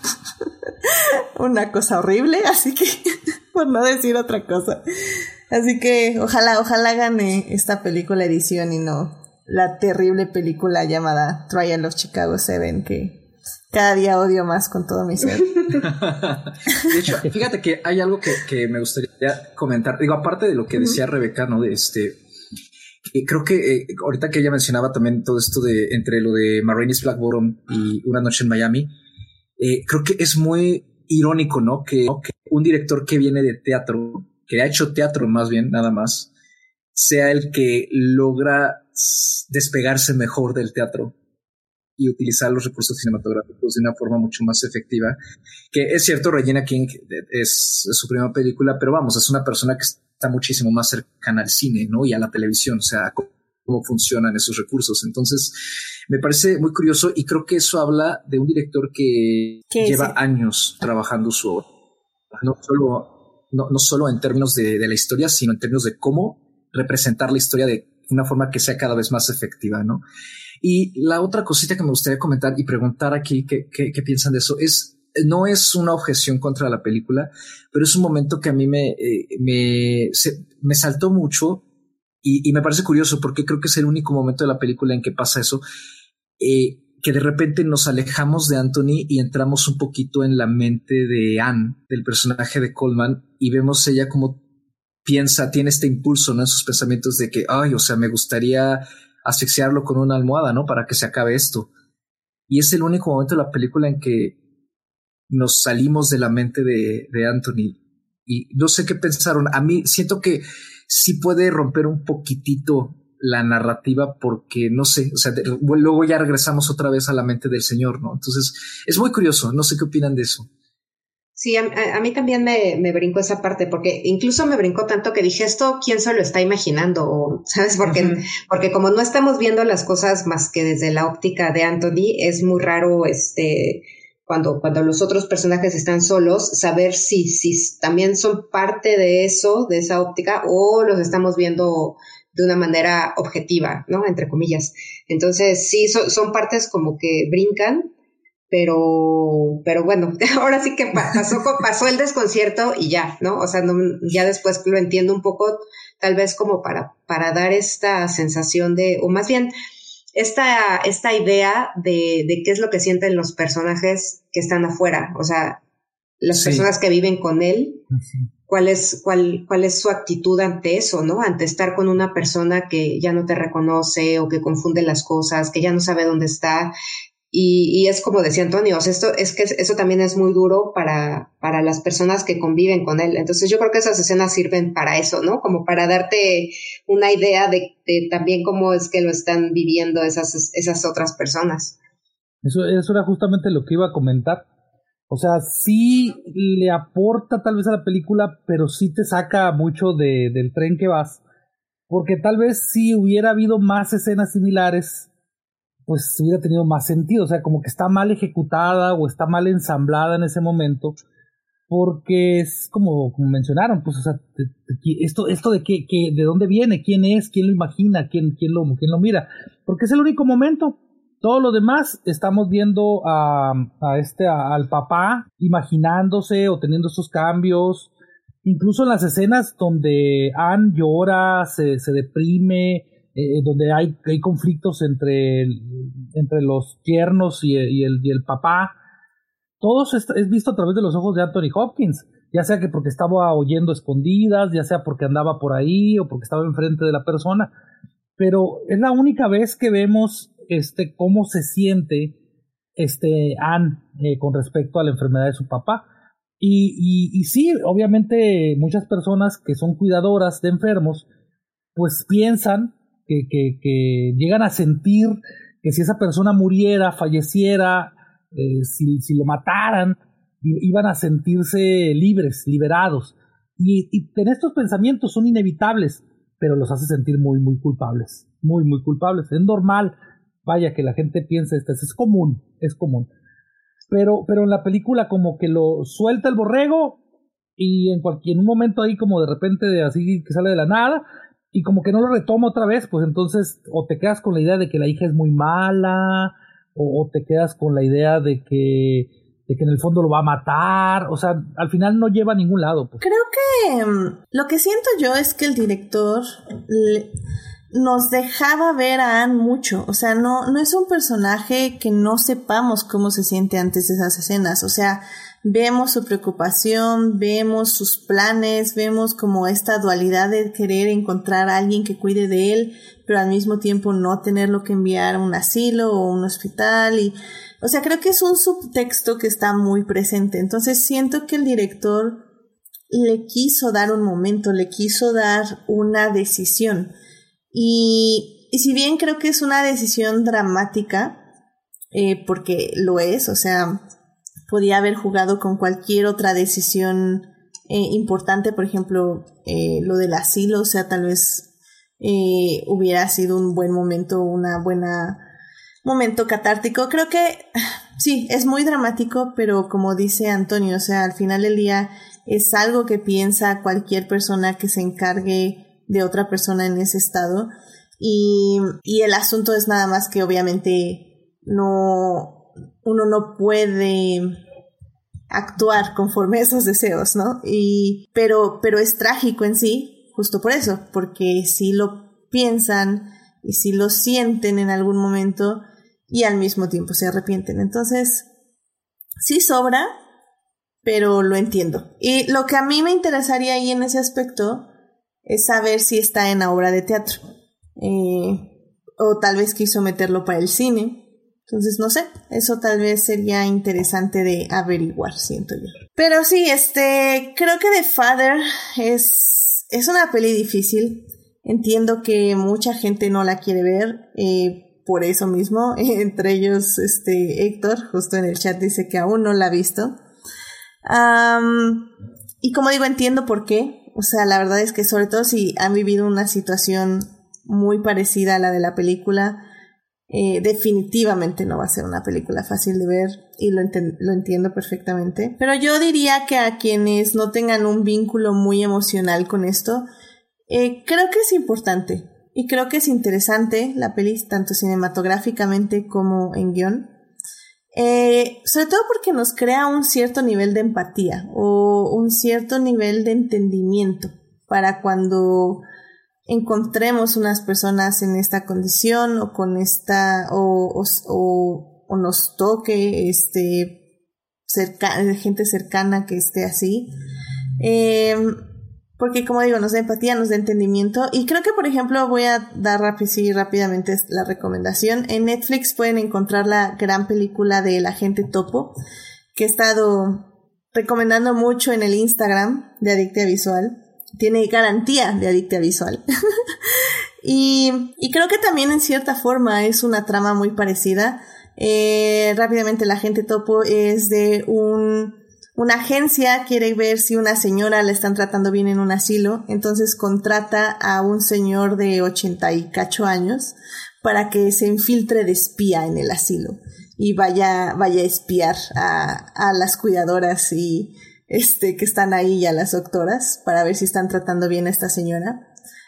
una cosa horrible, así que por no decir otra cosa. Así que ojalá, ojalá gane esta película edición y no la terrible película llamada Trial of Chicago siete, que cada día odio más con todo mi ser. De hecho, fíjate que hay algo que, que me gustaría comentar. Digo, aparte de lo que decía uh-huh. Rebeca, ¿no? De este, eh, creo que eh, ahorita que ella mencionaba también todo esto de entre lo de Ma Rainey's Black Bottom y Una noche en Miami, eh, creo que es muy irónico, ¿no? Que, ¿no? que un director que viene de teatro, que ha hecho teatro más bien, nada más, sea el que logra despegarse mejor del teatro y utilizar los recursos cinematográficos de una forma mucho más efectiva. Que es cierto, Regina King es, es su primera película, pero vamos, es una persona que está muchísimo más cercana al cine, ¿no? Y a la televisión, o sea, cómo, cómo funcionan esos recursos. Entonces, me parece muy curioso y creo que eso habla de un director que lleva años trabajando su obra. No solo, no, no solo en términos de, de la historia, sino en términos de cómo representar la historia de una forma que sea cada vez más efectiva, ¿no? Y la otra cosita que me gustaría comentar y preguntar aquí qué, qué, qué piensan de eso es, no es una objeción contra la película, pero es un momento que a mí me, eh, me, se, me saltó mucho y, y me parece curioso porque creo que es el único momento de la película en que pasa eso, eh, que de repente nos alejamos de Anthony y entramos un poquito en la mente de Anne, del personaje de Coleman, y vemos ella como piensa, tiene este impulso, ¿no? En sus pensamientos de que, ay, o sea, me gustaría asfixiarlo con una almohada, ¿no? Para que se acabe esto. Y es el único momento de la película en que nos salimos de la mente de, de Anthony. Y no sé qué pensaron. A mí siento que sí puede romper un poquitito la narrativa porque, no sé, o sea, de, luego ya regresamos otra vez a la mente del señor, ¿no? Entonces, es muy curioso. No sé qué opinan de eso. Sí, a, a mí también me, me brincó esa parte, porque incluso me brincó tanto que dije, esto, ¿quién se lo está imaginando? O, ¿sabes? Porque, uh-huh. porque como no estamos viendo las cosas más que desde la óptica de Anthony, es muy raro, este, cuando, cuando los otros personajes están solos, saber si, si también son parte de eso, de esa óptica, o los estamos viendo de una manera objetiva, ¿no? Entre comillas. Entonces, sí, so, son partes como que brincan, pero pero bueno, ahora sí que pasó pasó el desconcierto y ya, ¿no? O sea, no, ya después lo entiendo un poco, tal vez como para para dar esta sensación de, o más bien esta esta idea de de qué es lo que sienten los personajes que están afuera, o sea, las sí. personas que viven con él, sí. cuál es cuál cuál es su actitud ante eso, ¿no? Ante estar con una persona que ya no te reconoce o que confunde las cosas, que ya no sabe dónde está. Y, y es como decía Antonio, o sea, esto es que eso también es muy duro para, para las personas que conviven con él. Entonces yo creo que esas escenas sirven para eso, ¿no? Como para darte una idea de, de también cómo es que lo están viviendo esas, esas otras personas. Eso, eso era justamente lo que iba a comentar. O sea, sí le aporta tal vez a la película, pero sí te saca mucho de, del tren que vas, porque tal vez si hubiera habido más escenas similares, pues hubiera tenido más sentido. O sea, como que está mal ejecutada o está mal ensamblada en ese momento, porque es como, como mencionaron, pues, o sea, te, te, esto, esto de qué, qué, de dónde viene, quién es, quién lo imagina, quién, quién lo, quién lo mira, porque es el único momento. Todo lo demás estamos viendo a, a este, a, al papá imaginándose o teniendo esos cambios, incluso en las escenas donde Anne llora, se, se deprime, eh, donde hay, hay conflictos entre, el, entre los tiernos y el, y el, y el papá. Todo es, es visto a través de los ojos de Anthony Hopkins, ya sea que porque estaba oyendo escondidas, ya sea porque andaba por ahí o porque estaba enfrente de la persona, pero es la única vez que vemos este cómo se siente este Anne eh, con respecto a la enfermedad de su papá. Y, y, y sí, obviamente muchas personas que son cuidadoras de enfermos pues piensan que, que, que llegan a sentir que si esa persona muriera, falleciera, Eh, si, si lo mataran, iban a sentirse libres, liberados, y, y en estos pensamientos son inevitables, pero los hace sentir muy, muy culpables, muy, muy culpables. Es normal, vaya, que la gente piense esto, es común, es común, pero, pero en la película como que lo suelta el borrego y en cualquier en un momento ahí como de repente así que sale de la nada y como que no lo retoma otra vez, pues entonces o te quedas con la idea de que la hija es muy mala, o te quedas con la idea de que, de que en el fondo lo va a matar. O sea, al final no lleva a ningún lado. Pues. Creo que um, lo que siento yo es que el director le, nos dejaba ver a Anne mucho. O sea, no, no es un personaje que no sepamos cómo se siente antes de esas escenas. O sea, vemos su preocupación, vemos sus planes, vemos como esta dualidad de querer encontrar a alguien que cuide de él, pero al mismo tiempo no tenerlo que enviar a un asilo o un hospital. Y, o sea, creo que es un subtexto que está muy presente. Entonces siento que el director le quiso dar un momento, le quiso dar una decisión. Y, y si bien creo que es una decisión dramática, eh, porque lo es, o sea, podía haber jugado con cualquier otra decisión eh, importante, por ejemplo, eh, lo del asilo, o sea, tal vez eh, hubiera sido un buen momento, una buena momento catártico. Creo que sí, es muy dramático, pero como dice Antonio, o sea, al final del día es algo que piensa cualquier persona que se encargue de otra persona en ese estado, y, y el asunto es nada más que obviamente no, uno no puede actuar conforme a esos deseos, ¿no? Y, pero, pero es trágico en sí, justo por eso, porque sí lo piensan y sí lo sienten en algún momento y al mismo tiempo se arrepienten. Entonces, sí sobra, pero lo entiendo. Y lo que a mí me interesaría ahí en ese aspecto es saber si está en la obra de teatro. Eh, o tal vez quiso meterlo para el cine. Entonces, no sé, eso tal vez sería interesante de averiguar, siento yo. Pero sí, este, creo que The Father es, es una peli difícil. Entiendo que mucha gente no la quiere ver, eh, por eso mismo. Entre ellos, este, Héctor, justo en el chat dice que aún no la ha visto. Um, y como digo, entiendo por qué. O sea, la verdad es que sobre todo si han vivido una situación muy parecida a la de la película, eh, definitivamente no va a ser una película fácil de ver y lo, ent- lo entiendo perfectamente. Pero yo diría que a quienes no tengan un vínculo muy emocional con esto, eh, creo que es importante y creo que es interesante la peli, tanto cinematográficamente como en guión. Eh, sobre todo porque nos crea un cierto nivel de empatía o un cierto nivel de entendimiento para cuando encontremos unas personas en esta condición o con esta o, o, o, o nos toque este cerca, gente cercana que esté así, eh, porque como digo, nos da empatía, nos da entendimiento. Y creo que, por ejemplo, voy a dar rápid- sí, rápidamente la recomendación. En Netflix pueden encontrar la gran película de El Agente Topo, que he estado recomendando mucho en el Instagram de Adictia Visual. Tiene garantía de Adictia Visual. y, y creo que también en cierta forma es una trama muy parecida. Eh, rápidamente el agente topo es de un, una agencia, quiere ver si una señora la están tratando bien en un asilo, entonces contrata a un señor de ochenta y cacho años para que se infiltre de espía en el asilo y vaya, vaya a espiar a, a las cuidadoras y este que están ahí y a las doctoras para ver si están tratando bien a esta señora.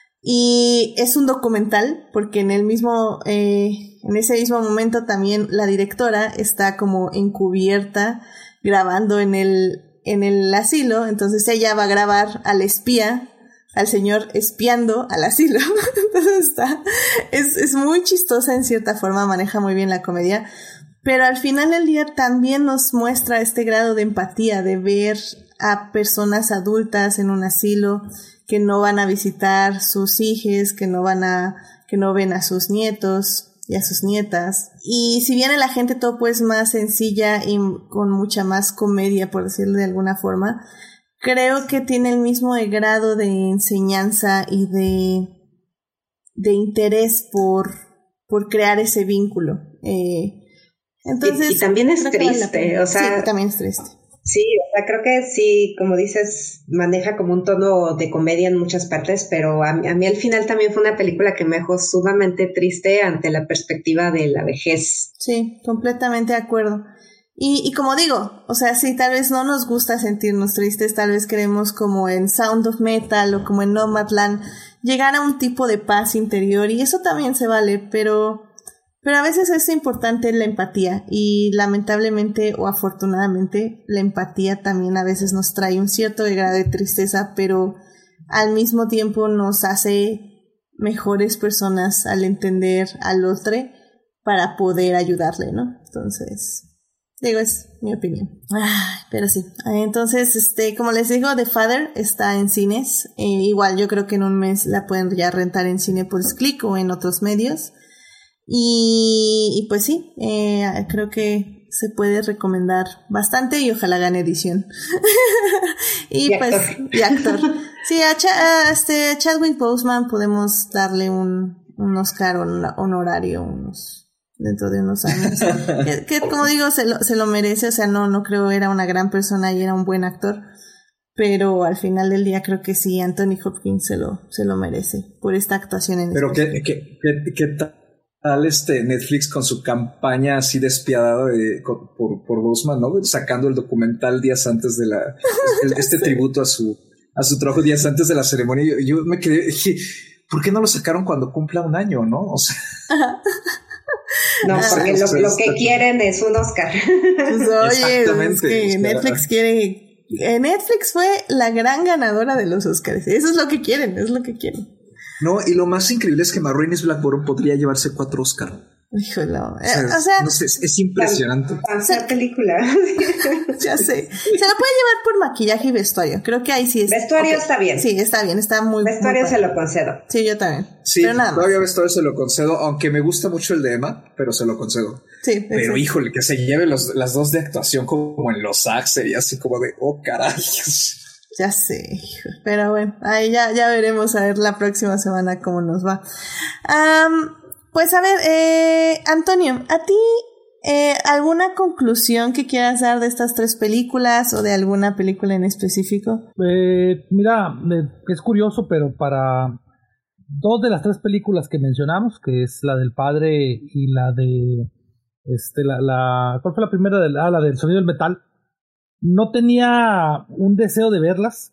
Y es un documental porque en el mismo eh, en ese mismo momento también la directora está como encubierta grabando en el en el asilo, entonces ella va a grabar al espía, al señor espiando al asilo. Entonces está es es muy chistosa en cierta forma, maneja muy bien la comedia, pero al final del día también nos muestra este grado de empatía de ver a personas adultas en un asilo que no van a visitar sus hijos, que no van a, que no ven a sus nietos y a sus nietas. Y si bien el agente topo es más sencilla y con mucha más comedia, por decirlo de alguna forma, creo que tiene el mismo grado de enseñanza y de, de interés por, por crear ese vínculo. Eh, entonces, y, y también es triste, o sea, sí, también es triste. Sí, o sea, creo que sí, como dices, maneja como un tono de comedia en muchas partes, pero a, a mí al final también fue una película que me dejó sumamente triste ante la perspectiva de la vejez. Sí, completamente de acuerdo. Y, y como digo, o sea, sí, tal vez no nos gusta sentirnos tristes, tal vez queremos como en Sound of Metal o como en Nomadland llegar a un tipo de paz interior y eso también se vale, pero... Pero a veces es importante la empatía y lamentablemente o afortunadamente la empatía también a veces nos trae un cierto grado de tristeza, pero al mismo tiempo nos hace mejores personas al entender al otro para poder ayudarle, ¿no? Entonces, digo, es mi opinión. Ay, pero sí, entonces, este, como les digo, The Father está en cines, eh, igual yo creo que en un mes la pueden ya rentar en Cinepolis Click o en otros medios. Y, y pues sí, eh, creo que se puede recomendar bastante y ojalá gane edición. y, y pues, actor. y actor. Sí, a, Ch a este Chadwick Boseman podemos darle un, un Oscar honorario unos, dentro de unos años. que, que como digo, se lo, se lo merece, o sea, no, no creo era una gran persona y era un buen actor. Pero al final del día creo que sí, Anthony Hopkins se lo, se lo merece por esta actuación en Pero qué, qué, qué, qué tal al este Netflix con su campaña así despiadada de, con, por, por Boseman, ¿no? Sacando el documental días antes de la el, este sí. tributo a su a su trabajo días antes de la ceremonia. Yo, yo me quedé, dije, ¿por qué no lo sacaron cuando cumpla un año, no? O sea, no, porque lo, lo que quieren es un Oscar. Pues, oye, es que Netflix quiere, Netflix fue la gran ganadora de los Oscars. Eso es lo que quieren, es lo que quieren. No, y lo más increíble es que Ma Rainey's Black Bottom podría llevarse cuatro Oscars. Híjole, o sea, o sea no sé, es, es impresionante. Esa película. Ya sé. Se la puede llevar por maquillaje y vestuario. Creo que ahí sí es. Vestuario okay. Está bien. Sí, está bien, está muy Vestuario muy se lo concedo. Sí, yo también. Sí, pero nada todavía más. vestuario se lo concedo, aunque me gusta mucho el de Emma, pero se lo concedo. Sí. Pero exacto. híjole, que se lleve los, las dos de actuación como en los S A G sería así como de, oh caray. Ya sé, pero bueno, ahí ya, ya veremos a ver la próxima semana cómo nos va. Um, pues a ver, eh, Antonio, ¿a ti eh, alguna conclusión que quieras dar de estas tres películas o de alguna película en específico? Eh, mira, eh, es curioso, pero para dos de las tres películas que mencionamos, que es la del padre y la de, este, la, la ¿cuál fue la primera? De, ah, la del sonido del metal. No tenía un deseo de verlas,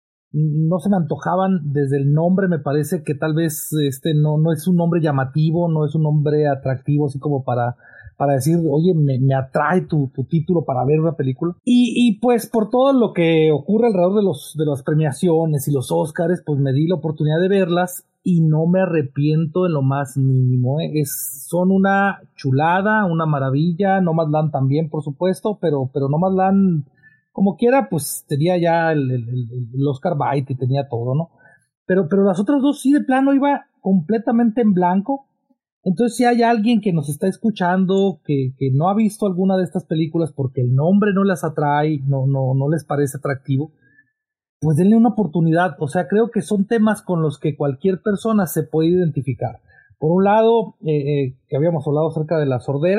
no se me antojaban desde el nombre, me parece que tal vez este no, no es un nombre llamativo, no es un nombre atractivo así como para, para decir, oye, me, me atrae tu, tu título para ver una película. Y, y pues por todo lo que ocurre alrededor de, los, de las premiaciones y los Óscares, pues me di la oportunidad de verlas y no me arrepiento en lo más mínimo, ¿eh? Es, son una chulada, una maravilla. Nomadland también, por supuesto, pero, pero Nomadland, como quiera, pues tenía ya el, el, el Oscar Bite y tenía todo, ¿no? Pero, pero las otras dos sí, de plano, iba completamente en blanco. Entonces, si hay alguien que nos está escuchando, que, que no ha visto alguna de estas películas porque el nombre no las atrae, no, no, no les parece atractivo, pues denle una oportunidad. O sea, creo que son temas con los que cualquier persona se puede identificar. Por un lado, eh, eh, que habíamos hablado acerca de la sordera,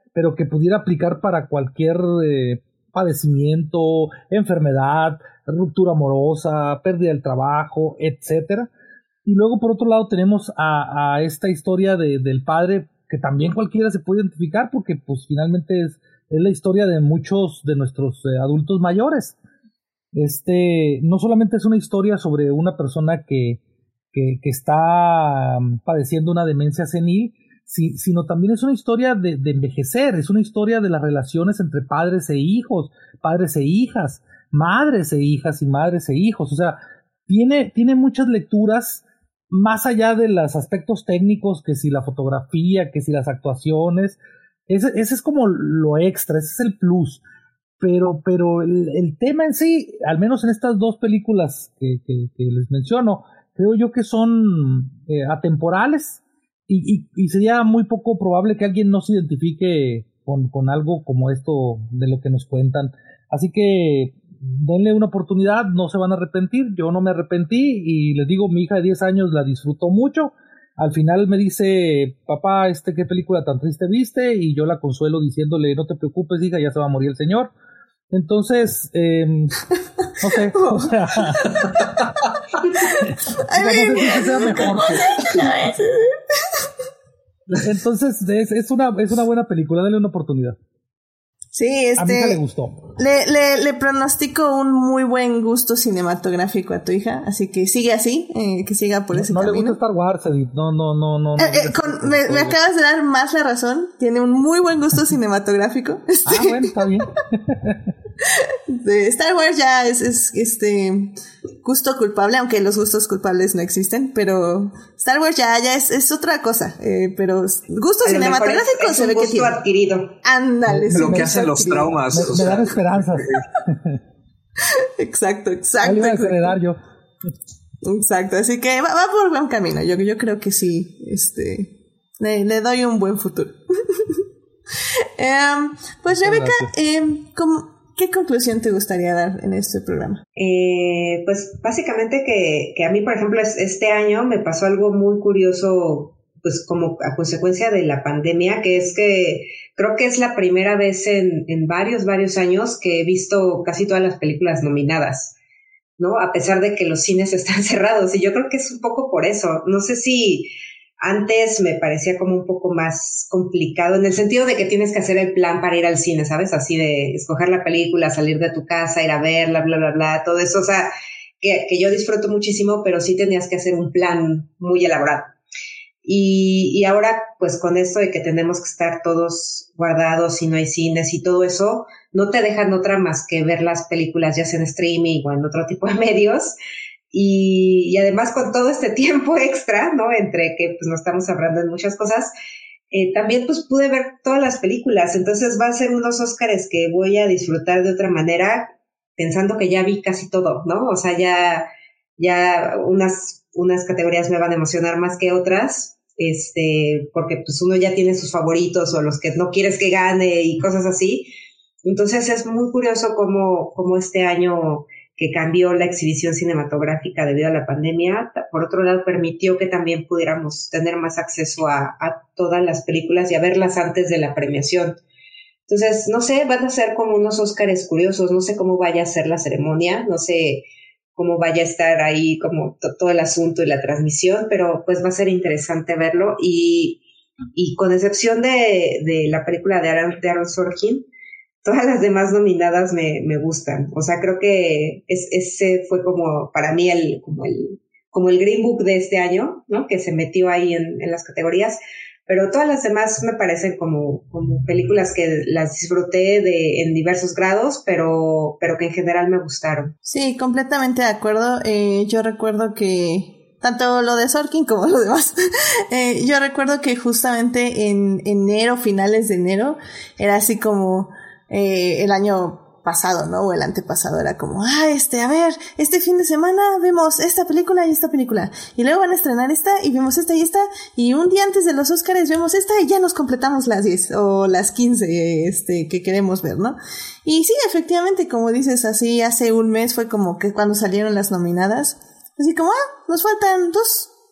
pero que pudiera aplicar para cualquier eh, padecimiento, enfermedad, ruptura amorosa, pérdida del trabajo, etcétera. Y luego por otro lado tenemos a, a esta historia de, del padre, que también cualquiera se puede identificar, porque pues finalmente es, es la historia de muchos de nuestros eh, adultos mayores. Este, no solamente es una historia sobre una persona que, que, que está um, padeciendo una demencia senil, si, sino también es una historia de, de envejecer, es una historia de las relaciones entre padres e hijos, padres e hijas, madres e hijas y madres e hijos. O sea, tiene, tiene muchas lecturas más allá de los aspectos técnicos, que si la fotografía, que si las actuaciones. Ese, ese es como lo extra, ese es el plus. Pero, pero el, el tema en sí, al menos en estas dos películas que, que, que les menciono, creo yo que son eh, atemporales y, y, y sería muy poco probable que alguien no se identifique con, con algo como esto de lo que nos cuentan. Así que denle una oportunidad, no se van a arrepentir. Yo no me arrepentí y les digo, mi hija de diez años la disfrutó mucho. Al final me dice, papá, este, ¿qué película tan triste viste? Y yo la consuelo diciéndole, no te preocupes, hija, ya se va a morir el señor. Entonces, eh, no sé, o sea, no sé si sea mejor. Entonces, es, es, una, es una buena película, dale una oportunidad. Sí, este. A mi hija le gustó. Le, le, le pronostico un muy buen gusto cinematográfico a tu hija, así que sigue así, eh, que siga por no, ese no camino. No le gusta Star Wars, Edith. No, no, no, no. Eh, eh, con, me, me acabas de dar más la razón. Tiene un muy buen gusto cinematográfico. Este, ah, bueno, está bien. De Star Wars ya es, es este gusto culpable, aunque los gustos culpables no existen, pero Star Wars ya, ya es, es otra cosa, eh, pero gusto a cinematográfico es, es se ve que tiene. Gusto adquirido. Ándale. Lo que hacen los traumas. Me, o me sea. dan esperanzas. Exacto, exacto. Ya le iba a heredar yo. Exacto, así que va, va por buen camino. Yo, yo creo que sí, este, le, le doy un buen futuro. um, pues Rebeca, eh, ¿cómo? ¿Qué conclusión te gustaría dar en este programa? Eh, pues básicamente que, que a mí, por ejemplo, este año me pasó algo muy curioso, pues como a consecuencia de la pandemia, que es que creo que es la primera vez en, en varios, varios años que he visto casi todas las películas nominadas, ¿no? A pesar de que los cines están cerrados, y yo creo que es un poco por eso. No sé si antes me parecía como un poco más complicado, en el sentido de que tienes que hacer el plan para ir al cine, ¿sabes? Así de escoger la película, salir de tu casa, ir a verla, bla, bla, bla, todo eso. O sea, que, que yo disfruto muchísimo, pero sí tenías que hacer un plan muy elaborado. Y, y ahora, pues con esto de que tenemos que estar todos guardados y no hay cines y todo eso, no te dejan otra más que ver las películas ya sea en streaming o en otro tipo de medios. Y, y además con todo este tiempo extra, ¿no? Entre que pues nos estamos hablando de muchas cosas, eh, también pues pude ver todas las películas. Entonces va a ser unos Óscares que voy a disfrutar de otra manera, pensando que ya vi casi todo, ¿no? O sea, ya, ya unas, unas categorías me van a emocionar más que otras, este, porque pues uno ya tiene sus favoritos o los que no quieres que gane y cosas así. Entonces es muy curioso cómo, cómo este año que cambió la exhibición cinematográfica debido a la pandemia, por otro lado permitió que también pudiéramos tener más acceso a, a todas las películas y a verlas antes de la premiación. Entonces, no sé, van a ser como unos Óscares curiosos, no sé cómo vaya a ser la ceremonia, no sé cómo vaya a estar ahí como to- todo el asunto y la transmisión, pero pues va a ser interesante verlo y, y con excepción de, de la película de Aaron, de Aaron Sorkin, todas las demás nominadas me, me gustan. O sea, creo que es, ese fue como para mí el, como el, como el Green Book de este año, ¿no? Que se metió ahí en, en las categorías. Pero todas las demás me parecen como, como películas que las disfruté de, en diversos grados, pero, pero que en general me gustaron. Sí, completamente de acuerdo. Eh, yo recuerdo que tanto lo de Sorkin como lo demás. eh, yo recuerdo que justamente en enero, finales de enero, era así como Eh, el año pasado, ¿no? O el antepasado era como, ah, este, a ver, este fin de semana vemos esta película y esta película. Y luego van a estrenar esta y vemos esta y esta. Y un día antes de los Óscares vemos esta y ya nos completamos las diez o las quince, este, que queremos ver, ¿no? Y sí, efectivamente, como dices, así hace un mes fue como que cuando salieron las nominadas, así como, ah, nos faltan dos,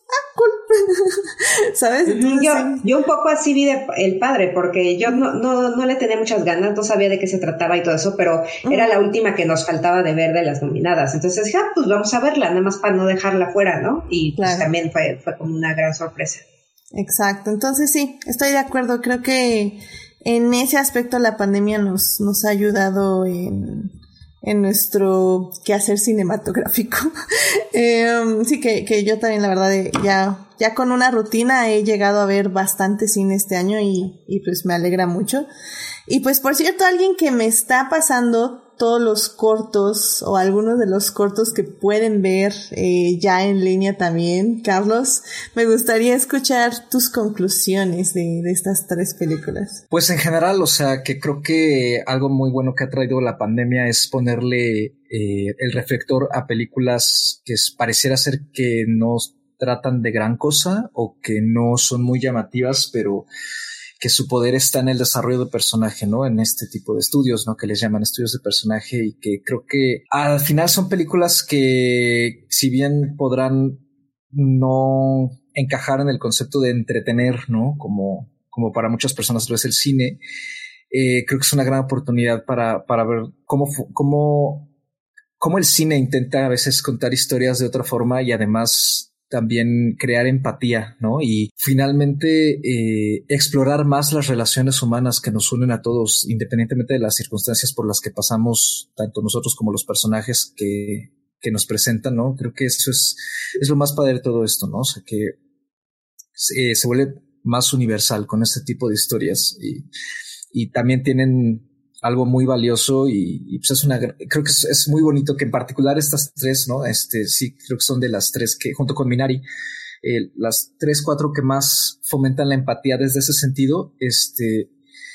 ah, cool. ¿Sabes? Entonces, yo, sí. yo un poco así vi de El Padre, porque yo no, no, no le tenía muchas ganas, no sabía de qué se trataba y todo eso, pero uh-huh. era la última que nos faltaba de ver de las nominadas. Entonces dije, ah, pues vamos a verla, nada más para no dejarla fuera, ¿no? Y pues claro. también fue, fue como una gran sorpresa. Exacto, entonces sí, estoy de acuerdo, creo que en ese aspecto la pandemia nos, nos ha ayudado en, en nuestro quehacer cinematográfico. eh, sí, que, que yo también la verdad ya, ya con una rutina he llegado a ver bastante cine este año y, y pues me alegra mucho. Y pues por cierto, alguien que me está pasando todos los cortos o algunos de los cortos que pueden ver eh, ya en línea también, Carlos, me gustaría escuchar tus conclusiones de, de estas tres películas. Pues en general, o sea, que creo que algo muy bueno que ha traído la pandemia es ponerle eh, el reflector a películas que pareciera ser que no tratan de gran cosa o que no son muy llamativas, pero que su poder está en el desarrollo de personaje, ¿no? En este tipo de estudios, ¿no? Que les llaman estudios de personaje y que creo que al final son películas que, si bien podrán no encajar en el concepto de entretener, ¿no? Como, como para muchas personas lo es el cine, eh, creo que es una gran oportunidad para, para ver cómo, cómo, cómo el cine intenta a veces contar historias de otra forma y además también crear empatía, ¿no? Y finalmente eh, explorar más las relaciones humanas que nos unen a todos, independientemente de las circunstancias por las que pasamos, tanto nosotros como los personajes que, que nos presentan, ¿no? Creo que eso es, es lo más padre de todo esto, ¿no? O sea, que eh, se vuelve más universal con este tipo de historias y, y también tienen algo muy valioso y, y pues es una, creo que es, es muy bonito que en particular estas tres, ¿no? Este, sí, creo que son de las tres que, junto con Minari, eh, las tres, cuatro que más fomentan la empatía desde ese sentido, este,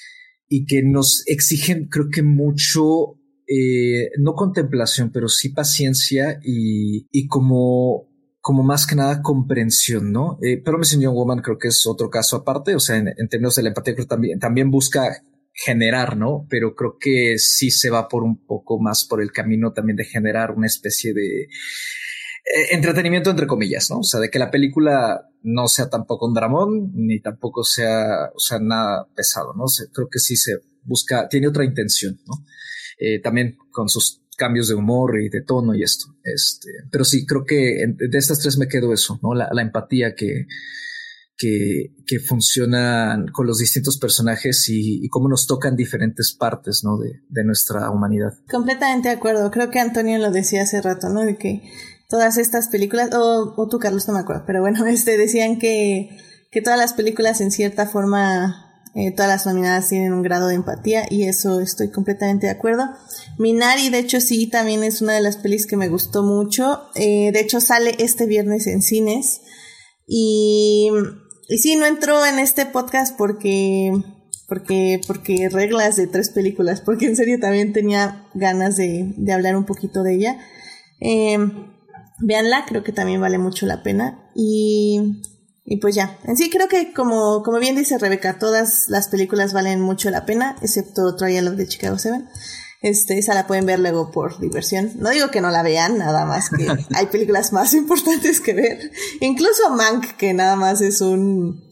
y que nos exigen, creo que mucho, eh, no contemplación, pero sí paciencia y, y como, como más que nada comprensión, ¿no? Eh, pero Promising Young Woman creo que es otro caso aparte, o sea, en, en términos de la empatía creo que también, también busca generar, ¿no? Pero creo que sí se va por un poco más por el camino también de generar una especie de eh, entretenimiento entre comillas, ¿no? O sea, de que la película no sea tampoco un dramón, ni tampoco sea, o sea, nada pesado, ¿no? O sea, creo que sí se busca, tiene otra intención, ¿no? Eh, también con sus cambios de humor y de tono y esto, este, pero sí, creo que de estas tres me quedo eso, ¿no? La, la empatía que Que, que funcionan con los distintos personajes y, y cómo nos tocan diferentes partes, ¿no? de, de nuestra humanidad. Completamente de acuerdo. Creo que Antonio lo decía hace rato, ¿no? De que todas estas películas, o, o tú, Carlos, no me acuerdo, pero bueno, este decían que, que todas las películas en cierta forma, eh, todas las nominadas tienen un grado de empatía y eso estoy completamente de acuerdo. Minari, de hecho, sí, también es una de las pelis que me gustó mucho. Eh, de hecho, sale este viernes en cines y... Y sí, no entró en este podcast porque, porque, porque reglas de tres películas, porque en serio también tenía ganas de, de hablar un poquito de ella. Eh, véanla, creo que también vale mucho la pena. Y, y pues ya, en sí creo que como, como bien dice Rebeca, todas las películas valen mucho la pena, excepto Trial of the Chicago Seven. Este, esa la pueden ver luego por diversión. No digo que no la vean, nada más que hay películas más importantes que ver. Incluso Mank, que nada más es un,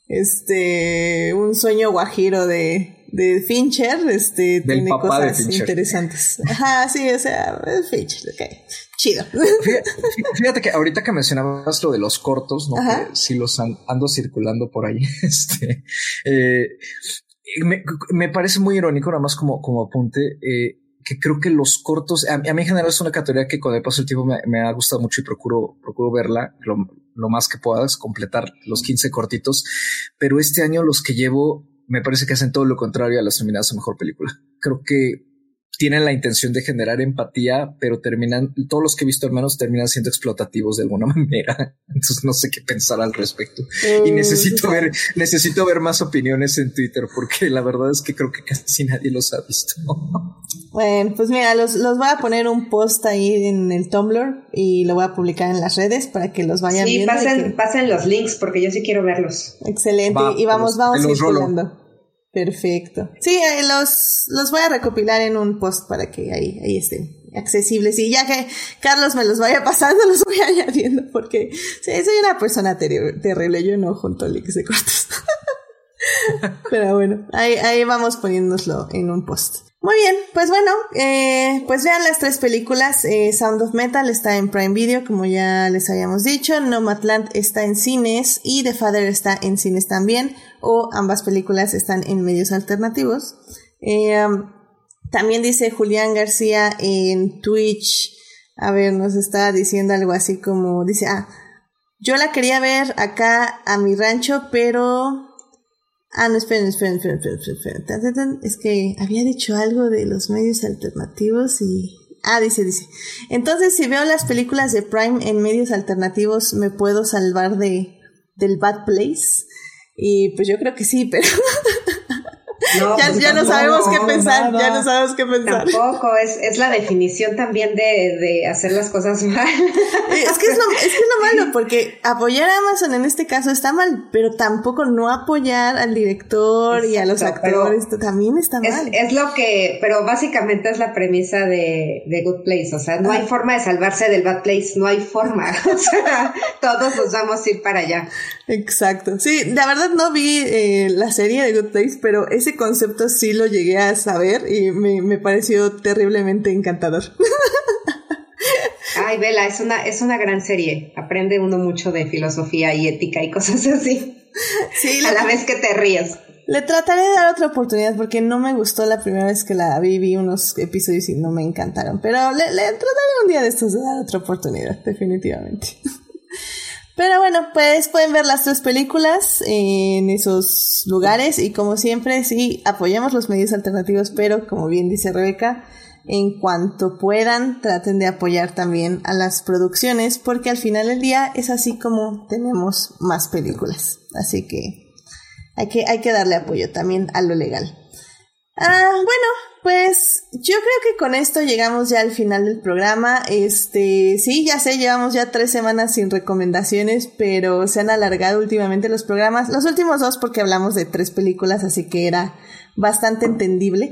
este, un sueño guajiro de, de Fincher, este, Del tiene papá cosas de Fincher. Interesantes. Ajá, sí, o sea, es Fincher, ok. Chido. Fíjate, fíjate que ahorita que mencionabas lo de los cortos, ¿no? Ajá. Que sí los an, ando circulando por ahí, este, eh, Me, me parece muy irónico, nada más como, como apunte, eh, que creo que los cortos, a, a mí en general es una categoría que con el paso del tiempo me, me ha gustado mucho y procuro, procuro verla lo, lo más que puedas, completar los quince cortitos, pero este año los que llevo me parece que hacen todo lo contrario a las nominadas a mejor película. Creo que tienen la intención de generar empatía, pero terminan, todos los que he visto al menos terminan siendo explotativos de alguna manera. Entonces no sé qué pensar al respecto. Mm, y necesito ver, necesito ver más opiniones en Twitter, porque la verdad es que creo que casi nadie los ha visto. Bueno, pues mira, los, los voy a poner un post ahí en el Tumblr y lo voy a publicar en las redes para que los vayan sí, viendo. Sí, pasen, que... pasen los links porque yo sí quiero verlos. Excelente. Va, y vamos, vamos circulando. Perfecto. Sí, los, los voy a recopilar en un post para que ahí, ahí estén. accesibles. Y ya que Carlos me los vaya pasando, los voy añadiendo, porque sí, soy una persona ter- terrible. Yo no junto links de cortos. Pero bueno, ahí, ahí vamos poniéndoslo en un post. Muy bien, pues bueno, eh, pues vean las tres películas. eh, Sound of Metal está en Prime Video, como ya les habíamos dicho. Nomadland está en cines y The Father está en cines también, o ambas películas están en medios alternativos. Eh, um, también dice Julián García en Twitch, a ver, nos está diciendo algo así como, dice, ah, yo la quería ver acá a mi rancho, pero... Ah, no, esperen, esperen, esperen, esperen, esperen. Es que había dicho algo de los medios alternativos y... Ah, dice, dice. Entonces, si veo las películas de Prime en medios alternativos, ¿me puedo salvar de del Bad Place? Y pues yo creo que sí, pero... No, ya, pues ya no sabemos qué pensar, nada. ya no sabemos qué pensar. Tampoco, es, es la definición también de, de hacer las cosas mal. Es que es, lo, es que es lo malo, porque apoyar a Amazon en este caso está mal, pero tampoco no apoyar al director Exacto, y a los actores también está mal. Es, es lo que, pero básicamente es la premisa de, de Good Place, o sea, no ah. hay forma de salvarse del Bad Place, no hay forma, o sea, todos nos vamos a ir para allá. Exacto, sí, la verdad no vi eh, la serie de Good Place, pero ese concepto sí lo llegué a saber y me, me pareció terriblemente encantador. Ay, vela, es una, es una gran serie. Aprende uno mucho de filosofía y ética y cosas así. Sí, a la vez que te ríes. Le trataré de dar otra oportunidad porque no me gustó la primera vez que la vi, vi unos episodios y no me encantaron. Pero le, le trataré un día de estos de dar otra oportunidad, definitivamente. Pero bueno, pues pueden ver las tres películas en esos lugares y como siempre, sí, apoyamos los medios alternativos, pero como bien dice Rebeca, en cuanto puedan, traten de apoyar también a las producciones, porque al final del día es así como tenemos más películas. Así que hay que, hay que darle apoyo también a lo legal. Ah, bueno, pues yo creo que con esto llegamos ya al final del programa. Este, sí, ya sé, llevamos ya tres semanas sin recomendaciones, pero se han alargado últimamente los programas. Los últimos dos porque hablamos de tres películas, así que era bastante entendible.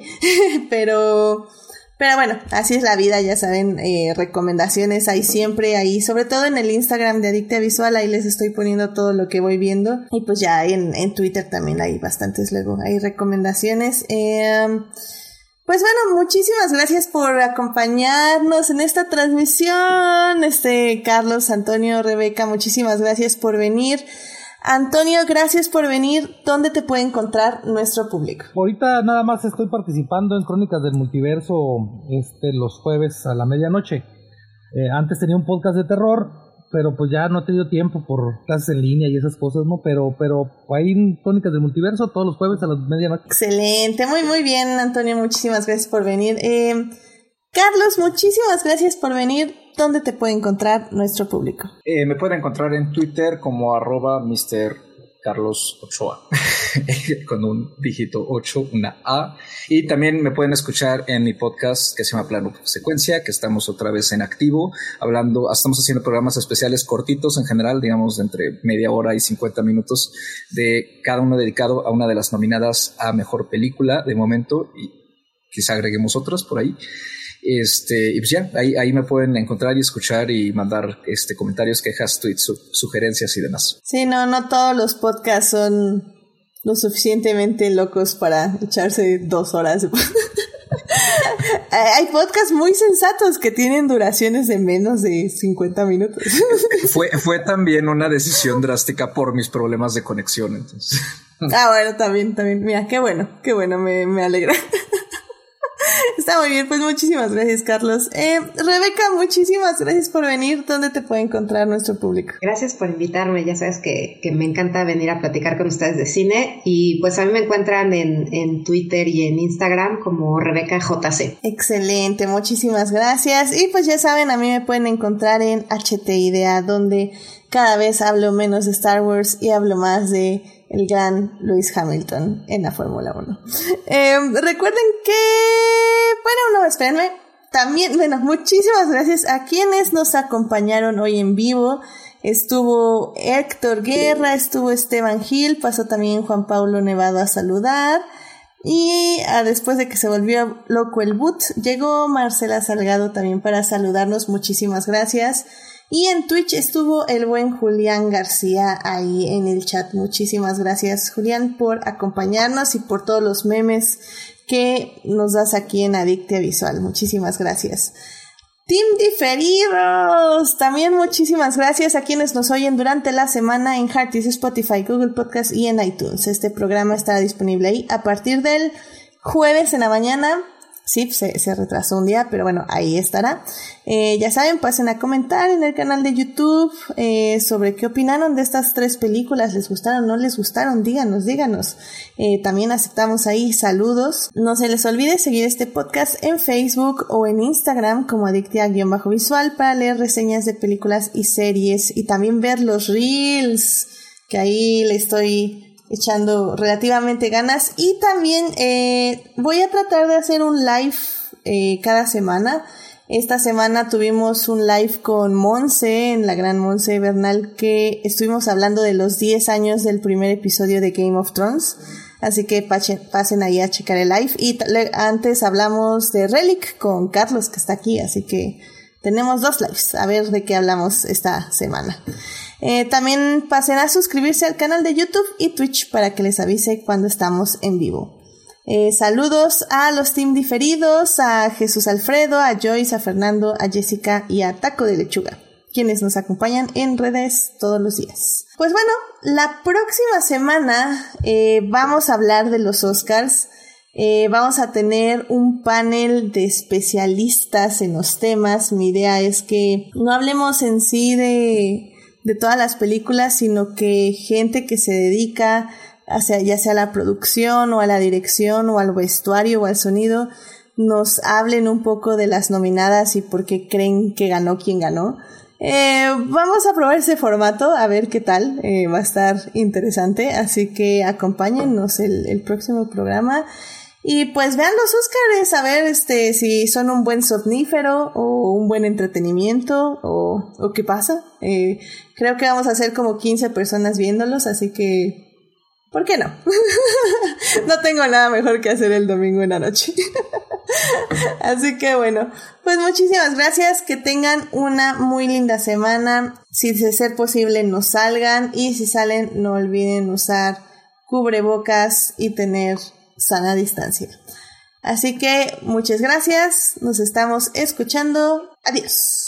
pero... Pero bueno, así es la vida, ya saben, eh, recomendaciones hay siempre ahí, sobre todo en el Instagram de Adicta Visual, ahí les estoy poniendo todo lo que voy viendo, y pues ya en, en Twitter también hay bastantes luego, hay recomendaciones. Eh, pues bueno, muchísimas gracias por acompañarnos en esta transmisión, este Carlos, Antonio, Rebeca, muchísimas gracias por venir. Antonio, gracias por venir. ¿Dónde te puede encontrar nuestro público? Ahorita nada más estoy participando en Crónicas del Multiverso este, los jueves a la medianoche. Eh, antes tenía un podcast de terror, pero pues ya no he tenido tiempo por clases en línea y esas cosas, ¿no? Pero, pero ahí en Crónicas del Multiverso todos los jueves a la medianoche. Excelente, muy muy bien, Antonio, muchísimas gracias por venir. Eh, Carlos, muchísimas gracias por venir. ¿Dónde te puede encontrar nuestro público? Eh, me pueden encontrar en Twitter como arroba mister Carlos Ochoa, con un dígito ocho, una A. Y también me pueden escuchar en mi podcast que se llama Plano Secuencia, que estamos otra vez en activo, hablando, estamos haciendo programas especiales cortitos en general, digamos de entre media hora y cincuenta minutos, de cada uno dedicado a una de las nominadas a Mejor Película de momento, y quizá agreguemos otras por ahí. Este, y pues ya, ahí, ahí me pueden encontrar y escuchar y mandar este comentarios, quejas, tweets, su, sugerencias y demás. Sí, no, no todos los podcasts son lo suficientemente locos para echarse dos horas. Hay podcasts muy sensatos que tienen duraciones de menos de cincuenta minutos. Fue, fue también una decisión drástica por mis problemas de conexión, entonces. Ah, bueno, también, también. Mira, qué bueno, qué bueno, me, me alegra. Está muy bien, pues muchísimas gracias, Carlos. Eh, Rebeca, muchísimas gracias por venir. ¿Dónde te puede encontrar nuestro público? Gracias por invitarme, ya sabes que, que me encanta venir a platicar con ustedes de cine y pues a mí me encuentran en, en Twitter y en Instagram como Rebeca J C. Excelente, muchísimas gracias. Y pues ya saben, a mí me pueden encontrar en H T Idea, donde cada vez hablo menos de Star Wars y hablo más de el gran Lewis Hamilton en la Fórmula uno. Eh, recuerden que... Bueno, no, espérenme. También, bueno, muchísimas gracias a quienes nos acompañaron hoy en vivo. Estuvo Héctor Guerra, estuvo Esteban Gil, pasó también Juan Pablo Nevado a saludar. Y ah, después de que se volvió loco el boot, llegó Marcela Salgado también para saludarnos. Muchísimas gracias. Y en Twitch estuvo el buen Julián García ahí en el chat. Muchísimas gracias, Julián, por acompañarnos y por todos los memes que nos das aquí en Adictia Visual. Muchísimas gracias. Team Diferidos, también muchísimas gracias a quienes nos oyen durante la semana en Heartis, Spotify, Google Podcast y en iTunes. Este programa estará disponible ahí a partir del jueves en la mañana. Sí, se, se retrasó un día, pero bueno, ahí estará. Eh, ya saben, pasen a comentar en el canal de YouTube eh, sobre qué opinaron de estas tres películas. ¿Les gustaron? ¿No les gustaron? Díganos, díganos. Eh, también aceptamos ahí saludos. No se les olvide seguir este podcast en Facebook o en Instagram como Adictia-Visual para leer reseñas de películas y series y también ver los reels, que ahí le estoy echando relativamente ganas. Y también eh, voy a tratar de hacer un live eh, cada semana. Esta semana tuvimos un live con Monse, en la gran Monse Bernal, que estuvimos hablando de los diez años del primer episodio de Game of Thrones. Así que pasen, pasen ahí a checar el live. Y t- antes hablamos de Relic con Carlos, que está aquí. Así que tenemos dos lives. A ver de qué hablamos esta semana. Eh, también pasen a suscribirse al canal de YouTube y Twitch para que les avise cuando estamos en vivo. Eh, saludos a los team diferidos, a Jesús Alfredo, a Joyce, a Fernando, a Jessica y a Taco de Lechuga, quienes nos acompañan en redes todos los días. Pues bueno, la próxima semana eh, vamos a hablar de los Oscars. Eh, vamos a tener un panel de especialistas en los temas. Mi idea es que no hablemos en sí de... de todas las películas, sino que gente que se dedica hacia, ya sea a la producción o a la dirección o al vestuario o al sonido, nos hablen un poco de las nominadas y por qué creen que ganó quien ganó. Eh, vamos a probar ese formato, a ver qué tal, eh, va a estar interesante, así que acompáñennos el, el próximo programa. Y pues vean los Óscares, a ver este si son un buen somnífero o un buen entretenimiento o, o qué pasa. Eh, creo que vamos a ser como quince personas viéndolos, así que ¿por qué no? No tengo nada mejor que hacer el domingo en la noche. Así que bueno, pues muchísimas gracias, que tengan una muy linda semana. Si de ser posible no salgan, y si salen no olviden usar cubrebocas y tener sana distancia. Así que muchas gracias, nos estamos escuchando, adiós.